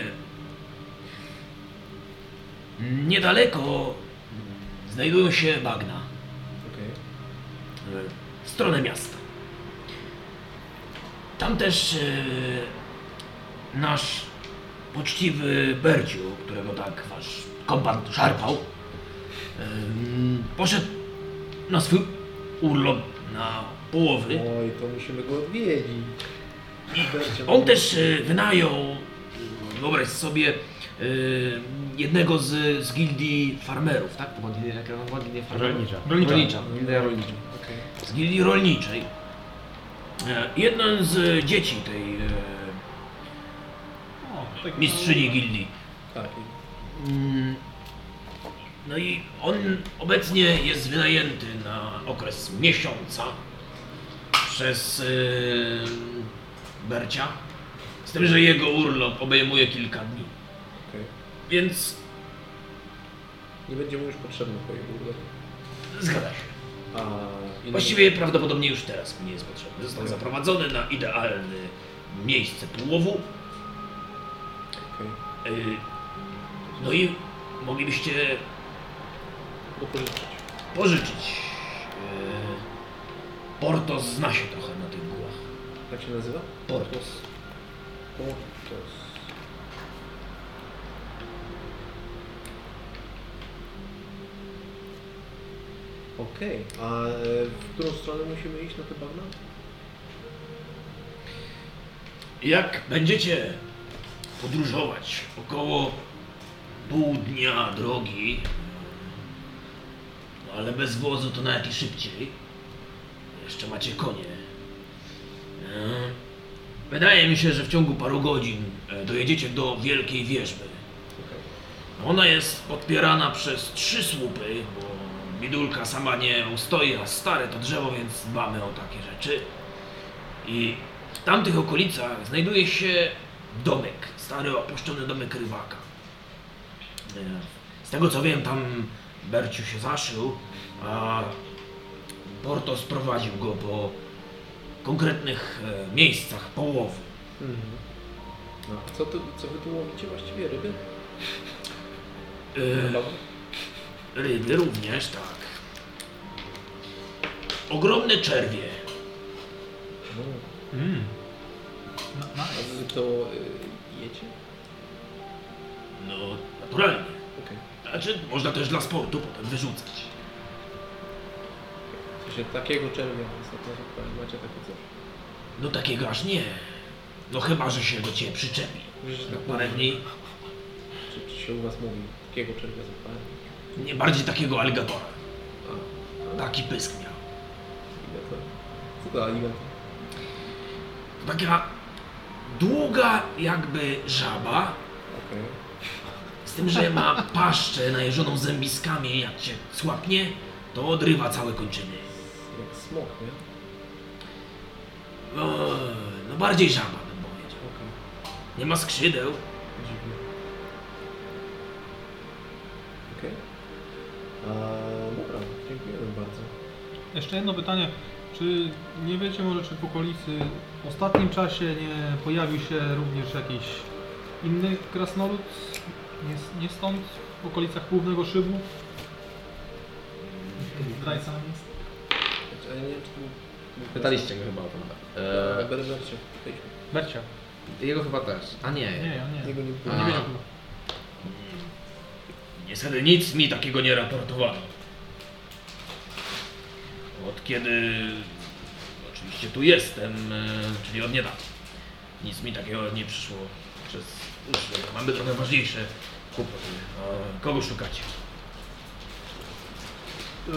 niedaleko znajdują się bagna Okej. w stronę miasta. Tam też e, nasz poczciwy Berciu, którego tak wasz kompan szarpał, e, poszedł na swój urlop na połowy. Oj, to musimy go odwiedzić. Bercie, On no. też e, wynajął, wyobraź sobie, e, jednego z, z gildii farmerów, tak? To była gildia, jaka była gildia farmerów? Rolnicza. Rolnicza. Rolnicza, gildia rolnicza. Okej. Z gildii rolniczej. E, Jeden z dzieci tej e, O, tak mistrzyni gildii. Tak. Mm, No i on obecnie jest wynajęty na okres miesiąca przez yy, Bercia. Z tym, że jego urlop obejmuje kilka dni. Okej. Więc Nie będzie mu już potrzebny po jego urlopie. zgadza się. A inny- Właściwie prawdopodobnie już teraz mi nie jest potrzebny. Został zaprowadzony na idealne miejsce połowu. Okej. Yy, No i moglibyście Go pożyczyć. pożyczyć. Yy, Portos zna się trochę na tych górach. Jak się nazywa? Portos. Portos. Okej, a e, w którą stronę musimy iść na te bagna? Jak będziecie podróżować około pół dnia drogi, no ale bez wozu to nawet i szybciej, jeszcze macie konie. E, Wydaje mi się, że w ciągu paru godzin e, dojedziecie do Wielkiej Wierzby. Okej. Ona jest podpierana przez trzy słupy, bo bidulka sama nie ustoi, a stare to drzewo, więc dbamy o takie rzeczy. I w tamtych okolicach znajduje się domek, stary opuszczony domek rybaka. E, Z tego co wiem, tam Berciu się zaszył, a Porto sprowadził go po konkretnych e, miejscach połowu. Mhm. No, a co, tu, co wy tu łowicie właściwie? Ryby? E, Chyba. ryby również, tak. Ogromne czerwie. No, Mm. No, a nice. wy to y, jecie? No, naturalnie. Okej. Znaczy, można też dla sportu potem wyrzucać. W sensie takiego czerwia ostatnio zapałem. Macie takie coś? No takiego aż nie. No chyba, że się do ciebie przyczepi. Że tak Na parę dni. Czy, czy się u was mówi takiego czerwia zapałem? Nie bardziej takiego aligatora. A, Taki pysk miał. ile to? Co to aligator? To taka długa jakby żaba, Okej. z tym, że ma paszczę najeżoną zębiskami. Jak cię słapnie, to odrywa całe kończyny. Jak smok, nie? No, no bardziej żaba bym powiedział. Okej. Nie ma skrzydeł. Dziwnie. Okej. A, Dobra, dziękujemy bardzo. Jeszcze jedno pytanie. Czy nie wiecie może, czy w okolicy w ostatnim czasie nie pojawił się również jakiś inny krasnolud? Nie, nie stąd, w okolicach głównego szybu? Zdrajca nam jest? Znaczy, ale nie wiem, czy tu... Pytaliście go chyba o to. Eee, Eee, Berbercie, pytaliśmy. Bercia. jego chyba też. A nie. Nie, ja nie. Niego nie było. Nie A. wiedział chyba. Niestety nic mi takiego nie raportowano. Od kiedy oczywiście tu jestem, e, czyli od niedawna. Nic mi takiego nie przyszło przez uszy. Mamy trochę ważniejsze kłopoty. A kogo szukacie? Eee,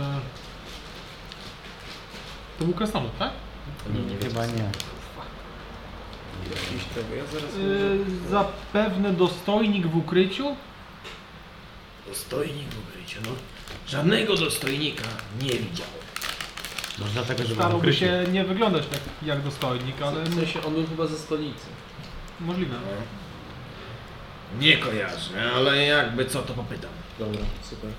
to był krasnolud, tak? Nie, nie Chyba nie. Jakiś tego, ja zaraz... Eee, zapewne dostojnik w ukryciu? Dostojnik w ukryciu, no. Żadnego dostojnika nie widziałem. Może dlatego, że był Starałby ukryty. się nie wyglądać tak jak dostojnik, ale W sensie on był chyba ze stolicy. możliwe. Nie kojarzę, ale jakby co, to popytam. Dobra, super.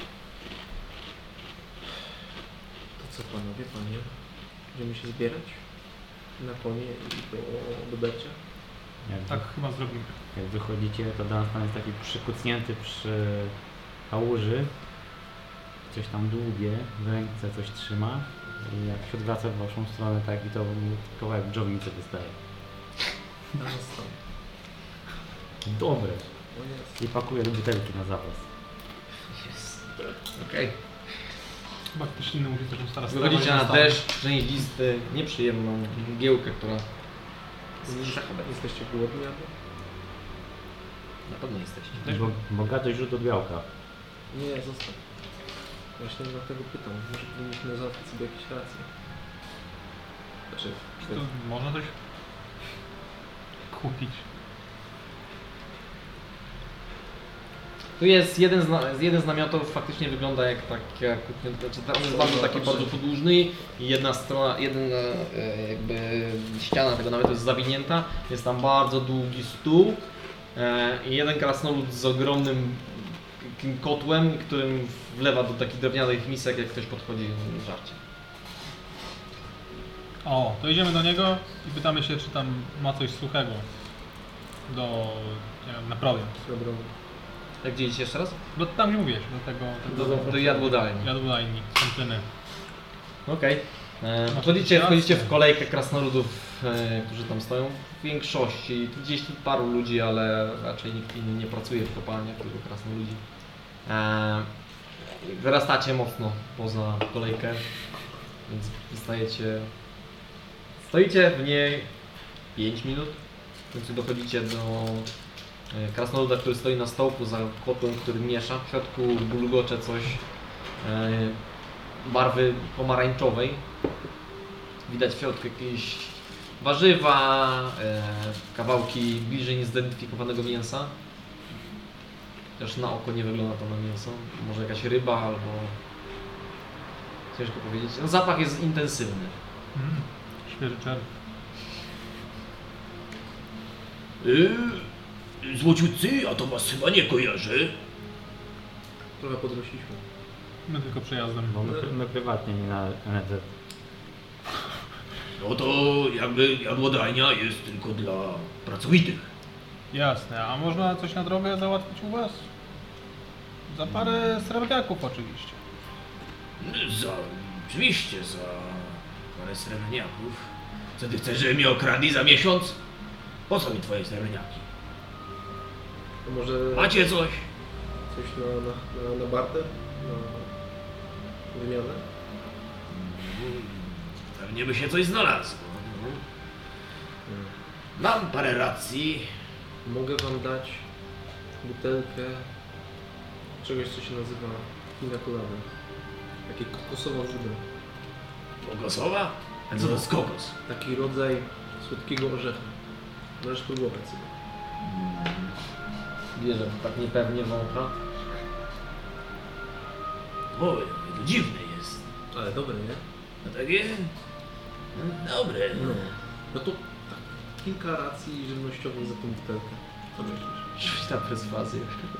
To co panowie, panie? Będziemy się zbierać na konie i do, do Bercia? Jak, Tak chyba zrobimy. jak wychodzicie, to Dunstan jest taki przykucnięty przy kałuży. Coś tam długie, w ręce coś trzyma. I jak się odwraca w waszą stronę, tak i to mu kawałek dżownicy dostaje. Teraz tam. Dobre. O jest. I pakuje do butelki na zapas. Okej. Chyba ktoś inny musi coś starać. Wychodzicie na deszcz, listy, nieprzyjemną mgiełkę, która... Jesteście głodni albo? Na pewno jesteście. Bo, bogaty źródł od białka. Nie, zostaw. Właśnie dlatego pytam. Może powinniśmy załatwić sobie jakieś racje. Znaczy, Czy tu można coś kupić? Tu jest jeden z, na, jeden z namiotów, faktycznie wygląda jak taka kuchnia, znaczy tam jest bardzo taki bardzo podłużny i jedna strona, jedna e, jakby ściana tego namiotu jest zawinięta, jest tam bardzo długi stół e, i jeden krasnolud z ogromnym takim kotłem, którym wlewa do takich drewnianych misek, jak ktoś podchodzi na żarcie. O, to idziemy do niego i pytamy się, czy tam ma coś suchego do, nie wiem, na prowiant. dobra. Jak gdzie idziecie jeszcze raz? Do, tam gdzie mówiłeś, do tego, Do, tego do, do jadłodalni. jadłodajni, kantyny. Okej. Okay. Masz Wchodzicie, jakieś wchodzicie w racje? kolejkę krasnoludów, e, którzy tam stoją. W większości, gdzieś tu paru ludzi, ale raczej nikt inny nie pracuje w kopalniach, tylko krasnoludzi. E, wyrastacie mocno poza kolejkę, więc wystajecie. Stoicie w niej pięć minut. W końcu dochodzicie do e, krasnoluda, który stoi na stołku za kotłem, który miesza. W środku bulgocze coś e, barwy pomarańczowej. Widać w środku jakieś warzywa, e, kawałki bliżej niezidentyfikowanego mięsa. Też na oko nie wygląda to na mięso. Może jakaś ryba albo Ciężko powiedzieć. No, zapach jest intensywny. Mm, świeży czerw. Yy, złociutcy, a to was chyba nie kojarzy. Trochę podrośliśmy. My tylko przejazdem. Bo my, my prywatnie, nie na N F Z. No to jakby jadłodajnia jest tylko dla pracowitych. Jasne, a można coś na drogę załatwić u was? Za parę srebrniaków oczywiście. Za, oczywiście, za parę srebrniaków. Co ty chcesz, żeby mnie okradli za miesiąc? Po co mi twoje srebrniaki? To może Macie coś? coś na, na, na, na barter? Na wymianę? Pewnie by się coś znalazło. Mam parę racji. Mogę wam dać butelkę czegoś, co się nazywa pina colada. Takie kokosowa woda. Kokosowa? A co to jest kokos? Taki rodzaj słodkiego orzecha. Możesz próbować sobie. Bierze tak niepewnie wącha. Oj, to dziwne jest. Ale dobre, nie? No takie... No, dobre. No. No to tak, kilka racji żywnościowych za tą butelkę. Co myślisz? Rzuć na perswazję.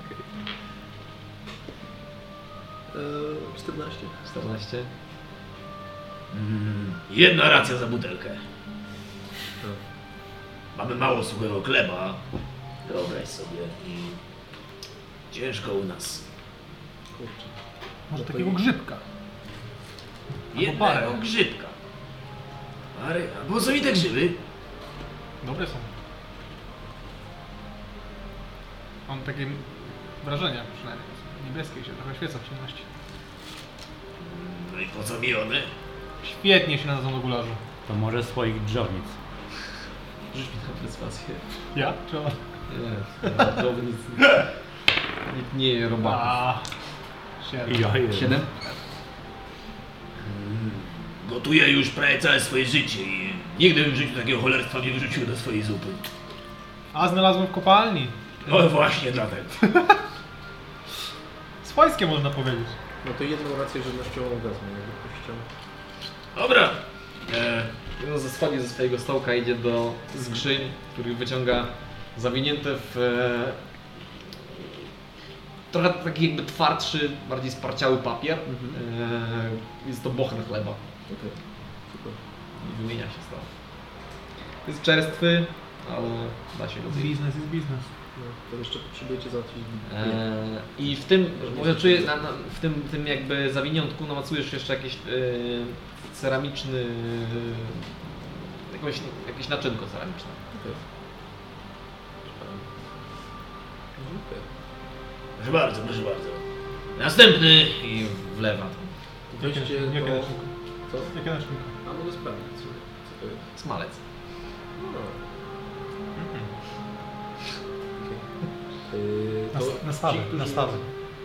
Eee, czternaście. czternaście. Mm, jedna racja za butelkę. No. Mamy mało suchego chleba. Wyobraź sobie. I ciężko u nas. Kurczę. Może No to takiego i- grzybka. Jednego parę. grzybka. Parę, a po co mi te grzyby? Dobre są. Mam takie wrażenia przynajmniej. Niebieskie się trochę świecą w ciemności. No i po co mi one? Świetnie się nadadzą do gularzu. To może swoich dżownic. Rzuć mi na perswazję. Ja? Czy on? Nie, to nic. Nikt nie je robaków. A, siedem. Ja jeden. siedem? Gotuję już prawie całe swoje życie i nigdy bym w życiu takiego cholerstwa nie wyrzucił do swojej zupy. A znalazłem w kopalni. No właśnie dlatego. Swojskie można powiedzieć. No to jedną rację żywnościową wezmę, jakby ktoś chciał. Dobra. E, No, ze schodzi ze swojego stołka, idzie do skrzyń, których wyciąga zawinięte w e, trochę taki jakby twardszy, bardziej sparciały papier. E, jest to bochen chleba Okej, super. i wymienia się z tym. Jest czerstwy, ale da się go zjeść. Biznes jest biznes. No, to jeszcze potrzebujecie załatwić. E, I w tym, bo ja czuję, na, na, w tym, tym jakby zawiniątku namacujesz jeszcze jakiś e, ceramiczny, jakąś, jakieś naczynko ceramiczne. Okej. Dziękuję. proszę bardzo, proszę bardzo. Następny. I wlewa. Weźcie Jakie to... naczynko? Co? Jakie naczynko? A mogę sprawdzić, co, co to jest. Smalec. No, Mhm. okej. Yy, to Nas- Nastawy, ci, którzy- nastawy.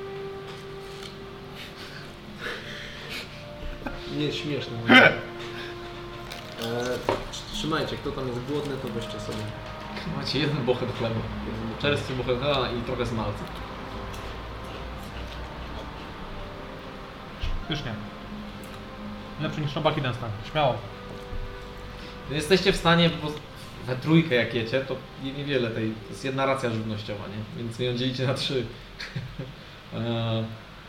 Nie jest śmieszne. eee, trzymajcie, kto tam jest głodny, to weźcie sobie. Macie jeden bochen chleba. Czerstwy bochen chleba i trochę smalca. Pysznie. Lepszy niż robaki Dunstan. Śmiało. Jesteście w stanie po prostu we trójkę jak jecie, to nie- niewiele tej, to jest jedna racja żywnościowa, nie? Więc wy ją dzielicie na trzy. Eee,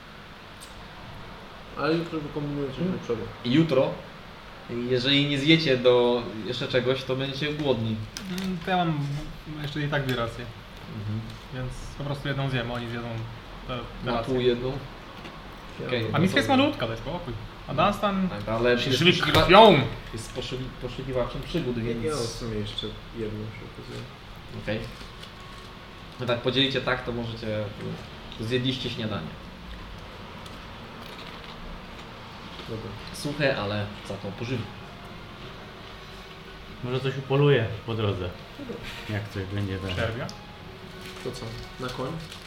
Ale jutro wykombinujecie Hmm. do przodu. I jutro, jeżeli nie zjecie do jeszcze czegoś, to będziecie głodni. Mm, To ja mam jeszcze i tak dwie racje. Więc po prostu jedną zjem, oni zjedzą te, te Na racje. pół jedną. Okej. A miska jest malutka, daj spokój. A Dunstan Tak, ale się jest, żywi poszukiwa... krwią. jest poszuki... poszukiwaczem przygód, więc... Ja mam w sumie jeszcze jedną się okazuje. Okej. No tak, podzielicie tak, to możecie... to zjedliście śniadanie. Dobra. Suche, ale za to pożywne. Może coś upoluje po drodze. Jak coś będzie we... Czerwia. To co? Na koń?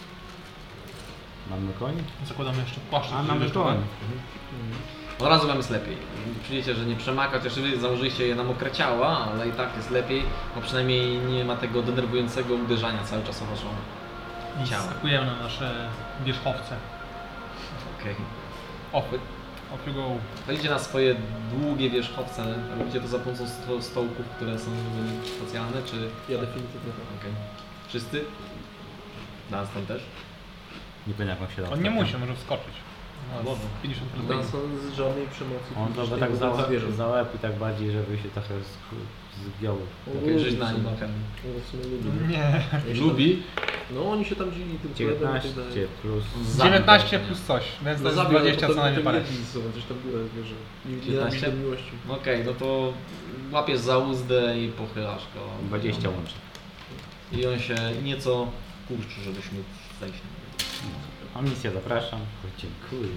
Mamy koń? Zakładamy jeszcze płaszcz. A, mamy koń. Od razu wam jest lepiej. Czujecie, że nie przemaka, chociaż wy założyliście je na mokre ciała, ale i tak jest lepiej, bo przynajmniej nie ma tego denerwującego uderzania cały czas o waszą I ciało. skakujemy na nasze wierzchowce. Okej. Ochy. Off you go. Wejdziecie na swoje długie wierzchowce. Robicie to za pomocą sto stołków, które są specjalne, czy... Ja definitywnie tak. Okej. Wszyscy? Dunstan też? Nie pamiętam jak on się da. On nie ostatnio. musi, może wskoczyć. No, pięćdziesiąt procent. Nas on z żadnej przemocy On to by fizycznej tak wobec za, zwierząt. za łeb i tak bardziej, żeby się trochę sk- zgiął. Okej, żyć na nim, okej. No, w sumie lubi. Nie. Oni się tam- Lubi? No oni się tam dzieli tym chlebem i tak dziewiętnaście dalej. plus... dziewiętnaście plus coś, więc to No jest zabił, dwadzieścia co najmniej parę. Są, coś tam było, wiesz, że nie- dziewiętnaście? nienawiść do miłości. Okej, no to łapiesz za uzdę i pochylasz go. dwadzieścia łącznie. I on się nieco kurczy, żebyś mógł zejść. A misja zapraszam. Dziękuję.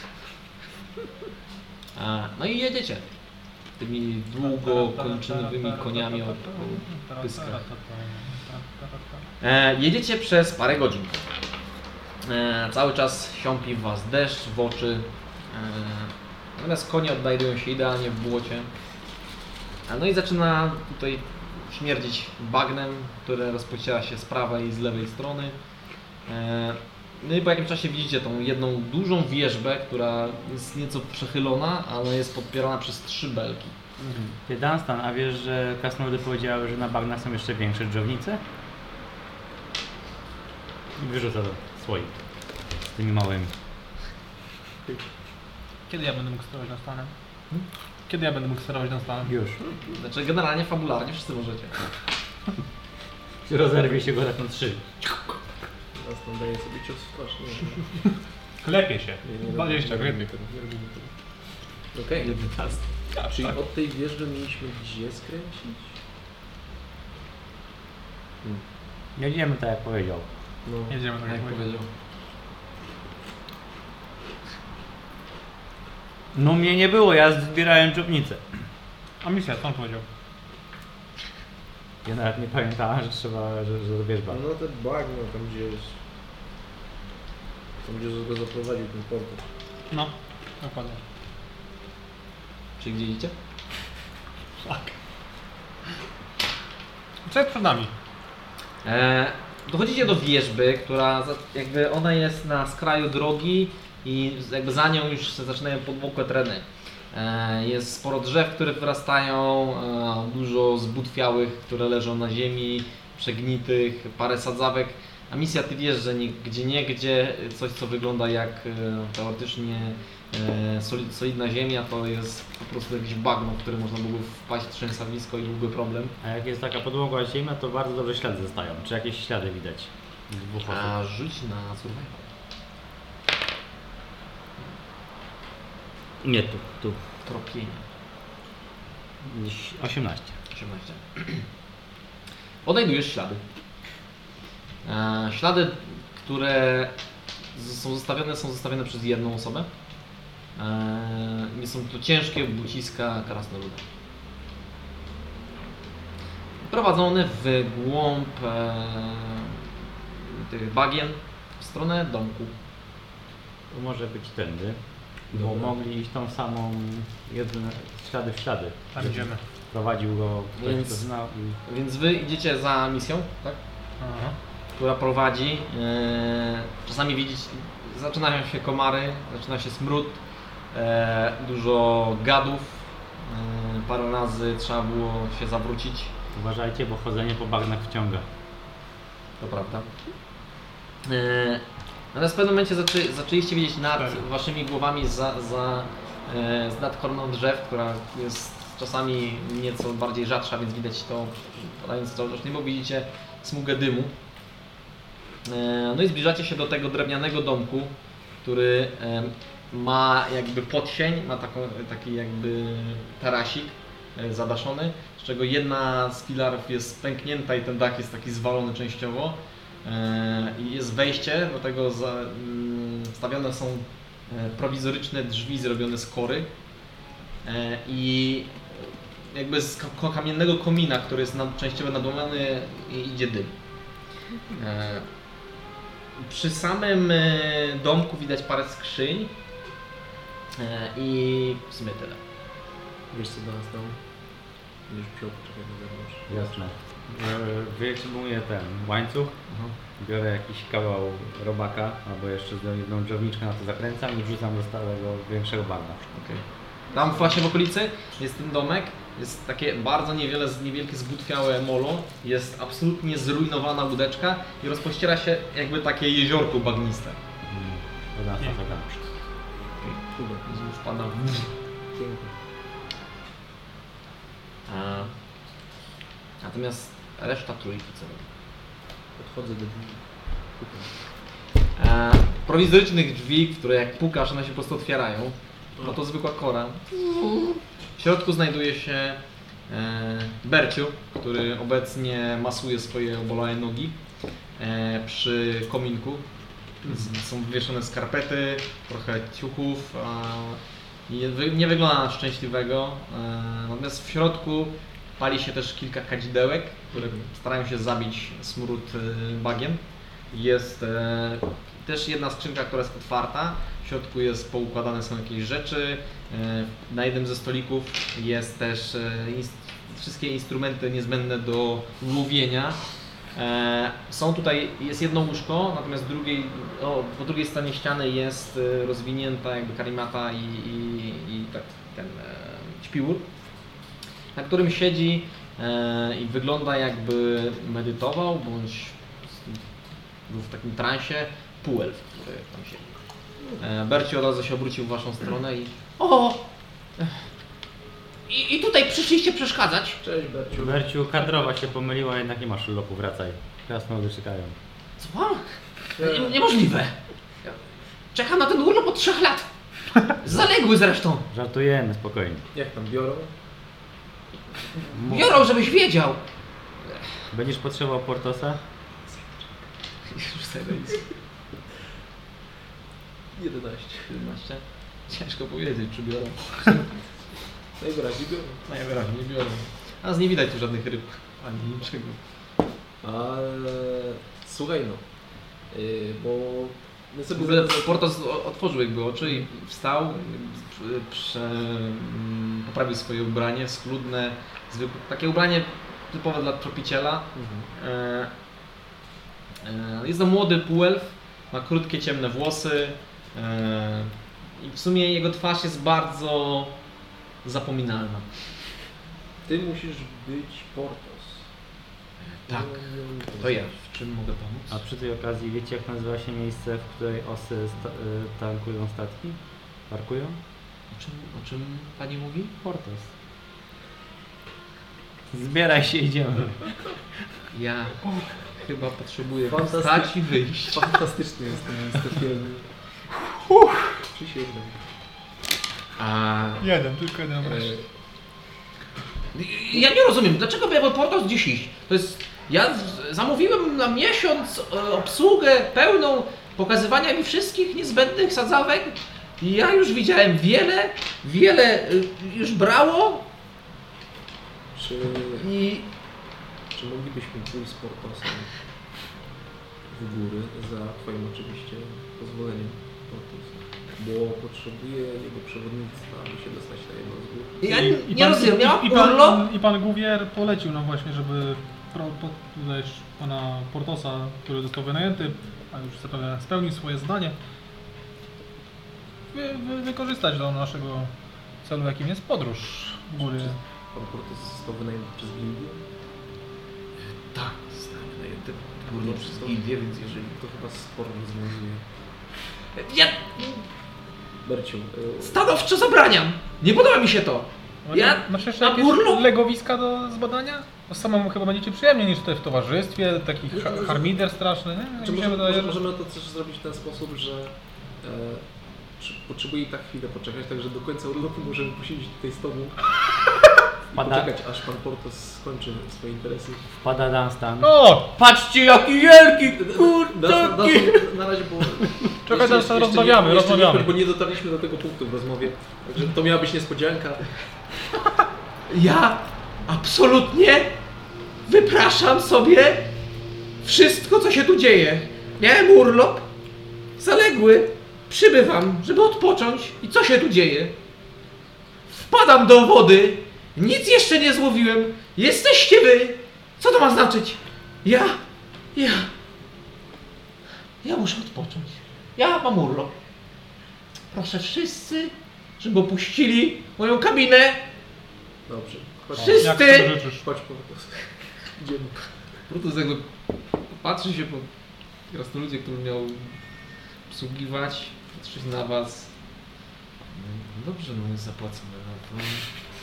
A, no i jedziecie. Tymi długokończynymi koniami o, o pyskach. E, jedziecie przez parę godzin. E, cały czas siąpi w was deszcz w oczy. E, natomiast konie odnajdują się idealnie w błocie. E, no i zaczyna tutaj śmierdzić bagnem, które rozpociera się z prawej i z lewej strony. E, no i po jakimś czasie widzicie tą jedną dużą wierzbę, która jest nieco przechylona, ale jest podpierana przez trzy belki. Ty Dunstan, a wiesz, że krasnoludy powiedziały, że na bagnach są jeszcze większe dżownice? I wyrzuca do swoich. Z tymi małymi. Kiedy ja będę mógł sterować na stanem? Kiedy ja będę mógł sterować na stanem? Już. Znaczy generalnie fabularnie wszyscy możecie. Rozerwie się go tak na trzy. Nas tam daje sobie cios w twarz. Nie, Klepie się. nie, nie, dwadzieścia, nie robimy gry. tego, nie robimy tego. Okej, czyli tak. od tej wieży mieliśmy gdzie skręcić? Jedziemy tak jak powiedział. No, Jedziemy tak Jak jak powiedział. No mnie nie było, ja zbierałem dżownicę. A misja, co on powiedział? Ja nawet nie pamiętałem, że trzeba, że, że wierzba. no te bagno tam gdzie jest. Tam gdzie go zaprowadził ten portal. No, dokładnie. Czyli gdzie idziecie? Tak. Co jest przed nami? E, dochodzicie do wierzby, która za- jakby ona jest na skraju drogi i jakby za nią już się zaczynają podmokłe tereny. E, jest sporo drzew, które wyrastają, e, dużo zbutwiałych, które leżą na ziemi, przegnitych, parę sadzawek. A misja, ty wiesz, że nie, gdzie nie, gdzie coś co wygląda jak e, teoretycznie e, solid, solidna ziemia, to jest po prostu jakieś bagno, w które można byłoby wpaść trzęsawisko i byłby problem. A jak jest taka podłoga ziemia, to bardzo dobrze ślady zostają. Czy jakieś ślady widać? Dwóch osób. A rzuć na survival. Nie, tu, tu. Tropienie. osiemnaście. osiemnaście. Odnajdujesz ślady. E, ślady, które z- są zostawione, są zostawione przez jedną osobę. E, nie są to ciężkie buciska krasnoluda. Prowadzą one w głąb e, tych bagien w stronę domku. To może być tędy. Bo Dobra. mogli iść tą samą, jedne ślady w ślady. Tam Żeby idziemy. Prowadził go ktoś, Więc- kto znał i... Więc wy idziecie za misją, tak? Aha. Która prowadzi. E, czasami widzieć, zaczynają się komary, zaczyna się smród, e, dużo gadów. E, parę razy trzeba było się zawrócić, Uważajcie, bo chodzenie po bagnach wciąga. to prawda. E, natomiast w pewnym momencie zaczę, zaczęliście widzieć nad Cztery. waszymi głowami za, za, e, z nad koroną drzew, która jest czasami nieco bardziej rzadsza, więc widać to padając całoczas niebo, widzicie smugę dymu. E, No i zbliżacie się do tego drewnianego domku, który e, ma jakby podsień, ma taką, taki jakby tarasik e, zadaszony, z czego jedna z filarów jest pęknięta i ten dach jest taki zwalony częściowo. E, I jest wejście, do tego za, mm, stawione są e, prowizoryczne drzwi zrobione z kory e, i jakby z ko- kamiennego komina, który jest nad, częściowo nadłamany, i idzie dym. E, Przy samym e, domku widać parę skrzyń e, i w sumie tyle. Wiesz co do nas tam? Będziesz musiał poczekać na zewnątrz. Jasne. E, Wyeksybuję ten łańcuch, biorę jakiś kawał robaka, albo jeszcze jedną dżowniczkę na to zakręcam i wrzucam do stałego większego bagna. Okay. Tam właśnie w okolicy jest ten domek, jest takie bardzo niewiele, niewielkie zbutwiałe molo, jest absolutnie zrujnowana łódeczka i rozpościera się jakby takie jeziorko bagniste. Hmm. To nas na zagram. Chyba. Znów wpada w... Pięknie. A... Natomiast reszta trójki co robi? Podchodzę do drzwi. Pukam. E, prowizorycznych drzwi, które jak pukasz, one się po prostu otwierają. No to zwykła kora. W środku znajduje się e, Berciu, który obecnie masuje swoje obolałe nogi e, przy kominku. Z, są wywieszone skarpety, trochę ciuchów. A, i wy, nie wygląda na szczęśliwego. E, natomiast w środku pali się też kilka kadzidełek, które starają się zabić smród e, bagien. Jest e, też jedna skrzynka, która jest otwarta. W środku jest poukładane są jakieś rzeczy. E, na jednym ze stolików jest też e, inst wszystkie instrumenty niezbędne do łowienia. E, są tutaj, jest jedno łóżko, natomiast drugiej, o, po drugiej stronie ściany jest e, rozwinięta jakby karimata i, i, i tak, ten e, śpiwór, na którym siedzi e, i wygląda jakby medytował bądź był w takim transie półelf, który tam siedzi. E, Berci od razu się obrócił w waszą stronę i... O! I, I tutaj przyszliście przeszkadzać? Cześć Berciu. Berciu, kadrowa się pomyliła, jednak nie masz urlopu, wracaj. Krasnoludy czekają. Co? Nie, niemożliwe. Czekam na ten urlop od trzech lat. Zaległy zresztą. Żartujemy, spokojnie. Jak tam biorą? Biorą, żebyś wiedział. Będziesz potrzebował Portosa? Już sobie jedenaście. jedenaście. Ciężko powiedzieć, czy biorą. Najwyraźniej biorą. Najwyraźniej nie biorą. A z nie widać tu żadnych ryb, ani niczego. Ale słuchaj no, yy, bo my W sobie ogóle zaraz- Portos otworzył jakby oczy i wstał, prze, prze, mm, poprawił swoje ubranie, schludne, zwykłe, takie ubranie typowe dla tropiciela. Mhm. E, e, jest to młody półelf, ma krótkie, ciemne włosy e, i w sumie jego twarz jest bardzo zapominalna. Ty musisz być Portos. Tak, No, to ja. W czym mogę pomóc? A przy tej okazji wiecie, jak nazywa się miejsce, w której osy sta y, tankują statki? Parkują? O czym, o czym pani mówi? Portos. Zbieraj się, idziemy. Ja chyba potrzebuję Fantastycznie. wstać i wyjść. Fantastyczny jest ten miejsce filmu. Przysięgam. A Jeden, tylko jeden E, obraz. Ja nie rozumiem, dlaczego miałby Portos gdzieś iść? To jest... Ja z- zamówiłem na miesiąc e, obsługę pełną pokazywania mi wszystkich niezbędnych sadzawek. I ja już widziałem wiele, wiele e, już brało Czy, i... czy moglibyśmy pójść z Portosem w góry za twoim oczywiście pozwoleniem, Portos? Bo potrzebuję jego przewodnictwa, aby się dostać na jedną z gór. Ja I- nie, i nie pan- rozumiem, miałam i, i, pan, urlop? I pan Guwier polecił nam właśnie, żeby pro, po, tutaj pana Portosa, który został wynajęty, a już zapewne spełnił swoje zadanie, wy, wy, wykorzystać do naszego celu, jakim jest podróż w góry. Pan Portos został wynajęty przez gildię? tak, zostałem wynajęty górnie przez gildię, więc jeżeli... To chyba sporo rozwiązuje. Ja Berciu, e, stanowczo zabraniam. Nie podoba mi się to. Ja Masz jeszcze na jakieś urlop? legowiska do zbadania? No samemu chyba będziecie przyjemnie niż tutaj w towarzystwie, taki ha harmider straszny, nie? czy Mi się możemy, wydaje, może, że- możemy to też zrobić w ten sposób, że e, czy potrzebuję i tak chwilę poczekać, także do końca urlopu możemy posiedzieć tutaj z tobą i Pada- poczekać, aż pan Portos skończy swoje interesy. Wpada Dunstan. O! Patrzcie jakie wielki Na, na, na, kurczaki. na razie, bo... Czekaj, jeszcze- teraz jeszcze rozmawiamy, nie, jeszcze rozmawiamy. Nie, bo nie dotarliśmy do tego punktu w rozmowie, także to miała być niespodzianka. Ja absolutnie wypraszam sobie wszystko, co się tu dzieje. Miałem urlop, zaległy, przybywam, żeby odpocząć. I co się tu dzieje? Wpadam do wody Nic jeszcze nie złowiłem! Jesteście wy! Co to ma znaczyć? Ja... Ja... Ja muszę odpocząć. Ja mam urlop. Proszę wszyscy, żeby opuścili moją kabinę. Dobrze. Chodź, Wszyscy! Jak sobie życzysz? chodź po prostu. Idziemy. Brutus jakby patrzy się po krasnoludzie, który miał obsługiwać, patrzy się na was. No dobrze, no jest zapłacone, no to...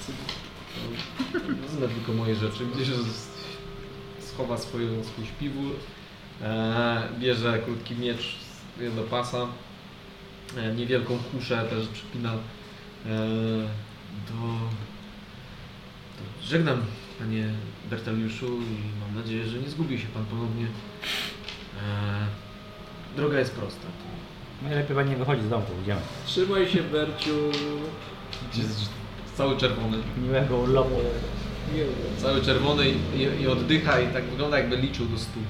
to wezmę tylko moje rzeczy, gdzieś schowa swoją, swój śpiwór, e, bierze krótki miecz do pasa, e, niewielką kuszę też przypina e, do, do... Żegnam, panie Berteliuszu, i mam nadzieję, że nie zgubi się pan ponownie. E, droga jest prosta. Najlepiej chyba nie wychodzi z domu, to idziemy. Trzymaj się, Berciu. Jest cały czerwony. Miłego urlopu. Nie, Cały czerwony i, i, i oddycha i tak wygląda, jakby liczył do stu.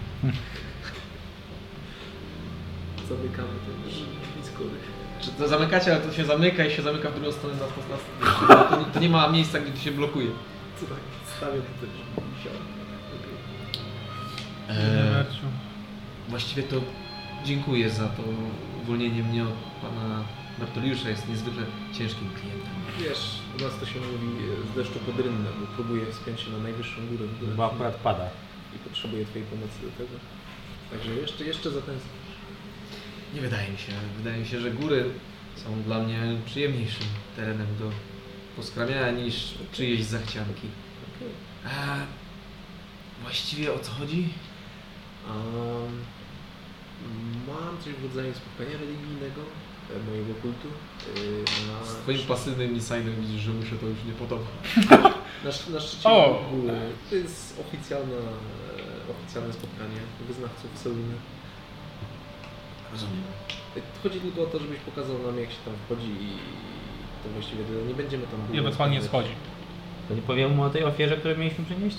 zamykamy te drzwi i skóry. Czy to zamykacie, ale to się zamyka i się zamyka w drugą stronę na to, to, to nie ma miejsca, gdzie to się blokuje. Co tak? Stawiam te drzwi i siadam. Eee, Berciu. właściwie to dziękuję za to uwolnienie mnie od pana Bartoliusza. Jest niezwykle ciężkim klientem. Wiesz, u nas to się mówi z deszczu pod rynnę, bo próbuję wspiąć się na najwyższą górę w górę Bo akurat pada. i potrzebuję twojej pomocy do tego. Także jeszcze, jeszcze zatęsknię. Nie wydaje mi się. Wydaje mi się, że góry są dla mnie przyjemniejszym terenem do poskramiania niż czyjeś zachcianki. Okay. A właściwie o co chodzi? Um, mam coś w rodzaju spotkania religijnego, e, mojego kultu. E, na, Z twoim pasywnym inside'em widzisz, że mu się to już nie podoba. na, na szczycie O! góry. To jest oficjalne, oficjalne spotkanie wyznawców Seliny. Rozumiem. Chodzi tylko o to, żebyś pokazał nam, jak się tam wchodzi i to właściwie tyle. Nie będziemy tam... Nie, bez pan nie schodzi. To nie powiem mu o tej ofierze, którą mieliśmy przynieść?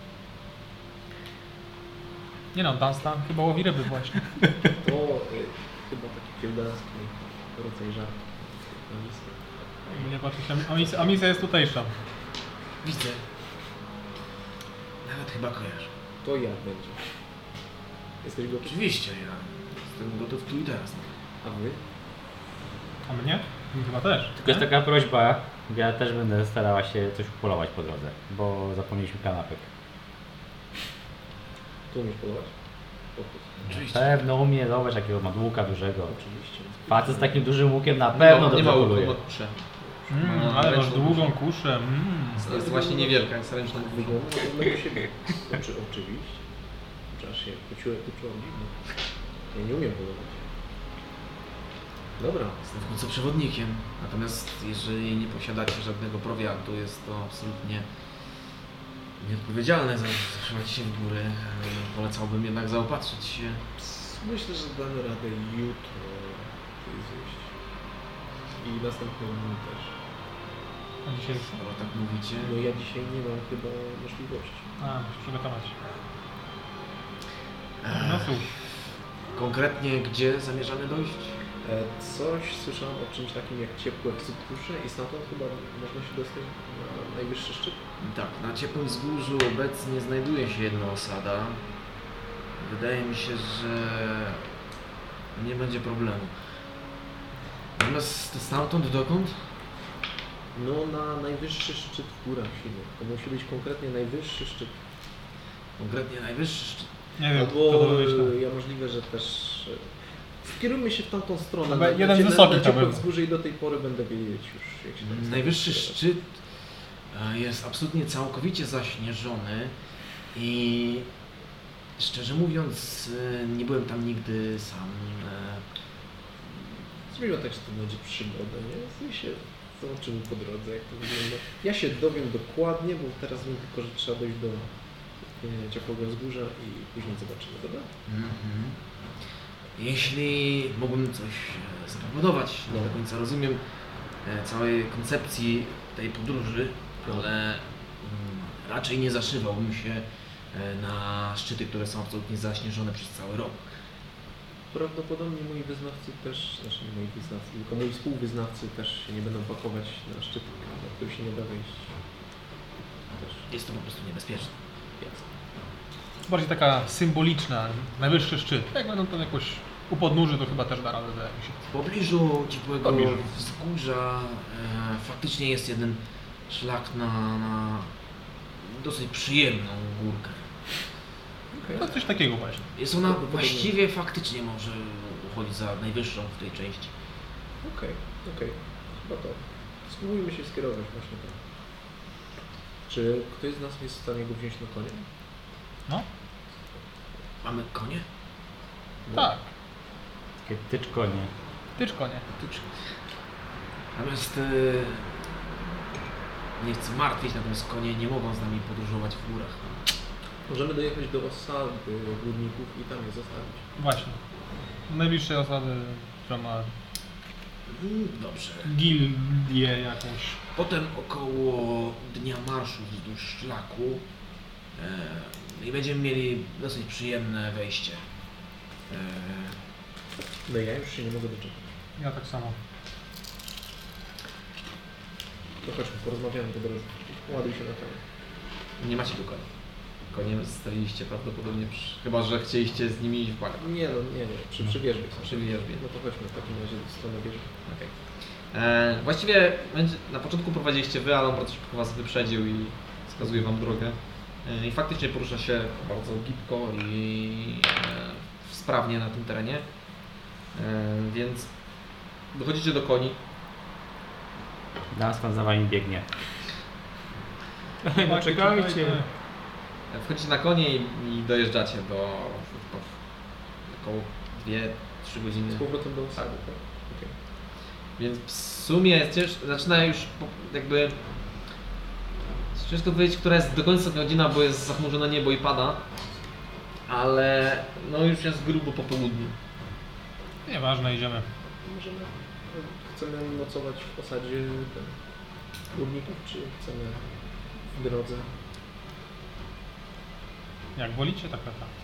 Nie no, Dunstan chyba łowi ryby właśnie. To y, chyba taki kiełdarski rodzaj żartu na listę. Nie patrzę się, a misja, a misja jest tutejsza. Widzę. Nawet chyba kojarzę. To ja będzie. Jesteś gotów? Oczywiście, ja jestem gotów tu i teraz. A wy? A mnie? Chyba też. Tylko jest taka prośba, ja też będę starała się coś upolować po drodze, bo zapomnieliśmy kanapek. Tu umiesz polować? Pokus. Oczywiście. Pewno umie, zobacz jakiego ma łuka dużego. Oczywiście. Facet z takim dużym łukiem na Nie pewno ma, nie dobrze ma poluje. łuku, ma kuszę. Mm, Ma ale masz ręczną długą kuszę. kuszę. Mm. To jest właśnie niewielka, jest ręczna. Wygląda na pewnego siebie. Znaczy, oczywiście. Chociaż się poczułem, poczułem dziwnie. Ja nie umiem polować. Dobra. Jestem w końcu przewodnikiem, natomiast jeżeli nie posiadacie żadnego prowiantu, jest to absolutnie nieodpowiedzialne zatrzymać się w góry. Polecałbym jednak zaopatrzyć się. Myślę, że damy radę jutro coś zjeść. I następnego dnia też. A dzisiaj jest? Skoro tak mówicie. No ja dzisiaj nie mam chyba możliwości. A, musisz przygotować. Eee, No cóż. Konkretnie gdzie zamierzamy dojść? E, Coś słyszałem o czymś takim jak ciepłe wzgórze i stamtąd chyba można się dostać na najwyższy szczyt. Tak, na ciepłym wzgórzu obecnie znajduje się jedna osada. Wydaje mi się, że nie będzie problemu. Natomiast stamtąd dokąd? No na najwyższy szczyt w górach silnych. To musi być konkretnie najwyższy szczyt. Konkretnie najwyższy szczyt. Nie wiem, kto to Albo wymyślał. e, ja możliwe, że też e, skierujmy się w tamtą stronę. Chyba Na- jeden na- z na- wysokich na tam ciepłe był. wzgórze i do tej pory będę wiedzieć już, jak się tam Najwyższy znajdować. szczyt e, jest absolutnie całkowicie zaśnieżony i szczerze mówiąc e, nie byłem tam nigdy sam. E, Zrobimy tak, że to będzie przygoda, nie? W sensie zobaczymy po drodze, jak to wygląda. Ja się dowiem dokładnie, bo teraz wiem tylko, że trzeba dojść do e, ciepłego wzgórza i później zobaczymy, dobra? Mhm. Jeśli mógłbym coś e, zaproponować, nie do końca rozumiem e, całej koncepcji tej podróży, ale mm, raczej nie zaszywałbym się e, na szczyty, które są absolutnie zaśnieżone przez cały rok. Prawdopodobnie moi wyznawcy też, znaczy nie moi wyznawcy, tylko moi współwyznawcy też się nie będą pakować na szczyt, na który się nie da wejść. jest to po prostu niebezpieczne. Bardziej taka symboliczna, najwyższy szczyt. Jak będą tam jakoś u podnóży, to chyba też da radę zająć się. W pobliżu ciepłego Pobliżu. wzgórza e, faktycznie jest jeden szlak na, na dosyć przyjemną górkę. No coś takiego właśnie. Jest ona właściwie faktycznie może uchodzić za najwyższą w tej części. Okej, okej. Chyba to. Spróbujmy się skierować właśnie tam. Czy ktoś z nas jest w stanie go wziąć na konie? No, Mamy konie? tak. Takie tyczkonie. Tyczko, nie? Natomiast e, nie chcę martwić, natomiast konie nie mogą z nami podróżować w górach. Możemy dojechać do osady górników i tam je zostawić. Właśnie. Najbliższej osady, która ma Mm, Dobrze. gildię jakąś. Potem około dnia marszu wzdłuż szlaku e, i będziemy mieli dosyć przyjemne wejście. E, No ja już się nie mogę doczekać. Ja tak samo. To chodźmy, porozmawiamy po drodze. Ładuj się na konie. Nie macie tu koni. Konie zostawiliście prawdopodobnie, przy... chyba że chcieliście z nimi iść w parę. Nie no, nie, nie. Przy, przy wierzbie są. Przy wierzbie. No to chodźmy w takim razie w stronę wierzby. Okej. E, Właściwie będzie, na początku prowadziliście wy, ale on troszeczkę was wyprzedził i wskazuje wam drogę. E, I faktycznie porusza się bardzo gibko i e, sprawnie na tym terenie. E, więc dochodzicie do koni. Dunstan za wami biegnie. No czekajcie. Wchodzicie na konie i, i dojeżdżacie do, do około dwie trzy godziny. Z powrotem do osady, tak? Okej. Więc w sumie jest cięż, zaczyna już po- jakby jest ciężko powiedzieć, która jest do końca godzina, bo jest zachmurzone niebo i pada, ale no już jest grubo po południu. Nieważne, idziemy. Możemy, chcemy nocować w osadzie ten, górników, czy chcemy w drodze? Jak wolicie, tak naprawdę.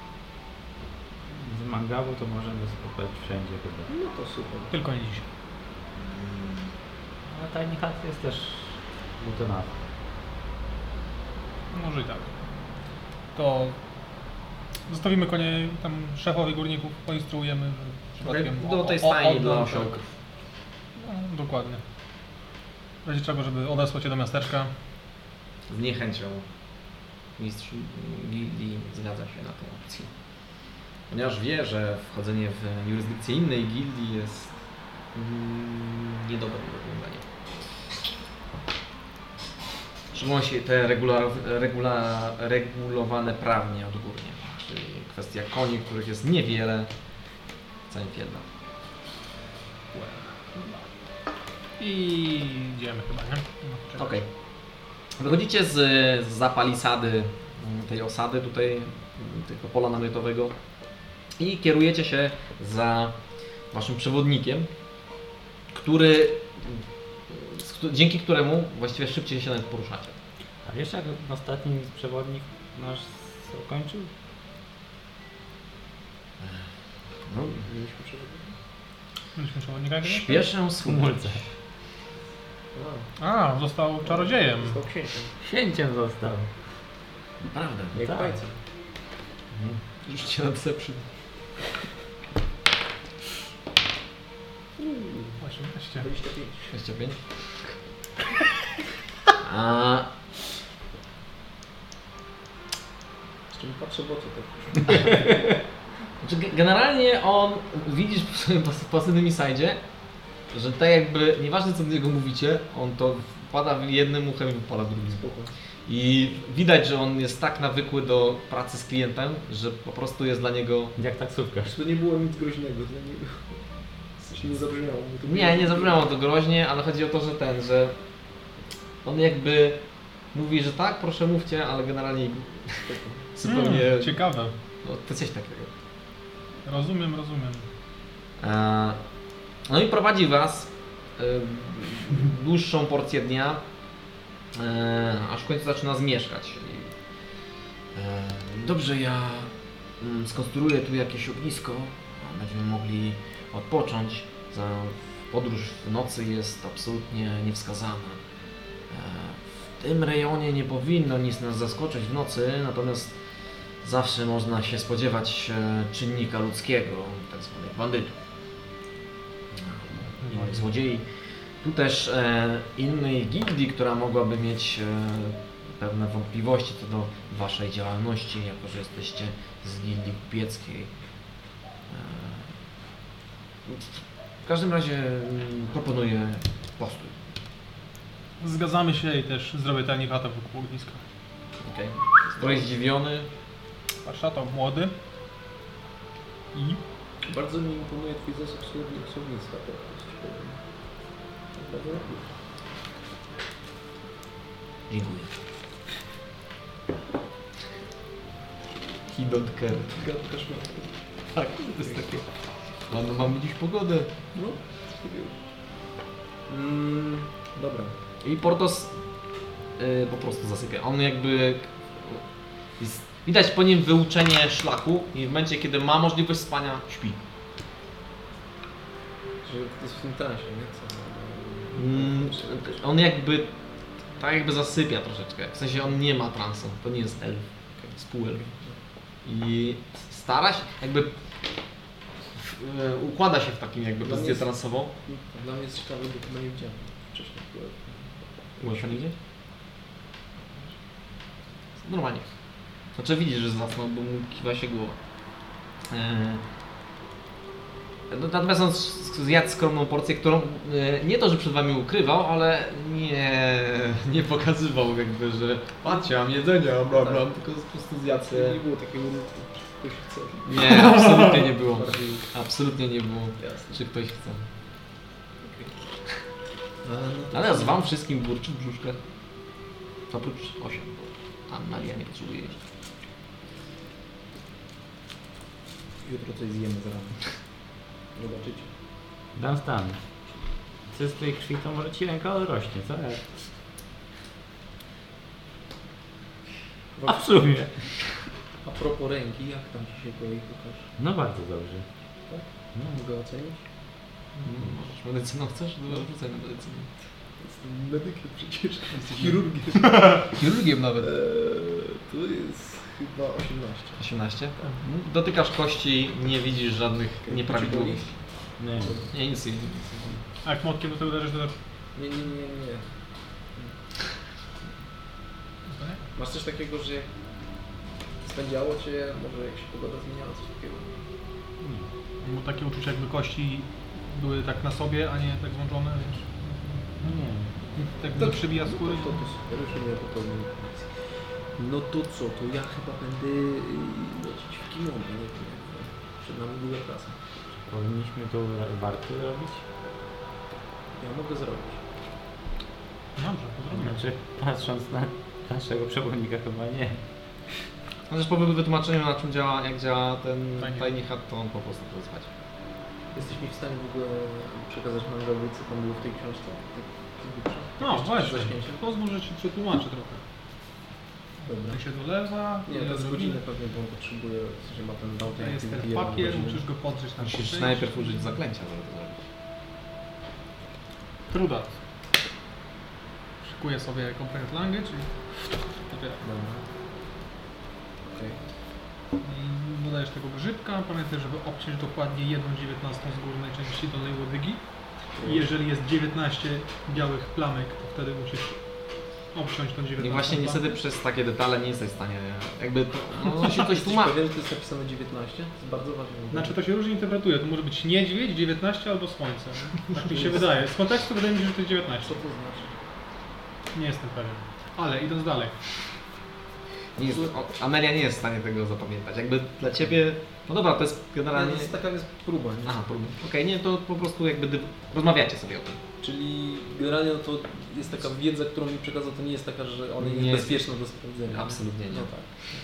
Z Mangabu to możemy spotkać wszędzie chyba. No to super. Tylko nie dzisiaj. Ale Tiny Hut jest też butonawy. Może i tak. To zostawimy konie tam szefowi górników, poinstruujemy, że przypadkiem Do tej o- o- stajni dla oddam się. osiołków. No, dokładnie. W razie czego, żeby odesłać je do miasteczka. Z niechęcią mistrz gildii zgadza się na tę opcję. Ponieważ wie, że wchodzenie w jurysdykcję innej gildii jest mm, niedobrym rozwiązaniem. Szczególnie te regula, regula, regulowane prawnie odgórnie, czyli kwestia koni, których jest niewiele w całym Fielda. I idziemy chyba, nie? No, czekaj. Okej. Wychodzicie z, z za palisady mm, tej osady tutaj, mm, tego pola namiotowego i kierujecie się za waszym przewodnikiem, który, z, któ- dzięki któremu właściwie szybciej się nawet poruszacie. A wiesz jak ostatni przewodnik nasz skończył? No, Mieliśmy przewodnika. Mieliśmy przewodnika jakiegoś? śpieszę słuchać. Mulce. A, A, został czarodziejem. został księciem. Księciem został. Naprawdę. Jak Tak. bajce. Już cię na pse osiemnaście. dwadzieścia pięć. dwadzieścia pięć. A Z czym patrzę w oczy tak. Znaczy, ge- generalnie on, widzisz w swoim pas- pasywnym sidzie, że tak jakby, nieważne co do niego mówicie, on to wpada w jednym uchem i wypala drugim. Spoko. I widać, że on jest tak nawykły do pracy z klientem, że po prostu jest dla niego... Jak taksówkarz. To nie było nic groźnego dla niego. Coś nie zabrzmiało. mu to Nie, było- nie zabrzmiało to groźnie, ale chodzi o to, że ten, że on jakby mówi, że tak, proszę mówcie, ale generalnie zupełnie... Hmm, ciekawe. No, to coś takiego. Rozumiem, rozumiem. E, No i prowadzi was e, dłuższą porcję dnia, e, aż w końcu zaczyna zmierzchać. I, e, Dobrze, ja mm, skonstruuję tu jakieś ognisko, a będziemy mogli odpocząć. Za podróż w nocy jest absolutnie niewskazana. E, W tym rejonie nie powinno nic nas zaskoczyć w nocy, natomiast zawsze można się spodziewać e, czynnika ludzkiego, tak zwanych bandytów, innych złodziei. Tu też e, innej gildii, która mogłaby mieć e, pewne wątpliwości co do waszej działalności, jako że jesteście z gildii kupieckiej. E, w każdym razie mm, proponuję postój. Zgadzamy się i też zrobię tani chatę wokół ogniska. Okay. Trochę zdziwiony. Warszata młody. I Bardzo mi imponuje twój zasób słowni- słownictwa. To jest powiem. Tak bardzo lepiej. Dziękuję. He don't care. Gadka szmatka. Tak, to jest takie. Mamy, mamy dziś pogodę. No, takiego. Mm, dobra. I Portos y, po prostu zasypia. On jakby jest, widać po nim wyuczenie szlaku i w momencie, kiedy ma możliwość spania, śpi. Że to jest w tym transie, nie? Co? Mm, on jakby tak jakby zasypia troszeczkę. W sensie on nie ma transu. To nie jest elf. Jest półelf. I stara się jakby w, y, układa się w takim jakby Dla mnie pozycję jest- transową. Dla mnie jest ciekawe, bo chyba nie widziałem wcześniej. Byłeś nigdzie? Normalnie. Znaczy widzisz, że zasnął, bo mu kiwa się głowa. Eee, no, natomiast on zjadł skromną porcję, którą e, nie to, że przed wami ukrywał, ale nie, nie pokazywał jakby, że patrzcie, mam jedzenia, bla bla, tylko po prostu zjadł sobie. Nie było takiego ruchu, czy ktoś chce. Nie, absolutnie nie było. Bardziej Absolutnie nie było, jasne. czy ktoś chce. A, no to Natomiast wam wszystkim burczy w brzuszkach. Oprócz osiem, bo a Maria nie potrzebuje jeść. Jutro coś zjemy z rana. Zobaczycie. Dunstan. Co z tej krwi, to może ci ręka rośnie, co? A w sumie. A propos ręki, jak tam ci się goi, pokaż? No bardzo dobrze. Tak? No, Mogę ocenić? Możesz medycyną chcesz? No, rzucaj na medycynę. Jestem medykiem przecież. Chirurgiem. Chirurgiem nawet. Eee, to jest chyba osiemnaście. osiemnaście? Dotykasz kości, nie widzisz żadnych nieprawidłowości. nie. Nie, nic nie. a jak młotkiem do tego uderzysz, to... Nie, nie, nie, nie. Masz coś takiego, że jak spędziało cię, może jak się pogoda zmieniała, coś takiego? Było takie uczucie, jakby kości były tak na sobie, a nie tak złączone, wiesz. No nie. Tak to przybija no skóry. To, to, to super, już nie miałem pełnej informacji. No to co, to ja chyba będę yy, lecieć w kino, bo nie wiem, przed nami długa trasa. Powinniśmy to warty robić? Ja mogę zrobić. Dobrze, to zrobimy. Znaczy, patrząc na naszego przewodnika chyba nie. Chociaż po wytłumaczeniu na czym działa, jak działa ten Fajnie. tajny chat, to on po prostu to spać. Jesteś mi w stanie w ogóle przekazać Mangowi, co tam było w tej książce? No Jeszcze właśnie, zaśnięcie? pozwól, że ci przetłumaczę trochę. Dobra. Jak się dolewa, Nie, to ile jest zrobimy. godzinę pewnie, bo on potrzebuje, w sensie ma ten dał To jest ten papier, musisz go podrzeć na Musisz część. najpierw użyć zaklęcia, żeby to zrobić. Truda. Szykuję sobie comprehend language i dopiero. Dobra. Okej. I dodajesz tego grzybka. Pamiętaj, żeby obciąć dokładnie jedną dziewiętnastą z górnej części dolnej łodygi. I jeżeli jest dziewiętnaście białych plamek, to wtedy musisz obciąć tą dziewiętnastą I właśnie plamkę. niestety przez takie detale nie jesteś w stanie, jakby, to, no on się ktoś Jesteś tłumaczy. pewien, że to jest napisane dziewiętnaście? To jest bardzo ważne. Znaczy to się różnie interpretuje. To może być niedźwiedź, dziewiętnaście albo słońce. Tak mi się wydaje. Z kontekstu wydaje mi się, że to jest dziewiętnaście. Co to znaczy? Nie jestem pewien. Ale idąc dalej. Nie jest, o, Amelia nie jest w stanie tego zapamiętać. Jakby dla ciebie, no dobra, to jest Ale generalnie... to jest taka jest próba, nie? Aha, problem. Okej, nie, to po prostu jakby dy... rozmawiacie sobie o tym. Czyli generalnie no to jest taka wiedza, którą mi przekazał, to nie jest taka, że ona jest Nie jest- bezpieczna do sprawdzenia. Absolutnie nie. No tak.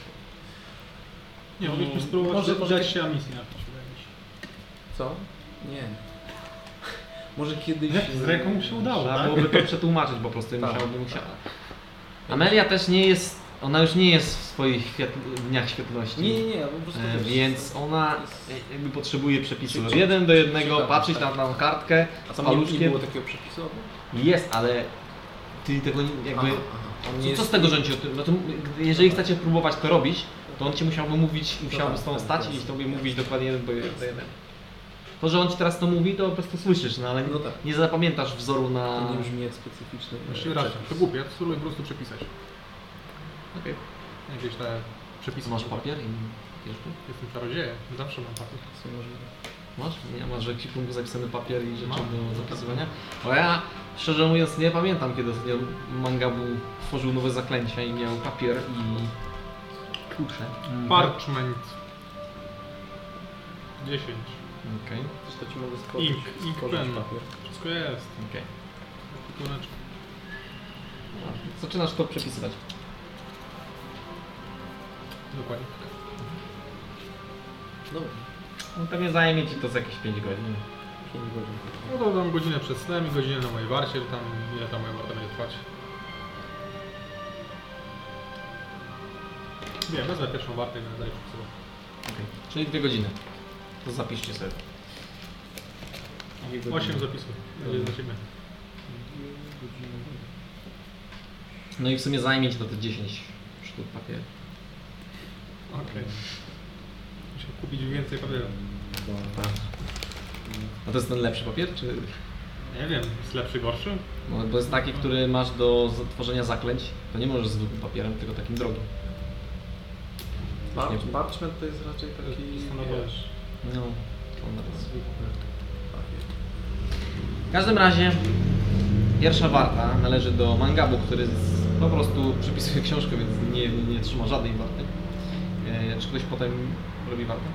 Nie, mogliśmy spróbować Może- może, może- dać się misji na to, wydaje mi się. Co? Nie. Może kiedyś... Jak z ręką mu się udało, Trzeba tak? byłoby to przetłumaczyć po prostu i Tak. musiałoby musiała. Amelia też nie jest, ona już nie jest w swoich świetl... dniach świetności. Nie, nie, nie, ja po prostu... E, wiesz, Więc ona jest- jakby potrzebuje przepisu Czy- czy- jeden do jednego, czytam, patrzeć tak. na tą kartkę A z tam nie, nie paluszkiem. było takiego przepisu? Jest, ale ty tego nie- jakby Aha, aha. On Co, jest... co z tego, że on ci o tym... No to, gdy- jeżeli chcecie próbować to robić, to on ci musiałby mówić, musiałby tak, z tobą tak, stać tak. i tobie mówić dokładnie jeden do jeden. To, że on ci teraz to mówi, to po prostu słyszysz, no ale No tak. nie zapamiętasz wzoru na... To nie brzmi jak specyficzny Właściwie e, raczej. przepis. To głupie, ja to spróbuję po prostu przepisać. Okej. Jakieś te przepisy. Co, masz papier i wiesz tu? Jestem czarodziejem, zawsze mam papier. Co możliwe. Masz? Nie masz w ekwipunku zapisany papier i rzeczy Mam. do zapisywania? Bo ja, szczerze mówiąc, nie pamiętam, kiedy ostatnio Mangabu tworzył nowe zaklęcia i miał papier i klucze. Parchment. dziesięć. Okej, Też to ci mogę stworzyć, Ink, ink stworzyć pen. papier. Wszystko jest. okej. Kuleczka. Zaczynasz to przepisywać. Dokładnie. Dobra, No pewnie zajmie ci to z jakieś pięć godzin. pięć godzin. No to dam godzinę przed snem i godzinę na mojej warcie, tam ile ta moja warta będzie trwać. Wiem, wezmę pierwszą wartę i będę dalej przepisywał. Okej. Czyli dwie godziny. To zapiszcie sobie. Dwie godziny. osiem zapisów. Będzie dla ciebie. Dwie godziny. No i w sumie zajmie ci to te dziesięć sztuk papieru. Okej. Muszę kupić więcej papieru. Dobra. A to jest ten lepszy papier, czy... Nie wiem, jest lepszy, gorszy? No, bo jest taki, który masz do z- tworzenia zaklęć. To nie możesz zwykłym papierem, tylko takim drogim. Parch, parchment to jest raczej taki, Standardowy. wiesz, No, to nawet. zwykły papier. W każdym razie pierwsza warta należy do Mangabu, który z, po prostu przepisuje książkę, więc nie, nie, nie trzyma żadnej warty. E, czy ktoś potem robi wartę?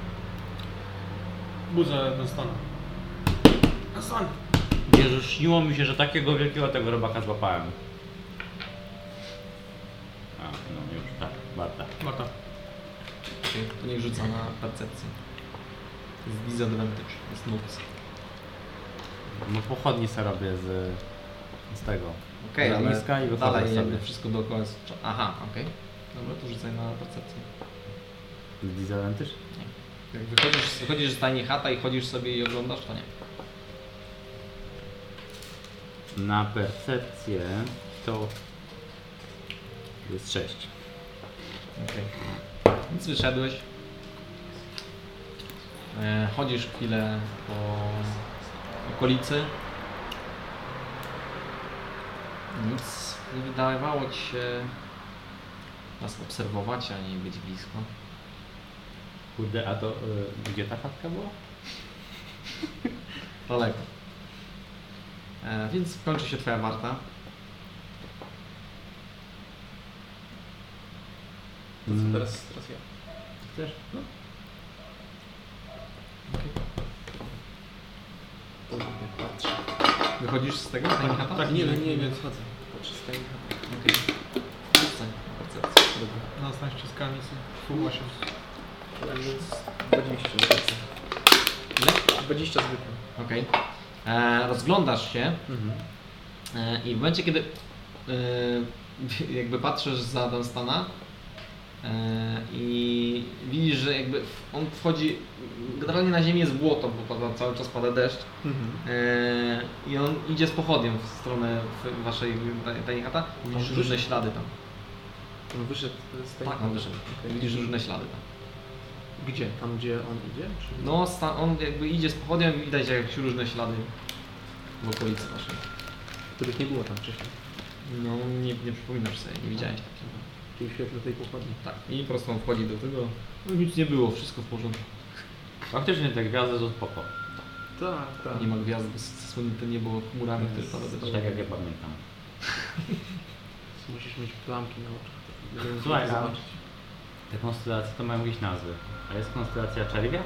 Budzę na stan. Na stan! Jezu, śniło mi się, że takiego wielkiego tego robaka złapałem. A, no już tak, warta. Marta. Okej, to niech rzuca na percepcję. Jest disadvantage, jest noc. No pochodni sobie robię z, z tego. Okej, z ale ogniska i wychodzę dalej sobie. jakby wszystko dookoła jest... Aha, okej. Dobra, to rzucaj na percepcję. Disadvantage? Jak wychodzisz, wychodzisz z tajnej chata i chodzisz sobie i oglądasz, to nie. Na percepcję to jest sześć. Okej. Więc wyszedłeś. E, chodzisz chwilę po okolicy. Nic nie wydawało ci się nas obserwować, ani być blisko. Kurde, a to y, gdzie ta chatka była? Daleko. E, więc kończy się twoja warta. To co teraz, teraz ja. Chcesz? No. Kurde, patrzę. Wychodzisz z tego? Tajnej chata? tak, Nie, no nie, nie, nie, nie, nie. wchodzę. Patrzę z tajnej chaty. Okej. Rzucaj na percepcję. Dobra. Na stan ściskami są. Pół osiem. Więc dwadzieścia. Ile? dwadzieścia zwykle. Okej. E, Rozglądasz się Mhm. e, i w momencie, kiedy e, jakby patrzysz za Dunstana e, i widzisz, że jakby on wchodzi, generalnie na ziemi jest błoto, bo pada, cały czas pada deszcz Mhm. e, i on idzie z pochodnią w stronę w- waszej taj- tajnej chata. Widzisz On różne wyszedł. ślady tam. On wyszedł z tej Tak, on wyszedł. Okej. Widzisz różne ślady tam. Gdzie? Tam gdzie on idzie? Czy... No, sta- on jakby idzie z pochodnią i widać jakieś różne ślady w okolicy waszej. Których nie było tam wcześniej. No, nie, nie przypominasz sobie, nie widziałeś takiego. Czyli w świetle tej pochodni. Tak, i po prostu on wchodzi do tego. No, nic nie było, wszystko w porządku. Faktycznie te gwiazdy są spoko. Tak, tak. Nie ma gwiazd, bo zasłonięte niebo chmurami, które pada deszcz. Tak jak ja pamiętam. Musisz mieć plamki na oczach. żeby Słuchaj, a- zobaczyć. Te konstelacje to mają jakieś nazwy. A jest konstelacja Czerwia?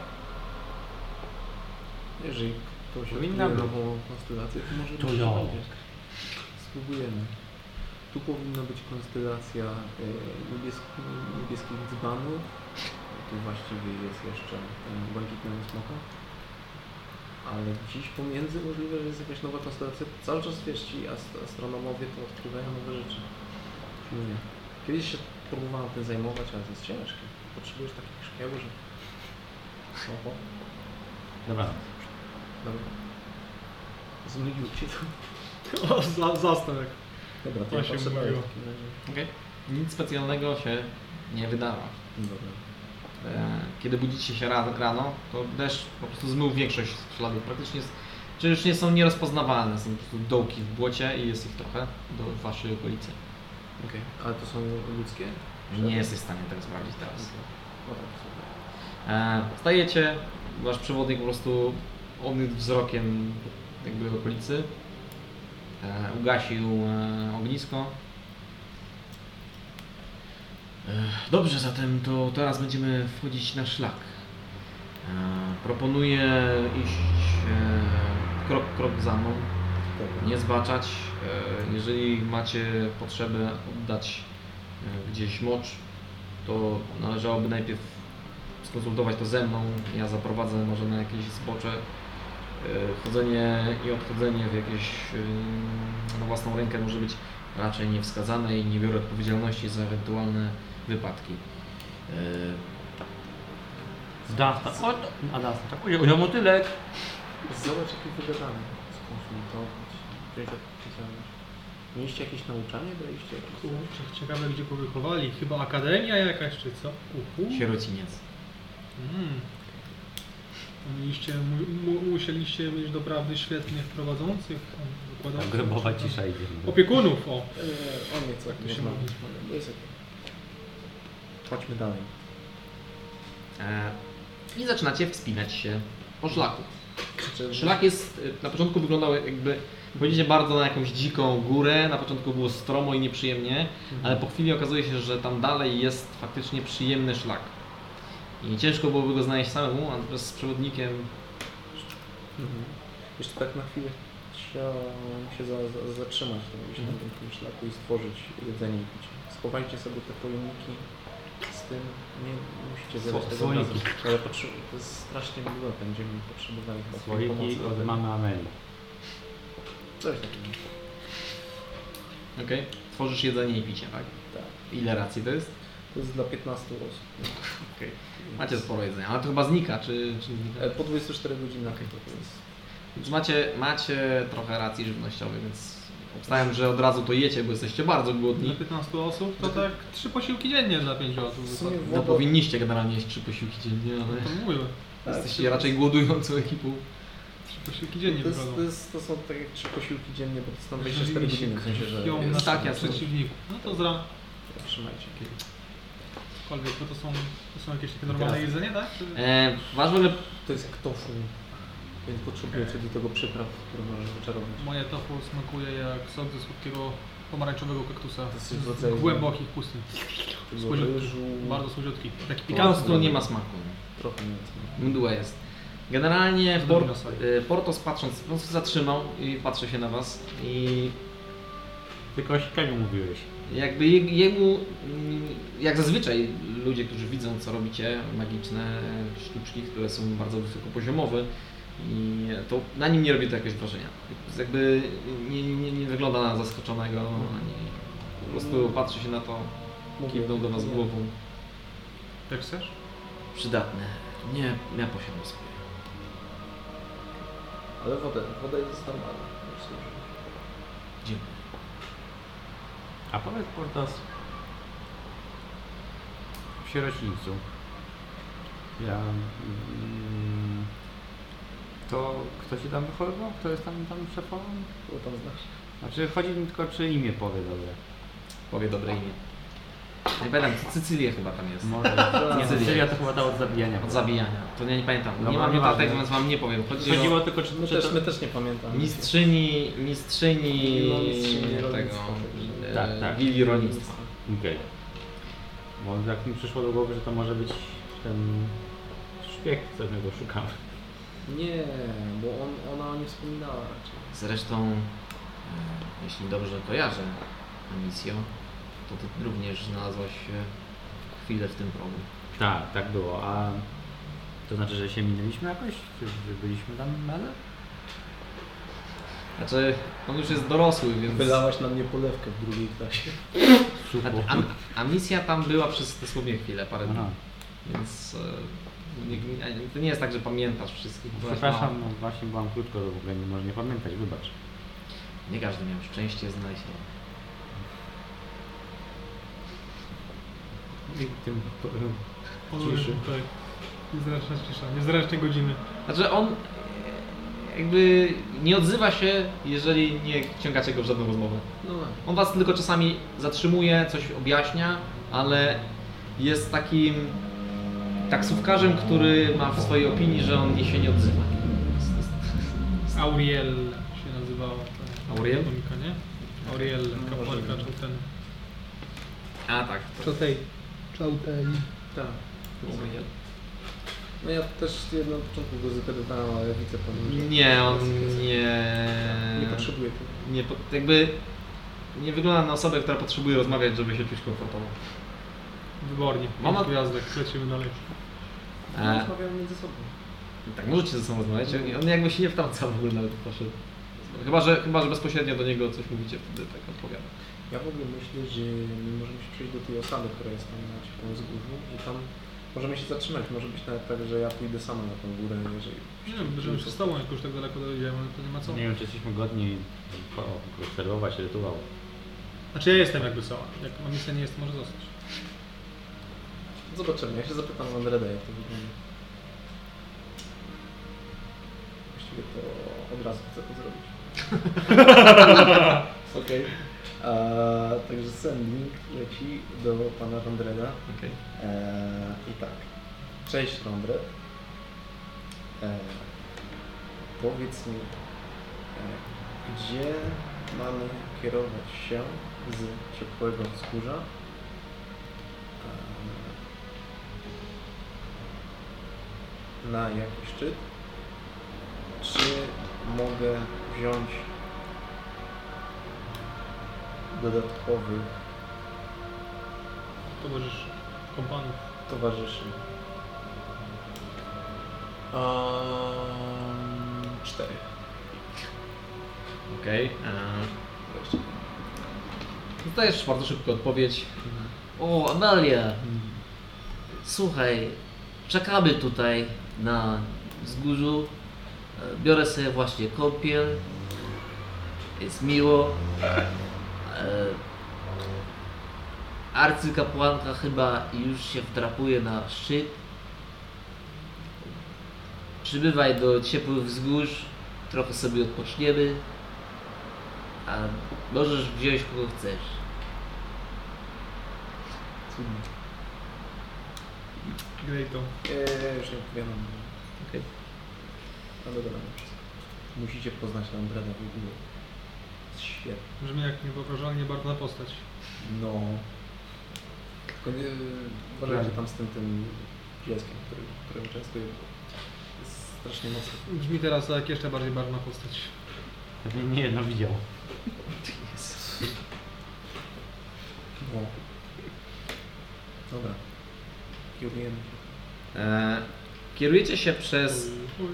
Jeżeli ktoś Powinna odkryje być. nową konstelację, to może To być ja. będzie. Spróbujemy. Tu powinna być konstelacja e, niebiesk niebieskich dzbanów. Tu właściwie jest jeszcze ten błękitnego smoka. Ale gdzieś pomiędzy możliwe, że jest jakaś nowa konstelacja. Cały czas wiesz, ci ast astronomowie to odkrywają nowe rzeczy. Czemu nie? Kiedyś się próbowałem tym zajmować, ale to jest ciężkie. Potrzebujesz takich szkieł, że... Oho. Dobra. Dobra. Zmylił cię to. O, za, zastanek. Dobra, to To ja się patrzę dalej w mówiło. takim razie. Okej. Nic specjalnego się nie wydawa. Dobra. E, Kiedy budzicie się ra- rano, to deszcz po prostu zmył większość śladów. Praktycznie jest, czy już nie są nierozpoznawalne, są po prostu dołki w błocie i jest ich trochę do waszej okolicy. Okej. Ale to są ludzkie? Nie jesteś w stanie tego sprawdzić teraz. No tak, super. E, Wstajecie, wasz przewodnik po prostu omył wzrokiem jakby okolicy, e, ugasił e, ognisko. E, Dobrze, zatem to teraz będziemy wchodzić na szlak. E, Proponuję iść e, krok krok za mną, Dobra. nie zbaczać. E, Jeżeli macie potrzebę oddać e, gdzieś mocz, to należałoby najpierw skonsultować to ze mną. Ja zaprowadzę może na jakieś zbocze. E, Chodzenie i odchodzenie w jakieś e, na własną rękę może być raczej niewskazane i nie biorę odpowiedzialności za ewentualne wypadki. E, Zdasta. O, to- Adasta, tak ujął motylek. Zobacz jaki wygadany. Skonsultować. Wziąć odpowiedzialność. Mieliście jakieś nauczanie? Braliście jakieś... Kurczę, ciekawe gdzie go wychowali. Chyba akademia jakaś czy co? Uhu. Sierociniec. Mm. Mieliście, mu, mu, musieliście mieć doprawdy świetnych prowadzących, wykładowców. Grobowa czy- cisza idzie. Opiekunów, o. Eee, on mnie co Tak to się można. mówi. To jest okej. Chodźmy dalej. E, I zaczynacie wspinać się po szlaku. Krzyczę, Szlak jest, e, na początku wyglądał jakby, powiedzicie bardzo na jakąś dziką górę, na początku było stromo i nieprzyjemnie, ale po chwili okazuje się, że tam dalej jest faktycznie przyjemny szlak. I ciężko byłoby go znaleźć samemu, a z przewodnikiem. Mhm. Jeszcze tak na chwilę chciałem się za, za, zatrzymać tam gdzieś na tym szlaku i stworzyć jedzenie i picie. Schowajcie sobie te pojemniki z tym, nie musicie zjadać Sło- tego od razu. słoiki. Ale potrze- to jest strasznie miłe, będziemy potrzebowali chyba twojej Słoiki pomocy. od mamy Amelii. Coś takiego. Okej. Tworzysz jedzenie i picie, tak? Tak. Ile racji to jest? To jest dla piętnastu osób. Okej. Macie sporo jedzenia, ale to chyba znika, czy, czy nie znika? E, Po dwudziestu czterech godzinach Okej. to jest. Więc macie, macie trochę racji żywnościowej, więc obstawiam, że od razu to jecie, bo jesteście bardzo Dla głodni. piętnastu osób to tak trzy posiłki dziennie dla pięciu osób. W sumie wypadło. No woda- powinniście generalnie jeść trzy posiłki dziennie, ale To mówimy. Tak, jesteście trzy- raczej głodującą ekipą. Trzy posiłki dziennie To, jest, wychodzą. to, jest, to są tak jak trzy posiłki dziennie, bo to są dwadzieścia cztery godziny, w sensie, że Krwią jest, naszych tak, jasne. przeciwników. No to zra... trzymajcie. Cokolwiek, bo to są, to są jakieś takie normalne jedzenie, tak? Czy... E, wasz w ogóle To jest jak tofu, więc potrzebujecie do tego przypraw, które możesz wyczarować. Moje tofu smakuje jak sok ze słodkiego pomarańczowego kaktusa To jest z w rodzaju- głębokich pustyń. Tego Słodziutki. ryżu, Bardzo słodziutki. Taki po pikantny. prostu nie ma smaku. trochę nie wiem. Mdła jest. Generalnie Z Port, domino soli. e, Portos patrząc, po prostu zatrzymał i patrzy się na was i Tylko o sikaniu mówiłeś. jakby je- jemu, mm, jak zazwyczaj ludzie, którzy widzą co robicie, magiczne sztuczki, które są bardzo wysokopoziomowe i to na nim nie robi to jakiegoś wrażenia. Jakby nie, nie, nie wygląda na zaskoczonego, ani po prostu patrzy się na to, kiwnął do was głową. Jak chcesz? Przydatne. Nie, ja posiadam sobie. Ale woda, woda jest normalna. Myślę, że... Dziękuję. A powiedz Portos, w sierocińcu, ja, mm, to kto ci tam wychowywał? Kto jest tam, tam szefową? Było tam znasz. Znaczy chodzi mi tylko, czy imię powie dobre. Powie dobre imię. Nie pamiętam, Cycylia chyba tam jest. Może, nie, Cycylia. Cycylia to chyba ta od zabijania. Od zabijania. To ja nie pamiętam. Dobra, nie mam nieważne. notatek, więc wam nie powiem. Chodzi Chodziło o tylko, czy, My czy też, to... my też nie pamiętamy. mistrzyni, mistrzyni, No, mistrzyni tego, rolnictwa. e, Tak, tak. willi rolnictwa. Okej. Bo jak mi przyszło do głowy, że to może być ten szpieg, co my go szukamy. Nie, bo on, ona nie wspominała raczej. Zresztą, e, jeśli dobrze kojarzę, Amisjo, to ty również znalazłaś się chwilę w tym progu. Tak, tak było. A to znaczy, że się minęliśmy jakoś? Czy że byliśmy tam razem? Znaczy, on już jest dorosły, więc... Wylałaś na mnie polewkę w drugiej klasie. A, a, a misja tam była przez dosłownie chwilę, parę dni. Aha. Więc e, nie, nie, to nie jest tak, że pamiętasz wszystkich. byłaś Przepraszam, mała. no właśnie byłam krótko, że w ogóle nie może nie pamiętać, wybacz. Nie każdy miał szczęście znaleźć to. I tym Ponurym, ciszy. tak. Niezręczna cisza, niezręczne godziny. Znaczy on jakby nie odzywa się, jeżeli nie wciągacie go w żadną rozmowę. No tak. On was tylko czasami zatrzymuje, coś objaśnia, ale jest takim taksówkarzem, który ma w swojej opinii, że on się nie odzywa. Auriel się nazywała. ta Auriel? Komika, nie? Auriel, kapłanka Chauten. A tak. Chautei. Chautei. Tak. No ja też na początku go zapytałem, ale widzę pan, że... Nie, on nie... Nie potrzebuje tego. Nie, po- jakby nie wygląda na osobę, która potrzebuje rozmawiać, żeby się czuć komfortowo. Wybornie. Mama- Pięć gwiazdek, lecimy dalej. E, Rozmawiamy między sobą. tak, możecie ze sobą rozmawiać. On jakby się nie wtrąca w ogóle nawet w wasze... Chyba że, chyba, że bezpośrednio do niego coś mówicie, wtedy tak odpowiada. Ja w ogóle myślę, że my możemy się przejść do tej osady, która jest tam na ciepłym wzgórzu i tam możemy się zatrzymać. Może być nawet tak, że ja pójdę sama na tą górę, jeżeli... Nie wiem, bierzemy się z tobą, jak już tak daleko dojdziemy, to nie ma co. Nie wiem, czy jesteśmy godni obserwować rytuał. Znaczy ja jestem jakby co, jak ma misja nie jest, może zostać. Zobaczymy, ja się zapytam Andreda, jak to wygląda. Właściwie to od razu chcę to zrobić. Okej. Okay. Także sending leci do pana Rondreda. Okay. I tak. Cześć Rondred. E, powiedz mi, e, gdzie mamy kierować się z ciepłego wzgórza? E, na jaki szczyt? Czy mogę wziąć dodatkowych Towarzysz, kompanów. towarzyszy? Um, cztery. Okej. Okay. Dostajesz bardzo szybko odpowiedź. O, Amelia, słuchaj, czekamy tutaj na wzgórzu. Biorę sobie właśnie kąpiel. Jest miło. E, arcykapłanka chyba już się wdrapuje na szczyt. Przybywaj do ciepłych wzgórz, trochę sobie odpoczniemy. A możesz wziąć kogo chcesz. Cudnie. Greato. Ja już nie odpowiadam. Okej. Ale dobra, wszystko. Musicie poznać Andreda w ogóle. Jest świetny. Brzmi jak niewyobrażalnie barwna postać. No. Tylko nie uważajcie tam z tym, tym pieskiem, który, którym często jest strasznie mocny. Brzmi teraz jak jeszcze bardziej barwna postać. Pewnie nie jedno widział. No. Dobra. Kierujemy się. E, kierujecie się przez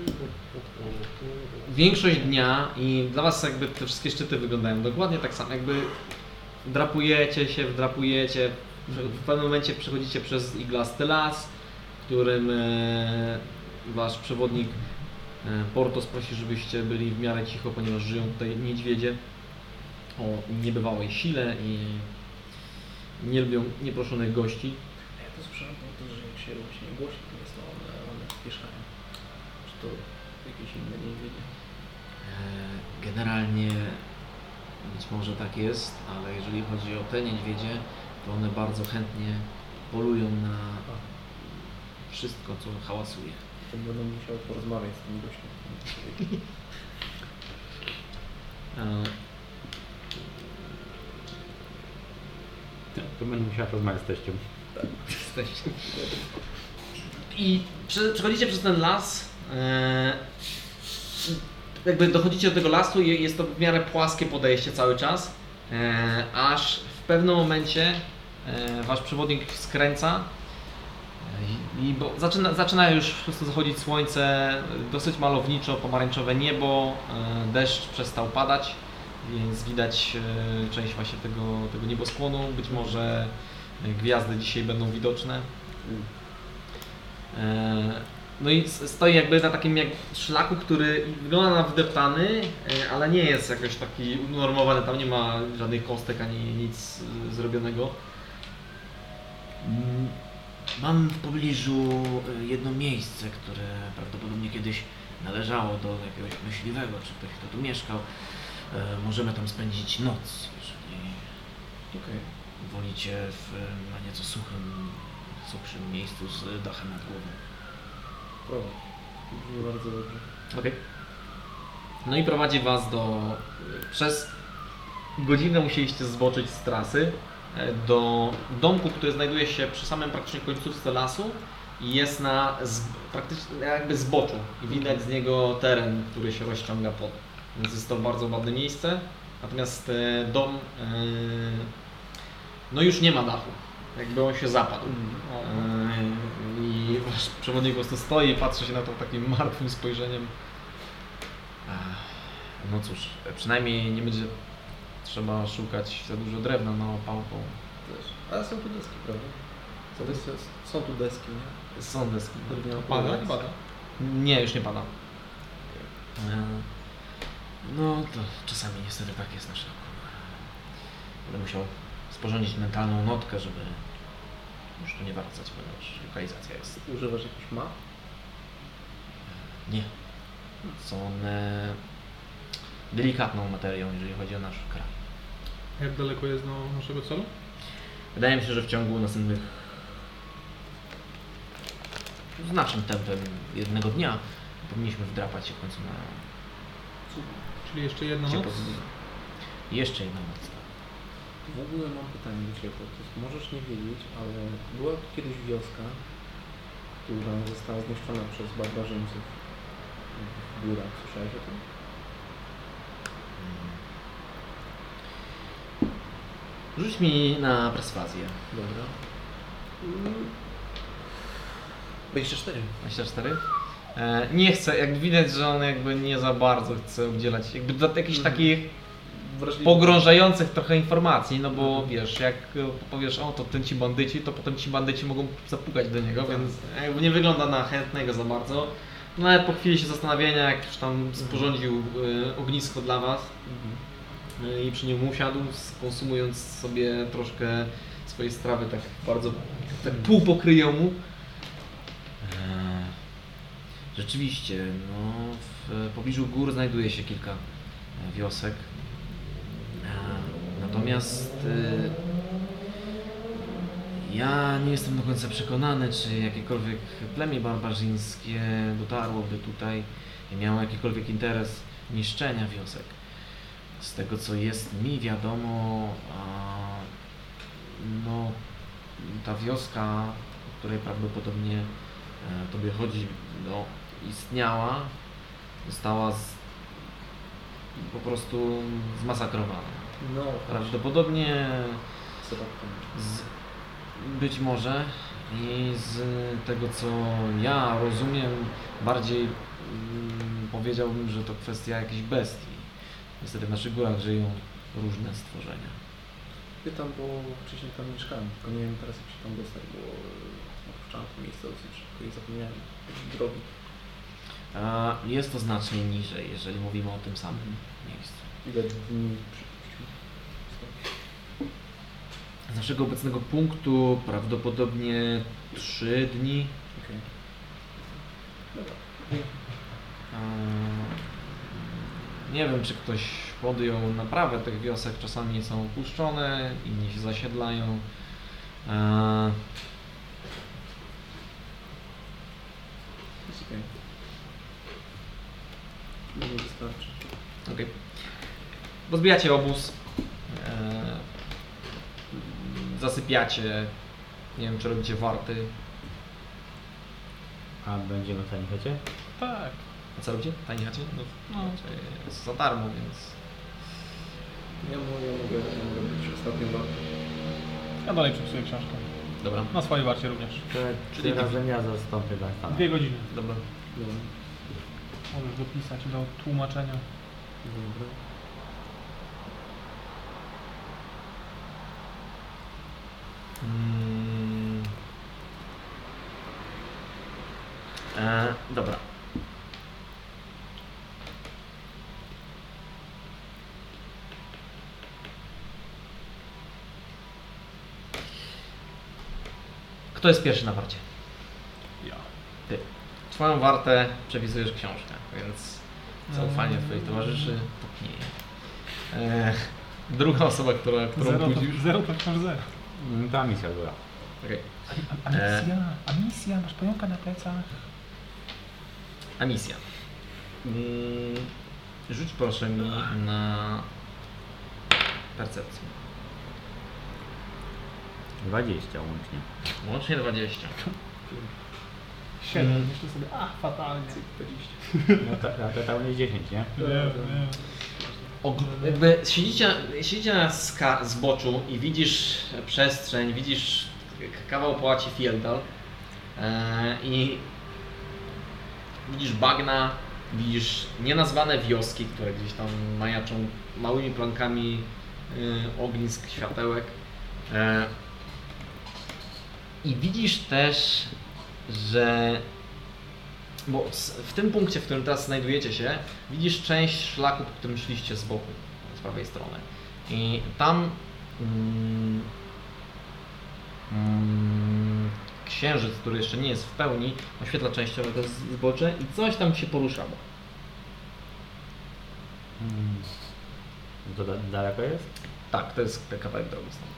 większość dnia i dla was jakby te wszystkie szczyty wyglądają dokładnie tak samo. Jakby drapujecie się, wdrapujecie, w pewnym momencie przechodzicie przez iglasty las, w którym e, wasz przewodnik e, Portos prosi, żebyście byli w miarę cicho, ponieważ żyją tutaj niedźwiedzie o niebywałej sile i nie lubią nieproszonych gości. Ja to słyszałem o to, że jak się robi się niegłośno, to jest to one, one spieszają. Czy to jakieś inne niedźwiedzie? E, Generalnie być może tak jest, ale jeżeli chodzi o te niedźwiedzie, to one bardzo chętnie polują na wszystko, co hałasuje. To będę musiał porozmawiać z tym gościem. E, To będę musiała rozmawiać z teściem. Jesteście. I prze, przechodzicie przez ten las. E, jakby dochodzicie do tego lasu i jest to w miarę płaskie podejście cały czas. E, aż w pewnym momencie e, wasz przewodnik skręca. E, I bo zaczyna, zaczyna już po prostu zachodzić słońce, dosyć malowniczo, pomarańczowe niebo, e, deszcz przestał padać, więc widać e, część właśnie tego, tego nieboskłonu. Być może gwiazdy dzisiaj będą widoczne. E, no i stoi jakby na takim jak szlaku, który wygląda na wdeptany, e, ale nie jest jakoś taki unormowany, tam nie ma żadnych kostek ani nic e, zrobionego. Mm, Mam w pobliżu y, jedno miejsce, które prawdopodobnie kiedyś należało do jakiegoś myśliwego, czy ktoś, kto tu mieszkał. E, Możemy tam spędzić noc, jeżeli Okej. wolicie w y, na nieco suchym, suchszym miejscu z dachem nad głową. Prowadź. Brzmi bardzo dobrze. Okej. No i prowadzi was do... Przez godzinę musieliście zboczyć z trasy e, do domku, który znajduje się przy samym praktycznie końcówce lasu i jest na z, praktycznie jakby zboczu i widać z niego teren, który się rozciąga pod. Więc jest to bardzo ładne miejsce. Natomiast e, dom e, no już nie ma dachu. Jakby on się zapadł. E, I wasz przewodnik po prostu stoi i patrzy się na to takim martwym spojrzeniem. Ech, No cóż, przynajmniej nie będzie trzeba szukać za dużo drewna na opałką. Też. Ale są tu deski, prawda? Co to jest? Są tu deski, nie? Są deski. Drewniana Pada? podłoga. Nie pada. Nie, już nie pada. E, No to czasami niestety tak jest na szlaku. Będę musiał sporządzić mentalną notkę, żeby już tu nie wracać, ponieważ lokalizacja jest... Używasz jakichś map? Nie. Są one delikatną materią, jeżeli chodzi o nasz kraj. Jak daleko jest do naszego celu? Wydaje mi się, że w ciągu następnych z naszym tempem jednego dnia powinniśmy wdrapać się w końcu na Czyli jeszcze jedna noc? ciepło. Jeszcze jedna noc. W ogóle mam pytanie do Ciebie, to możesz nie wiedzieć, ale była tu kiedyś wioska, która została zniszczona przez barbarzyńców w górach. Słyszałeś o tym? Rzuć mi na perswazję. Dobra. dwadzieścia cztery. dwadzieścia cztery? E, nie chcę, jak widać, że on jakby nie za bardzo chce udzielać jakby do jakichś Mhm. takich Wrażliwy. pogrążających trochę informacji, no bo wiesz, jak powiesz, o to ten ci bandyci, to potem ci bandyci mogą zapukać do niego, Tak. więc jakby nie wygląda na chętnego za bardzo. No ale po chwili się zastanawiania, jak już tam sporządził y, ognisko dla was Mhm. y, i przy nim usiadł, skonsumując sobie troszkę swojej strawy tak bardzo, tak pół pokryją mu. Eee, Rzeczywiście, no, w pobliżu gór znajduje się kilka e, wiosek. Eee, Natomiast e, ja nie jestem do końca przekonany, czy jakiekolwiek plemię barbarzyńskie dotarłoby tutaj i miało jakikolwiek interes niszczenia wiosek. Z tego co jest mi wiadomo, a, no, ta wioska, o której prawdopodobnie e, tobie chodzi, no, istniała, została z, po prostu zmasakrowana. No, Prawdopodobnie co tak tam? z, być może i z tego co ja rozumiem, bardziej mm, powiedziałbym, że to kwestia jakichś bestii. Niestety w naszych górach żyją różne stworzenia. Pytam, bo wcześniej tam mieszkałem, tylko nie wiem teraz jak się tam dostać, bo e, opuszczałem to miejsce dosyć szybko i zapomniałem drogi. A jest to znacznie niżej, jeżeli mówimy o tym samym miejscu. Ile dni przypuścił? Z naszego obecnego punktu prawdopodobnie trzy dni. Okej. Dobra. Eee, Nie wiem, czy ktoś podjął naprawę tych wiosek. Czasami są opuszczone, inni się zasiedlają. Eee, Jest okej. Nie wystarczy. Okej. Rozbijacie obóz. Eee, zasypiacie. Nie wiem, czy robicie warty. A będziemy w taniej chacie? Tak. A co robicie? Tani chacie? No, No. raczej jest za darmo, więc... Ja, mo- ja mogę, ja mogę być ostatnią wartą. Ja dalej przepisuję książkę. Dobra. Na swojej warcie również. Czyli Czyli razem ja zastąpię Dunstana. Dwie godziny. Dobra. Dobra. Możesz dopisać do tłumaczenia. Dobra. Mm. E, dobra. Kto jest pierwszy na warcie? Ja. Ty. Twoją wartę przepisujesz książkę, więc zaufanie twoich towarzyszy topnieje. E, druga osoba, która, którą Zero to, budzisz... zero to wciąż zero. Mm, Ta misja była. Okay. A, a misja, a misja, masz pająka na plecach. A misja. Mm, rzuć proszę mi na percepcję. dwadzieścia łącznie. Łącznie dwadzieścia. siedem, Mm. myślę sobie, ach, fatalnie. No to, a to tam jest dziesięć, nie? Nie, nie. Og- jakby siedzicie, siedzicie na ska- zboczu i widzisz przestrzeń, widzisz k- kawał połaci Fieldal e, i widzisz bagna, widzisz nienazwane wioski, które gdzieś tam majaczą małymi plankami y, ognisk, światełek. E, I widzisz też, że bo w tym punkcie, w którym teraz znajdujecie się, widzisz część szlaku, po którym szliście z boku, z prawej strony. I tam mm, mm, księżyc, który jeszcze nie jest w pełni, oświetla częściowo to zbocze i coś tam się porusza. Hmm. To da, daleko jest? Tak, to jest kawałek drogi stąd.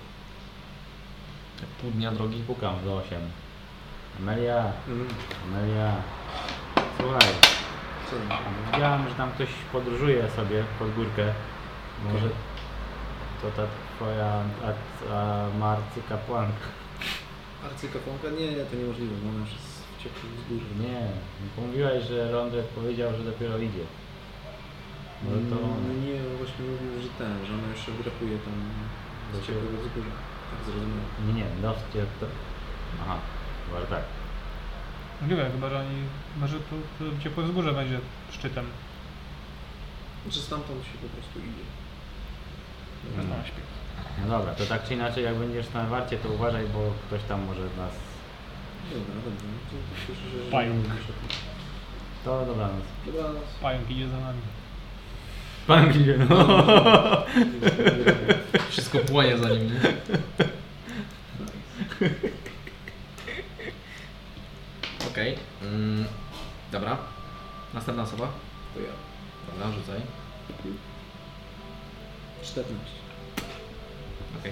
Tak pół dnia drogi. Pukam do osiem. Amelia, Mm. Amelia, słuchaj, Co? widziałem, że tam ktoś podróżuje sobie pod górkę. Może to ta twoja a, a, arcykapłanka. Arcykapłanka? Nie, to niemożliwe, bo ona już jest w ciepłym wzgórzu. Nie, mówiłaś, że Rondret powiedział, że dopiero idzie. Może to... Mm, nie, właśnie mówił, że ten, że ona jeszcze wdrapuje tam Do z ciepłego wzgórza. Tak zrozumiałem. Nie, nie, dosyć to... Aha, chyba tak. Nie wiem, chyba, że oni, chyba, że to, to ciepłe wzgórze będzie szczytem. Że stamtąd się po prostu idzie. No, No. śpię. No dobra, to tak czy inaczej, jak będziesz na warcie, to uważaj, bo ktoś tam może nas... Dobra, dobra. No to to cieszę, że... Pająk. że mówisz o tym. To dobranoc. Dobranoc. Pająk idzie za nami. Pan idzie, no. Wszystko płonie za nim, nie? Okej. Mm, dobra. Następna osoba? To ja. Dobra, rzucaj. czternaście. Okej.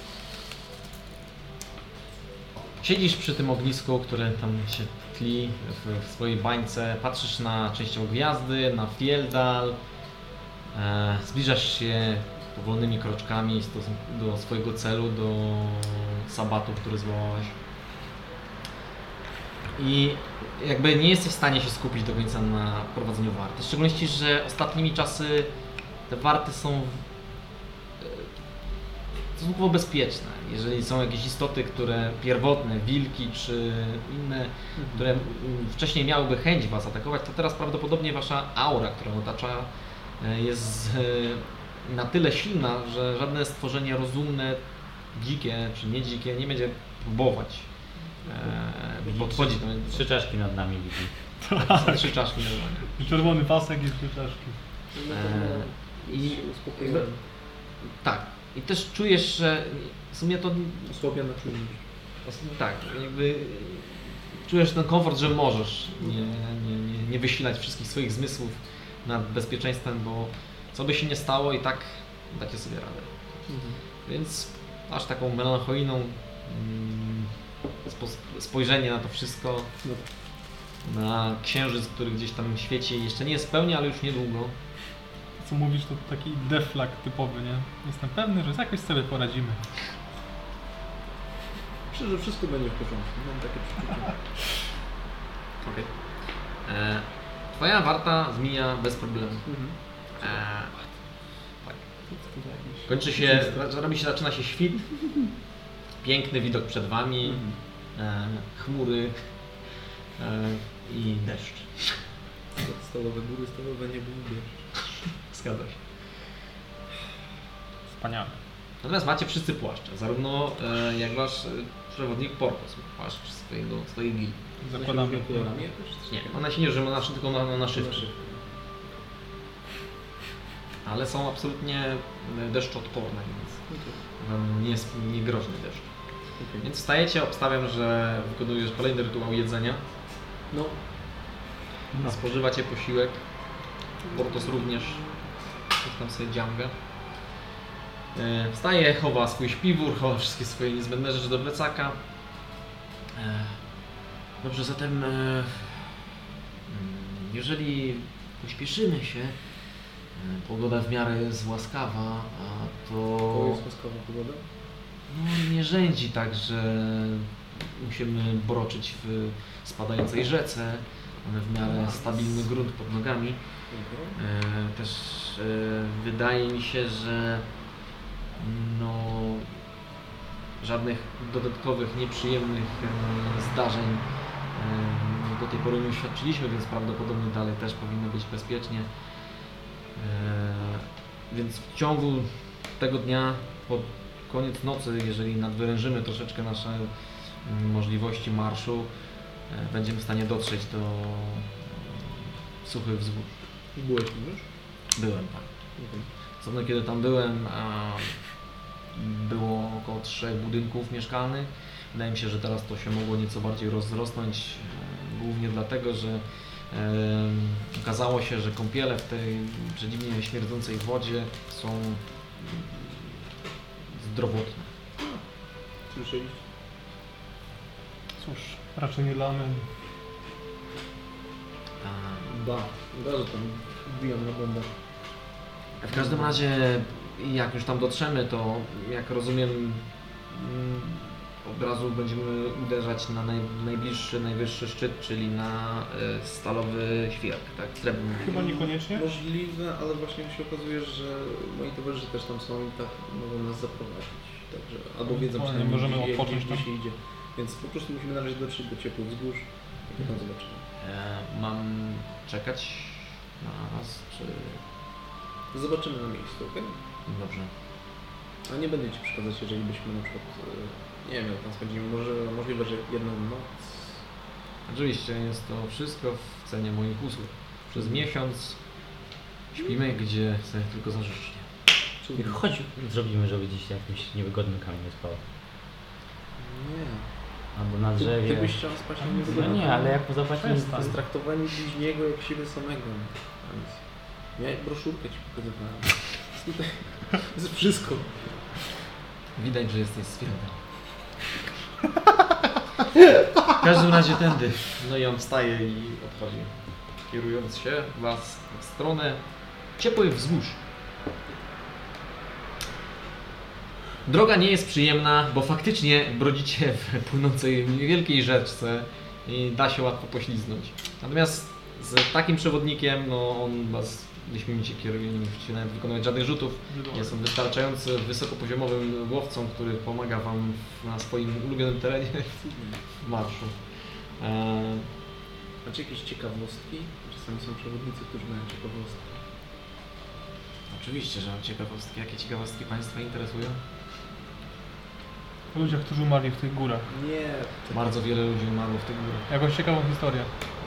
Siedzisz przy tym ognisku, które tam się tli w, w swojej bańce, patrzysz na częściowo gwiazdy, na Fieldal, e, zbliżasz się powolnymi kroczkami do, do swojego celu, do sabatu, który zwołałeś. I jakby nie jesteś w stanie się skupić do końca na prowadzeniu warty. W szczególności, że ostatnimi czasy te warty są stosunkowo bezpieczne. Jeżeli są jakieś istoty, które pierwotne, wilki czy inne, które mm, wcześniej miałyby chęć was atakować, to teraz prawdopodobnie wasza aura, którą otacza, e, jest e, na tyle silna, że żadne stworzenie rozumne, dzikie czy nie dzikie nie będzie próbować e, podchodzić do Trzy czaszki nad nami widzi. trzy czaszki normalnie. Czerwony pasek i trzy czaszki. No to Eee, I i- uspokoiłem. Tak. I też czujesz, że w sumie to Osłabiona czujność. tak, jakby czujesz ten komfort, że możesz nie, nie, nie, nie wysilać wszystkich swoich zmysłów nad bezpieczeństwem, bo co by się nie stało i tak dacie sobie radę. Mhm. Więc masz taką melancholijną mm, spo- spojrzenie na to wszystko, No. na księżyc, który gdzieś tam świeci, jeszcze nie jest w pełni, ale już niedługo. Co mówisz, to taki deflag typowy, nie? Jestem pewny, że jakoś sobie poradzimy. Myślę, że wszystko będzie w porządku. Mam takie przeczucie. Okej. E, Twoja warta zmija bez problemu. Mhm. E, Kończy się, robi się, zaczyna się świt, piękny widok przed wami, e, chmury e, i deszcz. Stalowe góry, stalowe niebo, deszcz. Zgadza się. Wspaniale. Natomiast macie wszyscy płaszcze, zarówno e, jak wasz e, przewodnik Porpos ma płaszcz swojego, swojej gildii. Zakładamy. kolorami jakoś? czy coś Nie, takiego? ona się nie używa na, tylko na, na, na szybko. Na szybko. Ale są absolutnie deszczoodporne, więc No to wam nie jest nie groźny deszcz. Okay. Więc wstajecie, obstawiam, że wykonujesz kolejny rytuał jedzenia. No, No. Spożywacie posiłek. Portos również. Coś tam sobie dziamga. E, Wstaje, chowa swój śpiwór, chowa wszystkie swoje niezbędne rzeczy do plecaka. E, Dobrze, zatem e, mm, jeżeli pośpieszymy się, e, pogoda w miarę jest łaskawa, a to, to jest łaskawa pogoda. no, nie rzędzi tak, że musimy broczyć w spadającej rzece. Mamy w miarę stabilny grunt pod nogami. E, też e, wydaje mi się, że no, żadnych dodatkowych, nieprzyjemnych e, zdarzeń e, do tej pory nie uświadczyliśmy, więc prawdopodobnie dalej też powinno być bezpiecznie. E, więc w ciągu tego dnia, pod koniec nocy, jeżeli nadwyrężymy troszeczkę nasze mm, możliwości marszu, e, będziemy w stanie dotrzeć do e, suchych wzgórz. Byłeś tam już? Byłem tam. Ostatnio kiedy tam byłem, a było około trzech budynków mieszkalnych. Wydaje mi się, że teraz to się mogło nieco bardziej rozrosnąć, e, głównie dlatego, że e, okazało się, że kąpiele w tej przedziwnie śmierdzącej wodzie są mm, zdrowotne. Słyszeliście? Cóż, raczej nie dla mnie. A, Ba, da, że tam wbijam na bombę. W każdym razie, jak już tam dotrzemy, to jak rozumiem, mm, od razu będziemy uderzać na naj, najbliższy, najwyższy szczyt, czyli na e, stalowy świerk, tak? Srebrny. Chyba niekoniecznie. Możliwe, ale właśnie się okazuje, że moi towarzysze też tam są i tak mogą nas zaprowadzić. Także, albo wiedzą O, nie przynajmniej, możemy gdzie, odpocząć gdzie, gdzie tam. się idzie. Więc po prostu musimy na razie dotrzeć do ciepłych wzgórz i potem zobaczymy. E, mam czekać na was, czy... Zobaczymy na miejscu, okej? Dobrze. A nie będę Ci przeszkadzać, jeżeli byśmy na przykład, e, nie wiem, jak tam spędzimy, może możliwe, że jedną noc. Oczywiście jest to wszystko w cenie moich usług. Przez miesiąc śpimy, gdzie sobie tylko zażycznie. Czyli Chodź, zrobimy, żeby gdzieś na jakimś niewygodnym kamieniu spał. nie. Albo na Ty, drzewie. ty byś chciał spać na No niewygodnym nie, ale jak mu zapłacimy... Przestań. Straktowanie bliźniego jak siebie samego. Więc ja broszurkę Ci pokazywałem. Tutaj jest wszystko. Widać, że jesteś święty. W każdym razie tędy. No i on wstaje i odchodzi, kierując się was w stronę ciepłych wzgórz. Droga nie jest przyjemna, bo faktycznie brodzicie w płynącej niewielkiej rzeczce i da się łatwo pośliznąć. Natomiast z takim przewodnikiem, no on was wyśmienicie kieruje, nie musicie nawet wykonywać żadnych rzutów. Jest on wystarczająco wysokopoziomowym łowcą, który pomaga wam na swoim ulubionym terenie w marszu. Eee, Macie jakieś ciekawostki? Czasami są przewodnicy, którzy mają ciekawostki. oczywiście, że mam ciekawostki. Jakie ciekawostki Państwa interesują? O ludziach, którzy umarli w tych górach. Nie. Bardzo wiele ludzi umarło w tych górach. Jakąś ciekawą historię.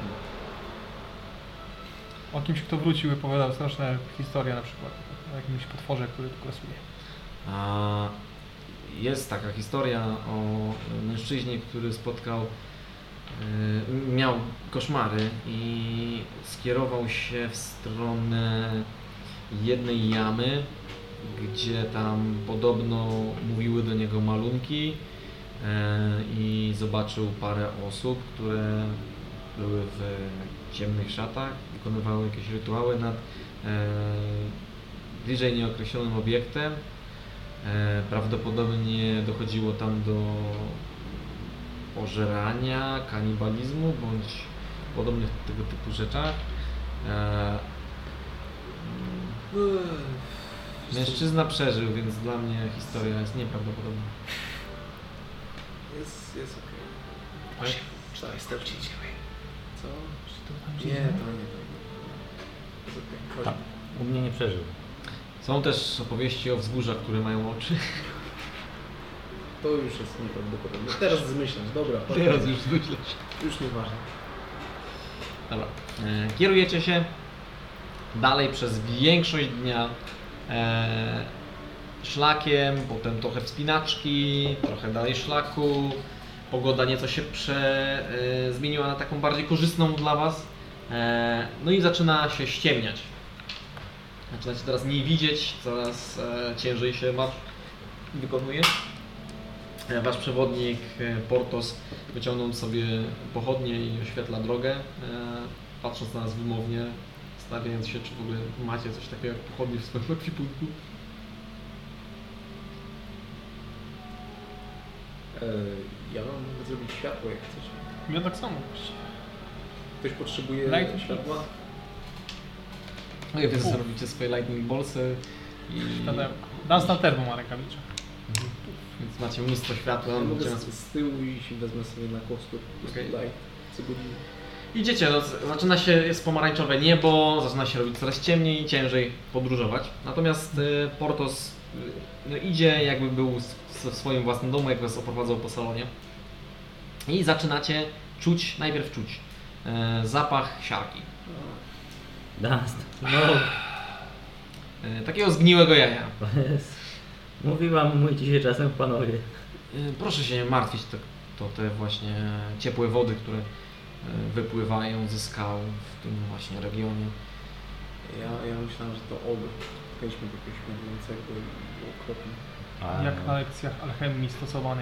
O kimś, kto wrócił i opowiadał straszne historie na przykład. O jakimś potworze, który tu grasuje. A jest taka historia o mężczyźnie, który spotkał, y, miał koszmary i skierował się w stronę jednej jamy, gdzie tam podobno mówiły do niego malunki y, i zobaczył parę osób, które były w ciemnych szatach, wykonywały jakieś rytuały nad y, bliżej nieokreślonym obiektem. E, prawdopodobnie dochodziło tam do pożerania, kanibalizmu bądź podobnych tego typu rzeczach. E, mężczyzna przeżył, więc dla mnie historia jest nieprawdopodobna. Jest, jest okej. Tak? Czy to jest Co? Czy to Nie, to nie, to nie. Jest okej. Chodź. Tak, u mnie nie przeżył. Są też opowieści o wzgórzach, które mają oczy. To już jest nieprawdopodobne. Teraz zmyślasz, dobra. chodź. Teraz już myślisz. Już nieważne. Dobra. E, kierujecie się dalej przez większość dnia. E, szlakiem, potem trochę wspinaczki, trochę dalej szlaku. Pogoda nieco się prze, y, zmieniła na taką bardziej korzystną dla Was. E, no i zaczyna się ściemniać. Zaczynacie teraz mniej widzieć, coraz e, ciężej się marsz wykonuje. E, wasz przewodnik e, Portos, wyciągnął sobie pochodnie i oświetla drogę, e, patrząc na nas wymownie, stawiając się, czy w ogóle macie coś takiego jak pochodnie w swoim ekwipunku. E, ja mam zrobić światło, jak chcesz. Ja tak samo właściwie. Ktoś potrzebuje Light światła? No i wy zrobicie swoje lightning bolsy i Dunstan też ma rękawiczę. więc macie mnóstwo światła. Ja mogę Będziecie z, z tyłu iść i wezmę sobie na kostur po prostu Okej. light co godzinę. Idziecie, no, z- zaczyna się, jest pomarańczowe niebo, zaczyna się robić coraz ciemniej i ciężej podróżować. Natomiast y, Portos y, no, idzie jakby był s- w swoim własnym domu, jak was oprowadzał po salonie. I zaczynacie czuć, najpierw czuć y, zapach siarki. Dust. No, Y, takiego zgniłego jaja. to jest... Mówiłam, mój dzisiaj czasem panowie. Y, proszę się nie martwić, to, to te właśnie ciepłe wody, które y, wypływają ze skał w tym właśnie regionie. Ja, ja myślałem, że to ogr. Wejdźmy do jakiegoś mówiącego i okropnie. A, Jak na lekcjach alchemii stosowanej.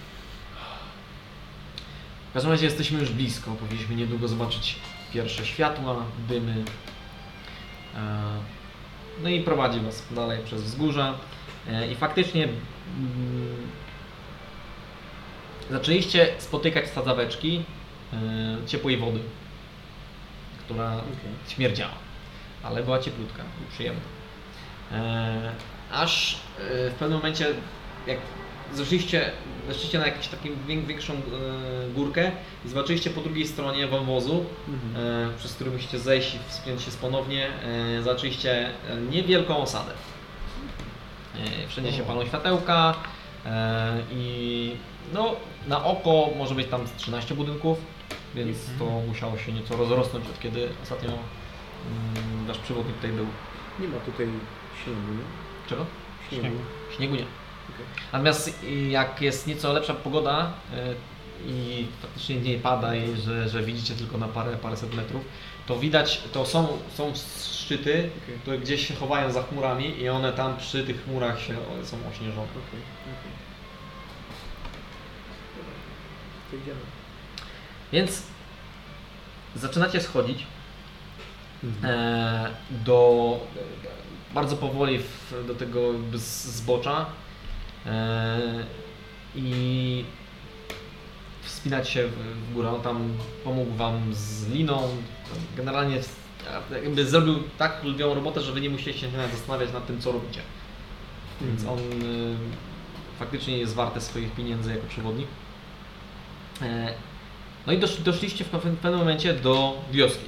W każdym razie jesteśmy już blisko, powinniśmy niedługo zobaczyć pierwsze światła, dymy. E, No i prowadzi was dalej przez wzgórza. E, I faktycznie mm, zaczęliście spotykać sadzaweczki e, ciepłej wody, która śmierdziała, ale była cieplutka i przyjemna. E, Aż e, w pewnym momencie, jak zeszliście, weszliście na jakąś taką wię- większą e, górkę i zobaczyliście po drugiej stronie wąwozu, e, przez który musicie zejść i wspiąć się ponownie, e, zobaczyliście e, niewielką osadę. E, wszędzie się palą światełka e, i no, na oko może być tam z trzynaście budynków, więc to musiało się nieco rozrosnąć od kiedy ostatnio mm, wasz przewodnik tutaj był. Nie ma tutaj śniegu, nie? Czego? Śniegu. Śniegu. Śniegu nie. Okej. Natomiast y, jak jest nieco lepsza pogoda y, i faktycznie nie pada i że, że widzicie tylko na parę, paręset metrów, to widać, to są, są szczyty, Okej. które gdzieś się chowają za chmurami i one tam przy tych chmurach się, o, są ośnieżone. Okej, okej. Dobra. To idziemy. Więc zaczynacie schodzić e, do bardzo powoli w, do tego jakby z- zbocza e, i wspinać się w, w górę. On tam pomógł wam z liną. Generalnie jakby zrobił tak lwią robotę, że wy nie musieliście się nawet zastanawiać nad tym, co robicie. Więc on y, faktycznie jest warty swoich pieniędzy jako przewodnik. E, no i dosz, doszliście w pewnym pewnym momencie do wioski.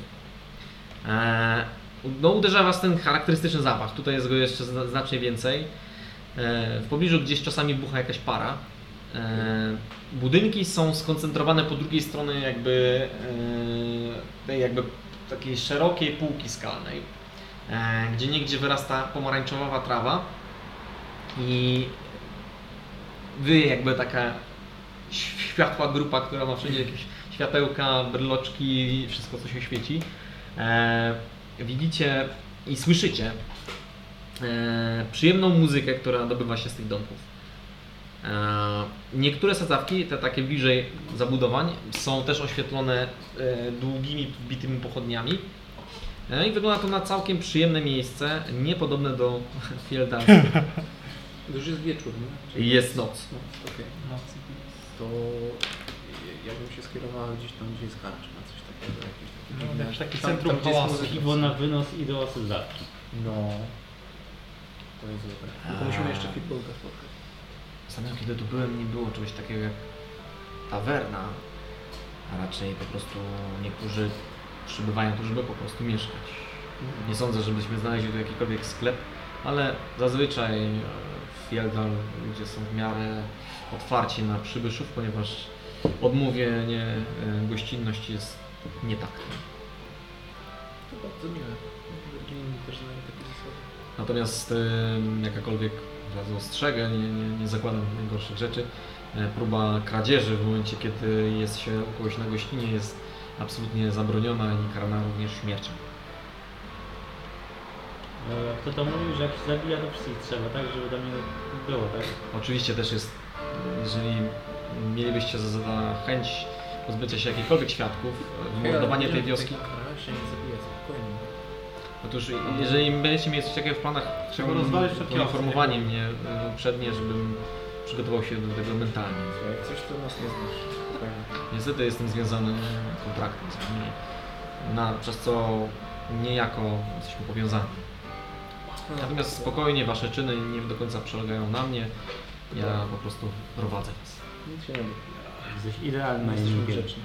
E, no uderza was ten charakterystyczny zapach. Tutaj jest go jeszcze zna- znacznie więcej. E, w pobliżu gdzieś czasami bucha jakaś para. E, budynki są skoncentrowane po drugiej stronie jakby e, tej jakby takiej szerokiej półki skalnej, e, gdzie niegdzie wyrasta pomarańczowa trawa i wy jakby taka światła grupa, która ma wszędzie jakieś światełka, bryloczki i wszystko co się świeci. E, widzicie i słyszycie e, przyjemną muzykę, która dobywa się z tych domków. E, niektóre sadzawki, te takie bliżej zabudowań, są też oświetlone e, długimi, wbitymi pochodniami. E, I wygląda to na całkiem przyjemne miejsce, niepodobne do Fielda. To już jest wieczór, nie? I jest noc. No, okej. To ja bym się skierowała gdzieś tam, gdzie jest karczma, coś takiego, jakieś takie No, dziwne- jakieś takie tam- centrum tam, gdzie jest hałasu. muzyka. Piwo na wynos i do sadzawki. No. To jest dobre. Tylko musimy jeszcze fitbolka spotkać. Ostatnio kiedy tu byłem, nie było czegoś takiego jak tawerna, a raczej po prostu niektórzy przybywają tu, żeby po prostu mieszkać. Nie sądzę, żebyśmy znaleźli tu jakikolwiek sklep, ale zazwyczaj e, w Fieldal ludzie są w miarę otwarci na przybyszów, ponieważ odmówienie e, gościnności jest nietaktne. To bardzo miłe. Virginii też znają takie zasady. Natomiast e, jakakolwiek od razu ostrzegę, nie, nie, nie zakładam najgorszych rzeczy. E, próba kradzieży w momencie, kiedy jest się u kogoś na gościnie, jest absolutnie zabroniona i karana również śmiercią. E, Kto to mówił, że jak się zabija, to wszystkich trzeba, tak? Żeby tam nie było, tak? Oczywiście też jest, jeżeli mielibyście za zadanie chęć pozbycia się jakichkolwiek świadków, wymordowanie tej wioski, Się nie zabija, spokojnie. otóż jeżeli będziecie mieli coś takiego w planach, Trzeba rozwalić przed kioskiem. poinformowanie mnie e, uprzednie, żebym przygotował się do tego mentalnie. Jak coś, to nas nie znasz. Spokojnie. Niestety jestem związany kontraktem z nimi, na, przez co niejako jesteśmy powiązani. Natomiast spokojnie, wasze czyny nie do końca polegają na mnie. Ja po prostu prowadzę was. Nic się nie mówi. Jesteś idealny Jesteśmy najemnikiem. grzeczni.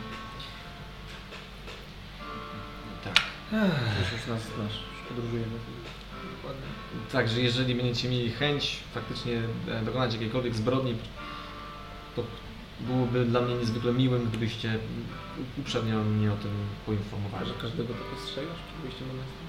Tak. Już już nas znasz, już podróżujemy. Także jeżeli będziecie mieli chęć faktycznie e, dokonać jakiejkolwiek zbrodni, to byłoby dla mnie niezwykle miłym, gdybyście uprzednio mnie o tym A poinformowali. że każdego tak ostrzegasz przed wyjściem na miasto?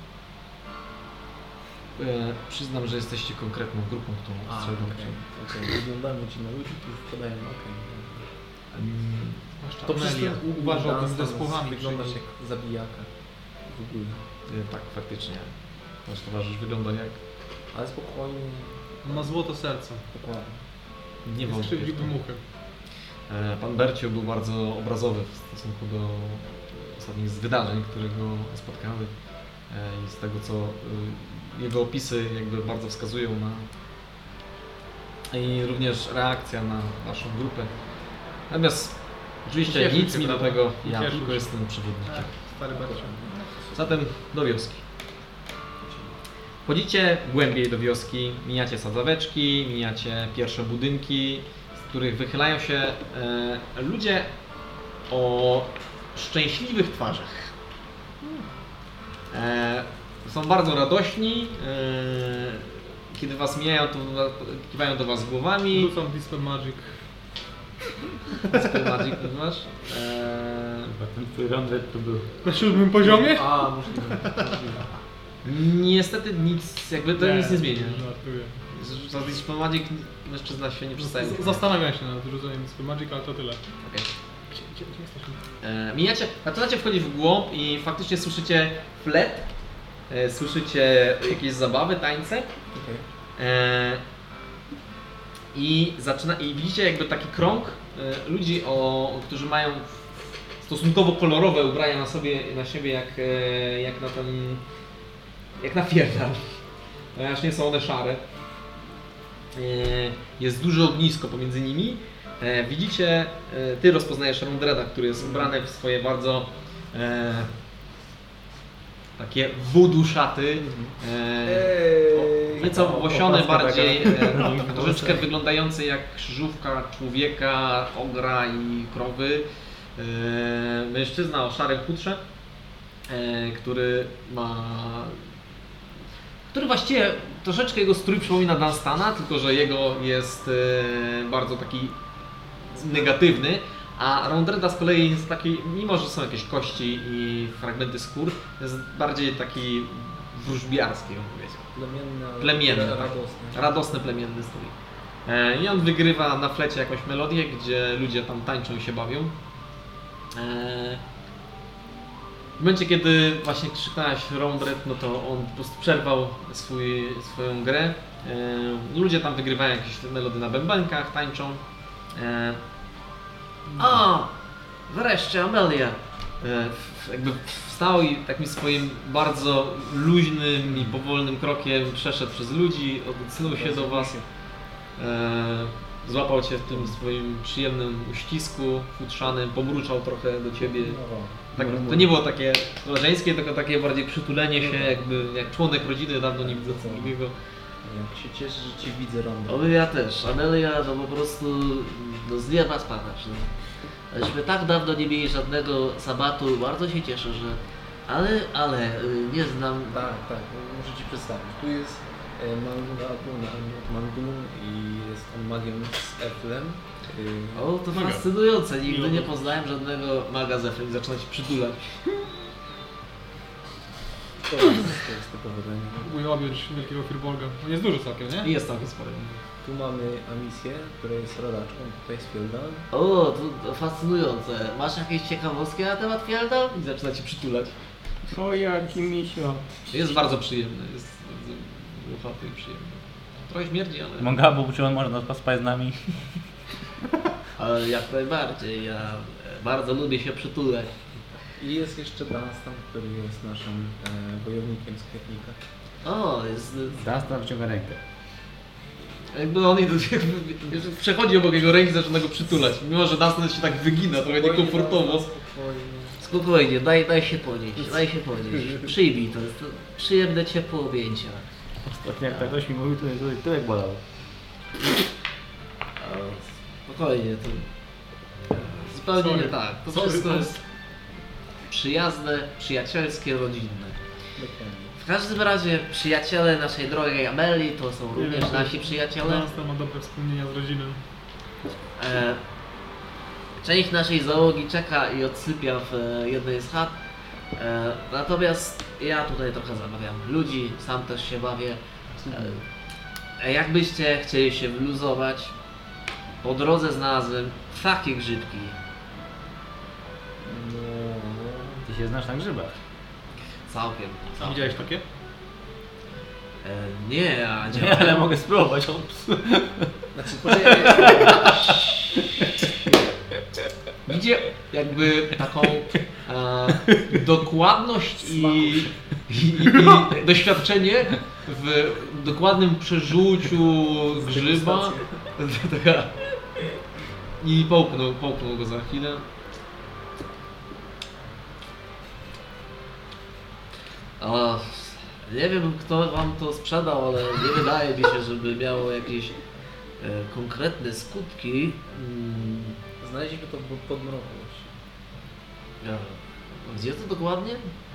E, przyznam, że jesteście konkretną grupą, którą A, ostrzegam. okej. okej. Wyglądamy ci na ludzi, którzy wpadają, okej. Mm, To przez Amelia, ten uważałbym Dunstan zespołami. Wyglądasz jak zabijaka. W ogóle. e, tak, faktycznie. Nasz towarzysz wygląda jak Ale spokojnie, On ma złoto serce. dokładnie. nie Nie wątpię w skrzywdziłby to. muchy. E, Pan Bercio był bardzo obrazowy w stosunku do ostatnich wydarzeń, które go spotkały e, i z tego co e, jego opisy jakby bardzo wskazują na i również reakcja na naszą grupę. Natomiast oczywiście Cieszy nic się, mi do prawda? tego, ja Cieszy tylko się. jestem przewodnikiem. Stary Bercio. Zatem do wioski. Wchodzicie głębiej do wioski, mijacie sadzaweczki, mijacie pierwsze budynki, z których wychylają się e, ludzie o szczęśliwych twarzach. E, są bardzo radośni, e, kiedy was mijają, to kiwają do was głowami. Rzucam Dispel Magic. Spell Magic nazywasz? E, Chyba ten twój Rondred tu był. Na siódmym poziomie? A, możliwe. możliwe. niestety nic, jakby to nic nie zmienia. Żartuję. Za Dispel Magic mężczyzna się nie przestaje. Z- Zastanawiam się nad rzuceniem Dispel Magic, ale to tyle. Okej. Gdzie, gdzie, gdzie jesteśmy? E, mijacie, zaczynacie wchodzić w głąb i faktycznie słyszycie flet, e, słyszycie jakieś zabawy, tańce Okej. e, i, zaczyna, i widzicie jakby taki krąg e, ludzi, o, którzy mają stosunkowo kolorowe ubrania na sobie, na siebie jak, e, jak na ten, jak na pierdal, ponieważ nie są one szare. E, jest duże ognisko pomiędzy nimi. E, widzicie, e, ty rozpoznajesz Rondreda, który jest ubrany w swoje bardzo e, takie voodoo szaty, e, o- nieco owłosione bardziej, e, troszeczkę wyglądające jak krzyżówka człowieka, ogra i krowy. E, mężczyzna o szarym futrze, e, który ma... który właściwie troszeczkę jego strój przypomina Dunstana, tylko że jego jest e, bardzo taki negatywny, a Rondreda z kolei jest taki, mimo że są jakieś kości i fragmenty skór, jest bardziej taki wróżbiarski, bym powiedział. Plemienny, ale Plemienny, ra- tak. radosny. Radosny, plemienny strój. E, I on wygrywa na flecie jakąś melodię, gdzie ludzie tam tańczą i się bawią. E, w momencie, kiedy właśnie krzyknąłeś Rondred, no to on po prostu przerwał swój, swoją grę. E, ludzie tam wygrywają jakieś melody na bębenkach, tańczą. E, o! Wreszcie Amelia! E, w- jakby wstał i takim swoim bardzo luźnym i powolnym krokiem przeszedł przez ludzi, odsunął się do was. E, złapał cię w tym swoim przyjemnym uścisku futrzanym, pomruczał trochę do ciebie. Tak, to nie było takie koleżeńskie, tylko takie bardziej przytulenie się, jakby jak członek rodziny, dawno nie widzę co drugiego. Jak się cieszę, że Cię widzę, Ronda. O, ja też. Amelia to po prostu no, z nieba spadać. No. Myśmy tak dawno nie mieli żadnego sabatu, bardzo się cieszę, że... Ale, ale, y, nie znam... Tak, tak, muszę Ci przedstawić. Tu jest e, Mangun, Mangun i jest on magiem z Eflem. Y, O, to Maga. fascynujące. Nigdy Miło. nie poznałem żadnego maga z Eflem i zaczyna się przytulać. To jest, to jest to powodzenie. Próbuję objąć wielkiego firbolga. On jest duży całkiem, nie? Jest całkiem spory. Tu mamy Amisję, która jest rodaczką, tutaj jest Fieldal. O, to fascynujące. Masz jakieś ciekawostki na temat Fieldal? I zaczyna cię przytulać. O jaki misio. Jest bardzo przyjemny, jest bardzo ruchaty i przyjemny. Trochę śmierdzi, ale... Mangabu, czy on może nas pospać z nami? Ale jak najbardziej, ja bardzo lubię się przytulać. I jest jeszcze Dunstan, który jest naszym e, wojownikiem z Kwietnika. O, jest... Dunstan wyciąga rękę. Jakby on jakby przechodzi obok jego ręki i zaczyna go przytulać. Mimo, że Dunstan się tak wygina, trochę niekomfortowo. Spokojnie. Spokojnie, daj, daj się ponieść, daj się ponieść. Przyjmij to, to przyjemne ciepłe objęcia. Ostatnio jak tak ktoś mi mówił, to mnie tutaj tyłek bolał. Spokojnie, to zupełnie Sorry. nie tak. To Sorry, wszystko to- jest przyjazne, przyjacielskie, rodzinne. Dokładnie. W każdym razie przyjaciele naszej drogiej Amelii to są również nasi przyjaciele. Dunstan ma dobre wspomnienia z rodziny. E, część naszej załogi czeka i odsypia w e, jednej z chat. E, natomiast ja tutaj trochę zamawiam ludzi, sam też się bawię. E, jakbyście chcieli się wyluzować, po drodze znalazłem takie grzybki. No, Ty się znasz na grzybach. Całkiem. całkiem. Widziałeś takie? E, nie, a Nie, działają. ale mogę spróbować. Ops. znaczy poczekaj, Widzicie jakby taką e, dokładność i, i, i, i doświadczenie w dokładnym przerzuciu grzyba. Taka- I połknął, połknął go za chwilę. O, nie wiem kto wam to sprzedał, ale nie wydaje mi się, żeby miało jakieś e, konkretne skutki. Mm, znaleźliśmy to w podmroku właśnie. ja, gdzie to dokładnie?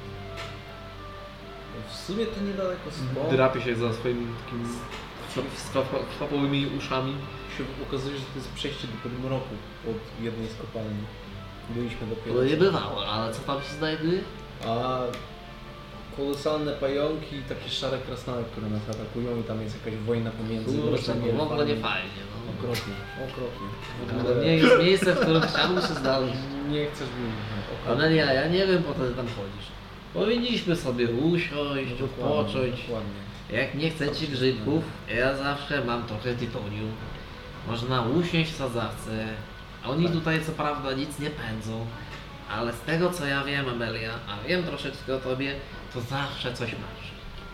W sumie to niedaleko stąd. Drapie się za swoimi takimi swapowymi uszami. Się okazuje, że to jest przejście do podmroku od jednej z kopalni. Byliśmy dopiero. To nie bywało, ale co tam się znajduje? A kolosalne pająki i takie szare krasnale, które nas atakują i tam jest jakaś wojna pomiędzy Kurczę, mrocznymi no w ogóle nie elfami. fajnie. No. Okropnie, okropnie. W Ale ogóle nie jest miejsce, w którym chciałbym się znaleźć. nie chcesz mi. Amelia, ja nie wiem po co ty tam chodzisz. Powinniśmy sobie usiąść, odpocząć. Dokładnie. Jak nie chcecie grzybków, ja zawsze mam trochę tytonium. Można usiąść w sadzawce. Oni tutaj co prawda nic nie pędzą, ale z tego co ja wiem, Amelia, a wiem troszeczkę o tobie, to zawsze coś masz.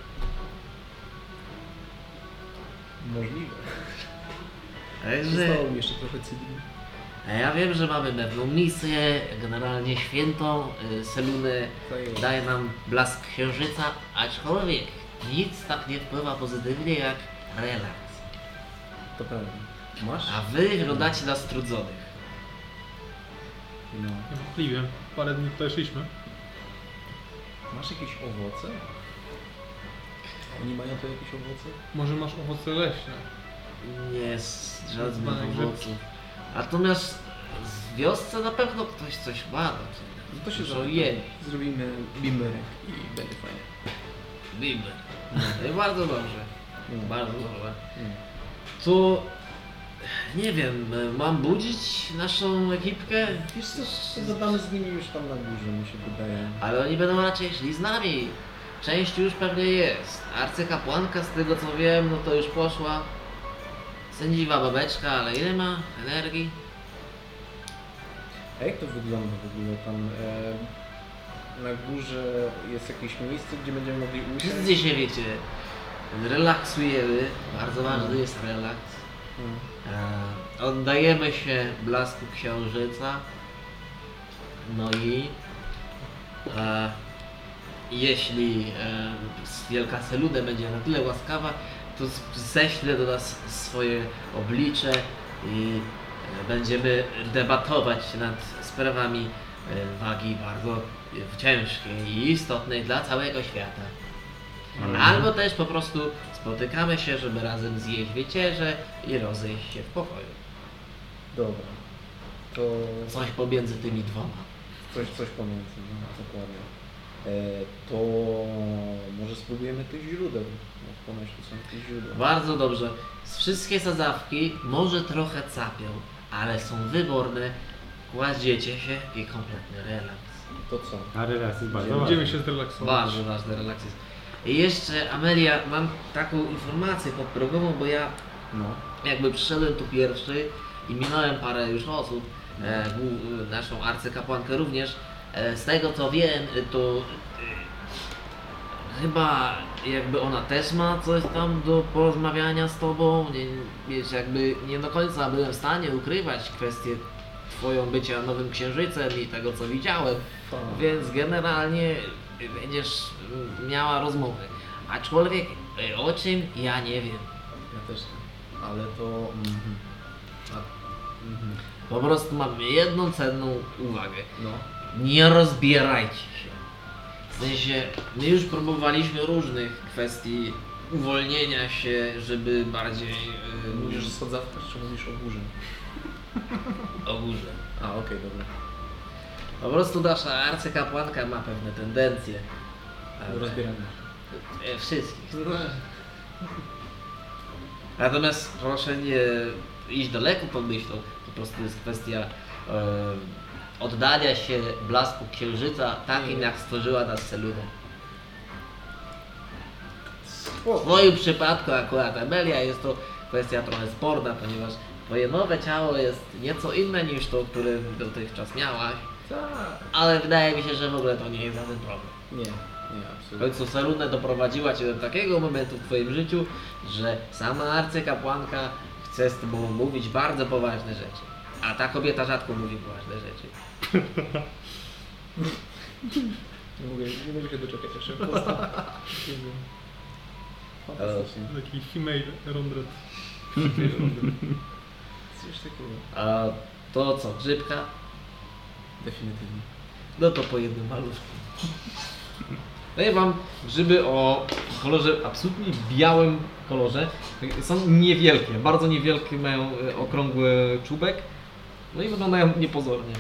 Możliwe. Także Zostało mi jeszcze trochę cydru. a ja wiem, że mamy pewną misję, generalnie świętą. y, Selune To jest. daje nam blask księżyca, aczkolwiek nic tak nie wpływa pozytywnie jak relaks. To prawda. Masz? A wy wyglądacie na strudzonych. No. Niewątpliwie. Parę dni tutaj szliśmy. Masz jakieś owoce? Oni mają tu jakieś owoce? Może masz owoce leśne? Nie z Zwane żadnych grzybki. owoców. Natomiast w wiosce na pewno ktoś coś ma. No to się Muszą zrobi. jeść. Zrobimy bimberek i będzie fajnie. Bimber. No i bardzo dobrze. Mm. Bardzo dobrze. Mm. Tu nie wiem, mam budzić naszą ekipkę? Wiesz co, zadamy z nimi już tam na górze, mi się wydaje. Ale oni będą raczej szli z nami. Część już pewnie jest. Arcykapłanka z tego co wiem, no to już poszła. Sędziwa babeczka, ale ile ma energii? A jak to wygląda w ogóle tam? E, na górze jest jakieś miejsce, gdzie będziemy mogli usiąść? Wszyscy się wiecie, relaksujemy. Bardzo ważny jest relaks. Mm. E, oddajemy się blasku księżyca. No i e, jeśli e, wielka Selune będzie na tyle łaskawa, to z- ześle do nas swoje oblicze i e, będziemy debatować nad sprawami e, wagi bardzo e, ciężkiej i istotnej dla całego świata. Albo też po prostu spotykamy się, żeby razem zjeść wieczerzę i rozejść się w pokoju. Dobra. To Coś pomiędzy tymi dwoma. coś, coś pomiędzy, no, dokładnie. to może spróbujemy tych źródeł. No, ponoć tu są jakieś źródła. Bardzo dobrze. Z wszystkie sadzawki może trochę capią, ale są wyborne. Kładziecie się i kompletny relaks. To co? A relaks jest bardzo Będziemy ważny. się zrelaksować. Bardzo ważny relaks jest. I jeszcze, Amelia, mam taką informację podprogową, bo ja No. jakby przyszedłem tu pierwszy i minąłem parę już osób, e, głów- naszą arcykapłankę również. E, z tego co wiem, to e, chyba jakby ona też ma coś tam do porozmawiania z tobą. Nie, wiesz, jakby nie do końca byłem w stanie ukrywać kwestię twoją bycia nowym księżycem i tego co widziałem, więc generalnie będziesz miała rozmowę. Aczkolwiek e, o czym ja nie wiem. Ja też nie. Ale to... Mhm. A, mhm. Po prostu mam jedną cenną uwagę. No. Nie rozbierajcie się. W sensie, my już próbowaliśmy różnych kwestii uwolnienia się, żeby bardziej yy, Mówisz o sadzawkach, czy mówisz o górze? o górze. A, okej, dobra. Po prostu nasza arcykapłanka ma pewne tendencje. Do rozbierania. E, Wszystkich. Natomiast proszę nie iść daleko pod myślą. Po prostu jest kwestia e, oddania się blasku księżyca takim, jak stworzyła nas Seluna. W moim przypadku akurat Amelia jest to kwestia trochę sporna, ponieważ twoje nowe ciało jest nieco inne niż to, które dotychczas miałaś, Tak. ale wydaje mi się, że w ogóle to nie jest żaden problem. Nie, nie, W absolutnie. końcu Selunę doprowadziła cię do takiego momentu w twoim życiu, że sama arcykapłanka chce z tobą mówić bardzo poważne rzeczy. A ta kobieta rzadko mówi poważne rzeczy. Nie mogę, nie mogę się doczekać jeszcze posta. Fantastycznie. Taki female rondret. Coś takiego. A to co, grzybka? Definitywnie. No to po jednym maluszku. Daję wam grzyby o kolorze absolutnie białym kolorze. Są niewielkie, bardzo niewielkie, mają e, okrągły czubek. No i wyglądają niepozornie.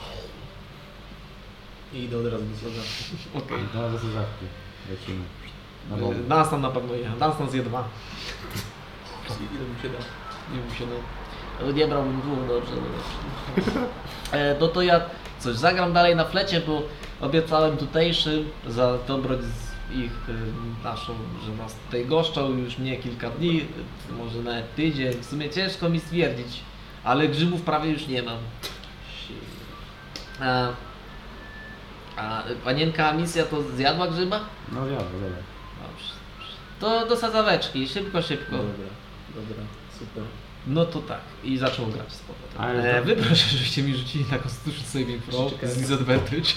I idę od razu do sadzawki. Okej. No do sadzawki. Lecimy. No bo Okay. Dunstan na pewno je. Dunstan zje dwa. Ile mi się da? Nie wiem się, no. Nie brałbym dwóch, dobrze, no dobrze. E, no to ja coś zagram dalej na flecie, bo obiecałem tutejszym za dobroć z ich y, naszą, że nas tutaj goszczą już mnie kilka dni, y, może nawet tydzień. W sumie ciężko mi stwierdzić, ale grzybów prawie już nie mam. A, a panienka misja to zjadła grzyba? no wiadomo, dobra. Dobrze, dobrze. To do sadzaweczki, szybko, szybko. Dobra, dobra, super. No to tak, i zaczął grać z powrotem. Ale E, to- wy proszę, żebyście mi rzucili na Constitution Saving Throw Czekaj. z disadvantage.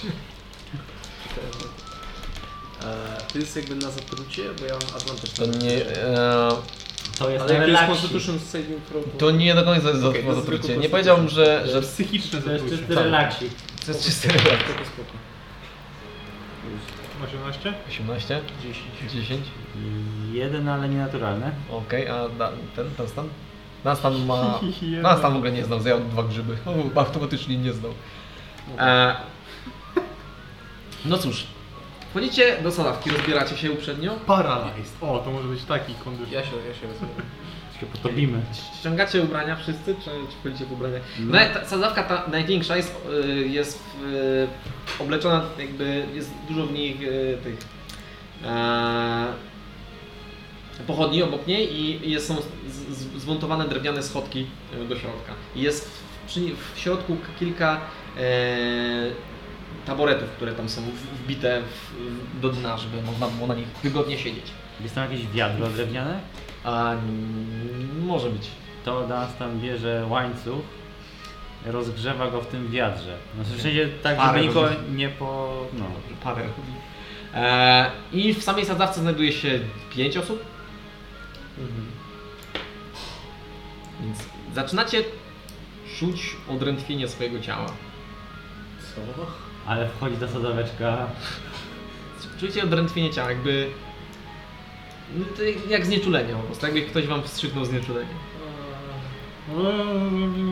Eee, to jest jakby na zatrucie, bo ja mam advantage. To na nie, zatrucie. e, To jest Ale na jak jest relaksie. Constitution Saving Throw, to nie do końca jest Okej, okay, to zatrucie. zwykły Nie powiedziałbym, że, że Psychiczne To jest zatrucie. czysty relaksik. to jest czysty relaks. Spoko, spoko. osiemnaście? osiemnaście? dziesięć. dziesięć? Jeden, ale nienaturalny. Okej, a da, ten, ten stan? Nastan ma... Jeden. Nastan w ogóle nie znał, zjadł dwa grzyby. O, automatycznie nie znał. E, no cóż, wchodzicie do sadzawki, rozbieracie się uprzednio. Paralyzed. O, to może być taki kondycja. Ja się, ja się rozumiem. Się potopimy. Ściągacie ubrania wszyscy, czy, czy wchodzicie w ubrania? No. No. Ta sadzawka ta największa jest, y, jest y, obleczona, jakby jest dużo w nich y, tych e, pochodni obok niej i jest, są z, z, zmontowane drewniane schodki y, do środka. I jest w, przy, w środku kilka e, taboretów, które tam są w- wbite w, w, do dna, żeby można było na nich wygodnie siedzieć. Jest tam jakieś wiadro drewniane? A mm, może być. To nas tam bierze łańcuch, rozgrzewa go w tym wiadrze. No w sensie tak, Parę żeby nikogo robi. nie po... no. Parę robi. E, I w samej sadzawce znajduje się pięć osób. Mhm. Więc zaczynacie czuć odrętwienie swojego ciała. Co? Ale wchodzi ta sadzaweczka. Czujecie odrętwienie ciała, jakby... no to jak znieczulenie po prostu, jakby ktoś wam wstrzyknął znieczulenie.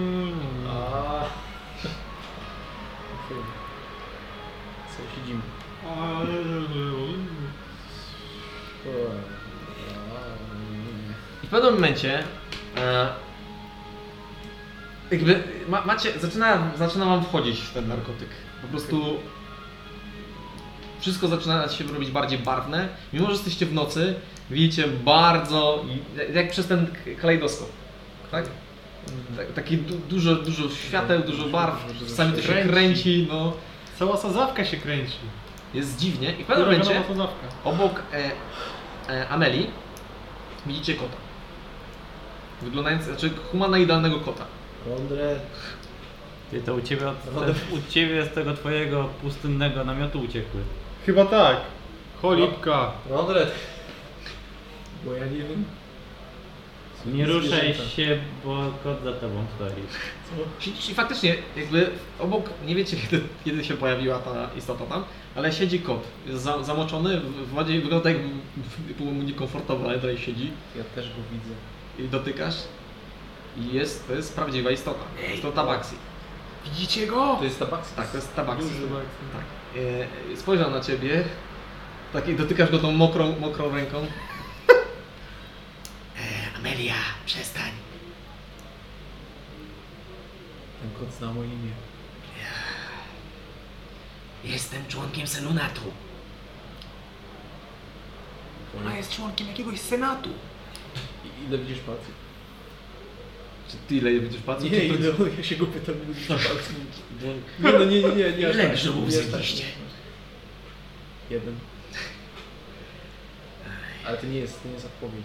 A. Okej. Co siedzimy? I w pewnym momencie e, jakby ma, macie, zaczyna, zaczyna wam wchodzić w ten narkotyk. Po prostu wszystko zaczyna się robić bardziej barwne. Mimo że jesteście w nocy, widzicie bardzo, jak przez ten kalejdoskop, tak? Tak, taki du, dużo, dużo świateł, dużo barw, czasami to się kręci, no. Cała sadzawka się kręci. Jest dziwnie i w pewnym momencie sadzawka. obok e, e, Ameli widzicie kota. Wyglądający, znaczy humanoidalnego kota. Rondre. Ty to u ciebie, od, te, u ciebie z tego twojego pustynnego namiotu uciekły. Chyba tak. Cholipka. Rondre. Bo ja nie wiem. Nie ruszaj Zwierzęta. się, bo kot za tobą stoi. Siedzisz i faktycznie jakby obok, nie wiecie kiedy, kiedy się pojawiła ta istota tam, ale siedzi kot. Jest za, zamoczony w w wodzie i wygląda jakby było mu niekomfortowo, ale dalej siedzi Ja też go widzę. i dotykasz. I jest, to jest prawdziwa istota. Jest to Tabaxi. Widzicie go? To jest tabaksy? Tak, to jest Tabaxi. Duży Tabaxi. Tak. E, spojrzał na ciebie. Tak, i dotykasz go tą mokrą, mokrą ręką. E, Amelia, przestań. Ten kot zna moje imię. Jestem członkiem Senunatu. Ona jest członkiem jakiegoś senatu. I ile widzisz palców? Czy ty ile będziesz patrzeć? Nie, czy to- ile, ja się go pytam, ile widzisz palców. Nie, no nie, nie, nie, nie. aż Ile tak, grzybów nie aż tak. zjedliście? Jeden. Ale to nie jest, to nie jest odpowiedź.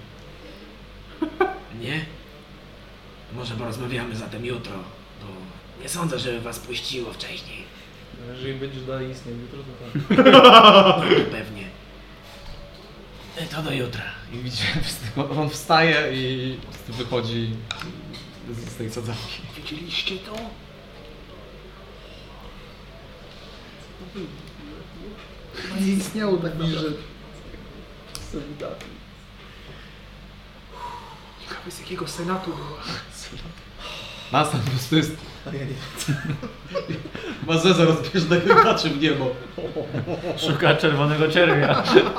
Nie? Może porozmawiamy zatem jutro, bo nie sądzę, żeby was puściło wcześniej. No, jeżeli będziesz dalej istniał jutro, to tak. No, pewnie. E, To do jutra. I widzicie, on wstaje i po prostu wychodzi z z tej sadzawki. Widzieliście to? Nie istniało tak że... Solidarny. Ciekawe z jakiego senatu była. Nastan po prostu jest, A ja nie. ma zeza rozbieżnego i patrzy w niebo. Szuka czerwonego czerwia.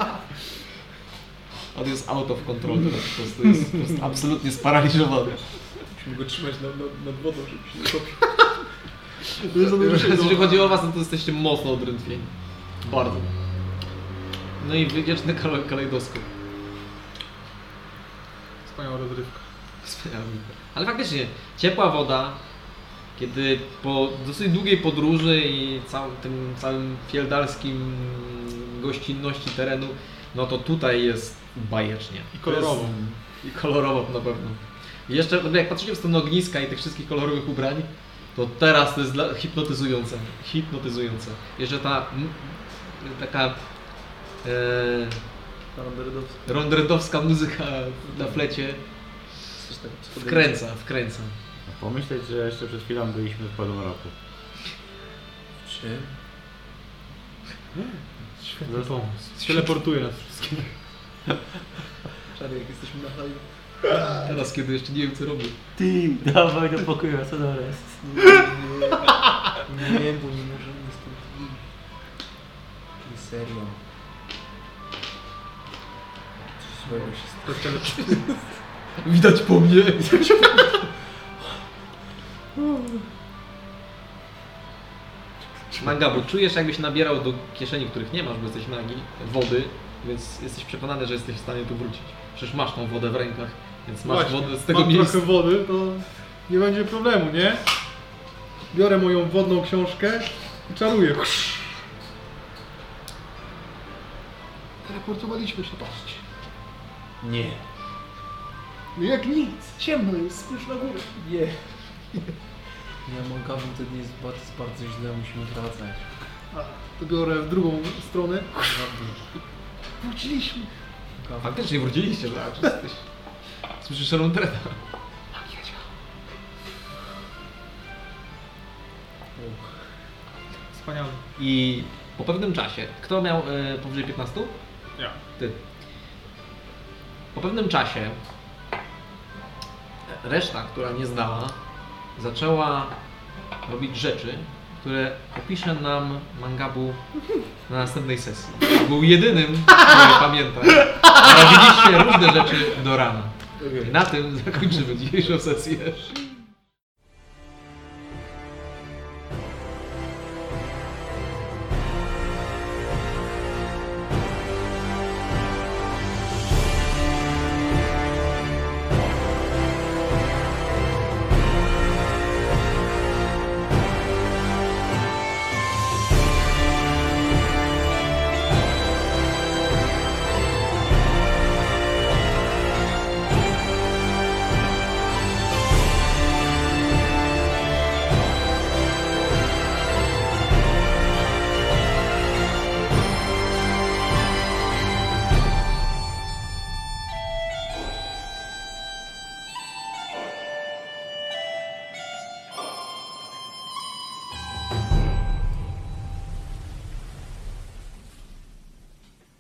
On jest out of control teraz, po prostu jest, po prostu absolutnie sparaliżowany. Musimy go trzymać nad, nad, nad wodą, żeby się nie topił. Jeżeli chodzi o was, no to jesteście mocno odrętwieni. Bardzo. No i wieczny kale- kalejdoskop. Wspaniała rozrywka. Wspaniały. Ale faktycznie, ciepła woda, kiedy po dosyć długiej podróży i całym tym całym fieldarskim gościnności terenu, no to tutaj jest bajecznie. I kolorowo. To jest- I kolorowo na pewno. I jeszcze jak patrzycie w stronę ogniska i tych wszystkich kolorowych ubrań, to teraz to jest dla, hipnotyzujące. Hipnotyzujące. Jeszcze ta m, taka e, Ronderdowski. rondredowska muzyka na flecie Coś tak wkręca, wkręca. Pomyśleć, że jeszcze przed chwilą byliśmy w Polnym Roku. Czy? Świetny pomysł. Teleportuje nas wszystkich. Czary, jak jesteśmy na haju. Teraz, kiedy jeszcze nie wiem co robię. Ty, dawaj do pokoju, a co teraz? Nie, nie, nie, bo nie możemy stąd wyjść. Nie, serio. Coś złego się stało. Widać po mnie. Manga, bo czujesz jakbyś nabierał do kieszeni, których nie masz, bo jesteś nagi, wody, więc jesteś przekonany, że jesteś w stanie tu wrócić. Przecież masz tą wodę w rękach, więc masz Właśnie, wodę z tego mam miejsca. trochę wody, to nie będzie problemu, nie? Biorę moją wodną książkę i czaruję. Teleportowaliśmy się, patrzcie. Nie. No jak nic, ciemno jest, spójrz na górę. Nie. Nie, Monkawu to nie jest bardzo, jest bardzo źle, musimy wracać. A, to biorę w drugą stronę. Naprawdę. Wróciliśmy. Monkawu. Faktycznie wróciliście, tak? Jesteś... Słyszysz Rondreda. Magia działa. Wspaniale. I po pewnym czasie, kto miał e, powyżej piętnastu? Ja. Ty. Po pewnym czasie reszta, która nie znała, zaczęła robić rzeczy, które opisze nam Mangabu na następnej sesji. Był jedynym, który pamięta. A widzieliście różne rzeczy do rana. I na tym zakończymy dzisiejszą sesję.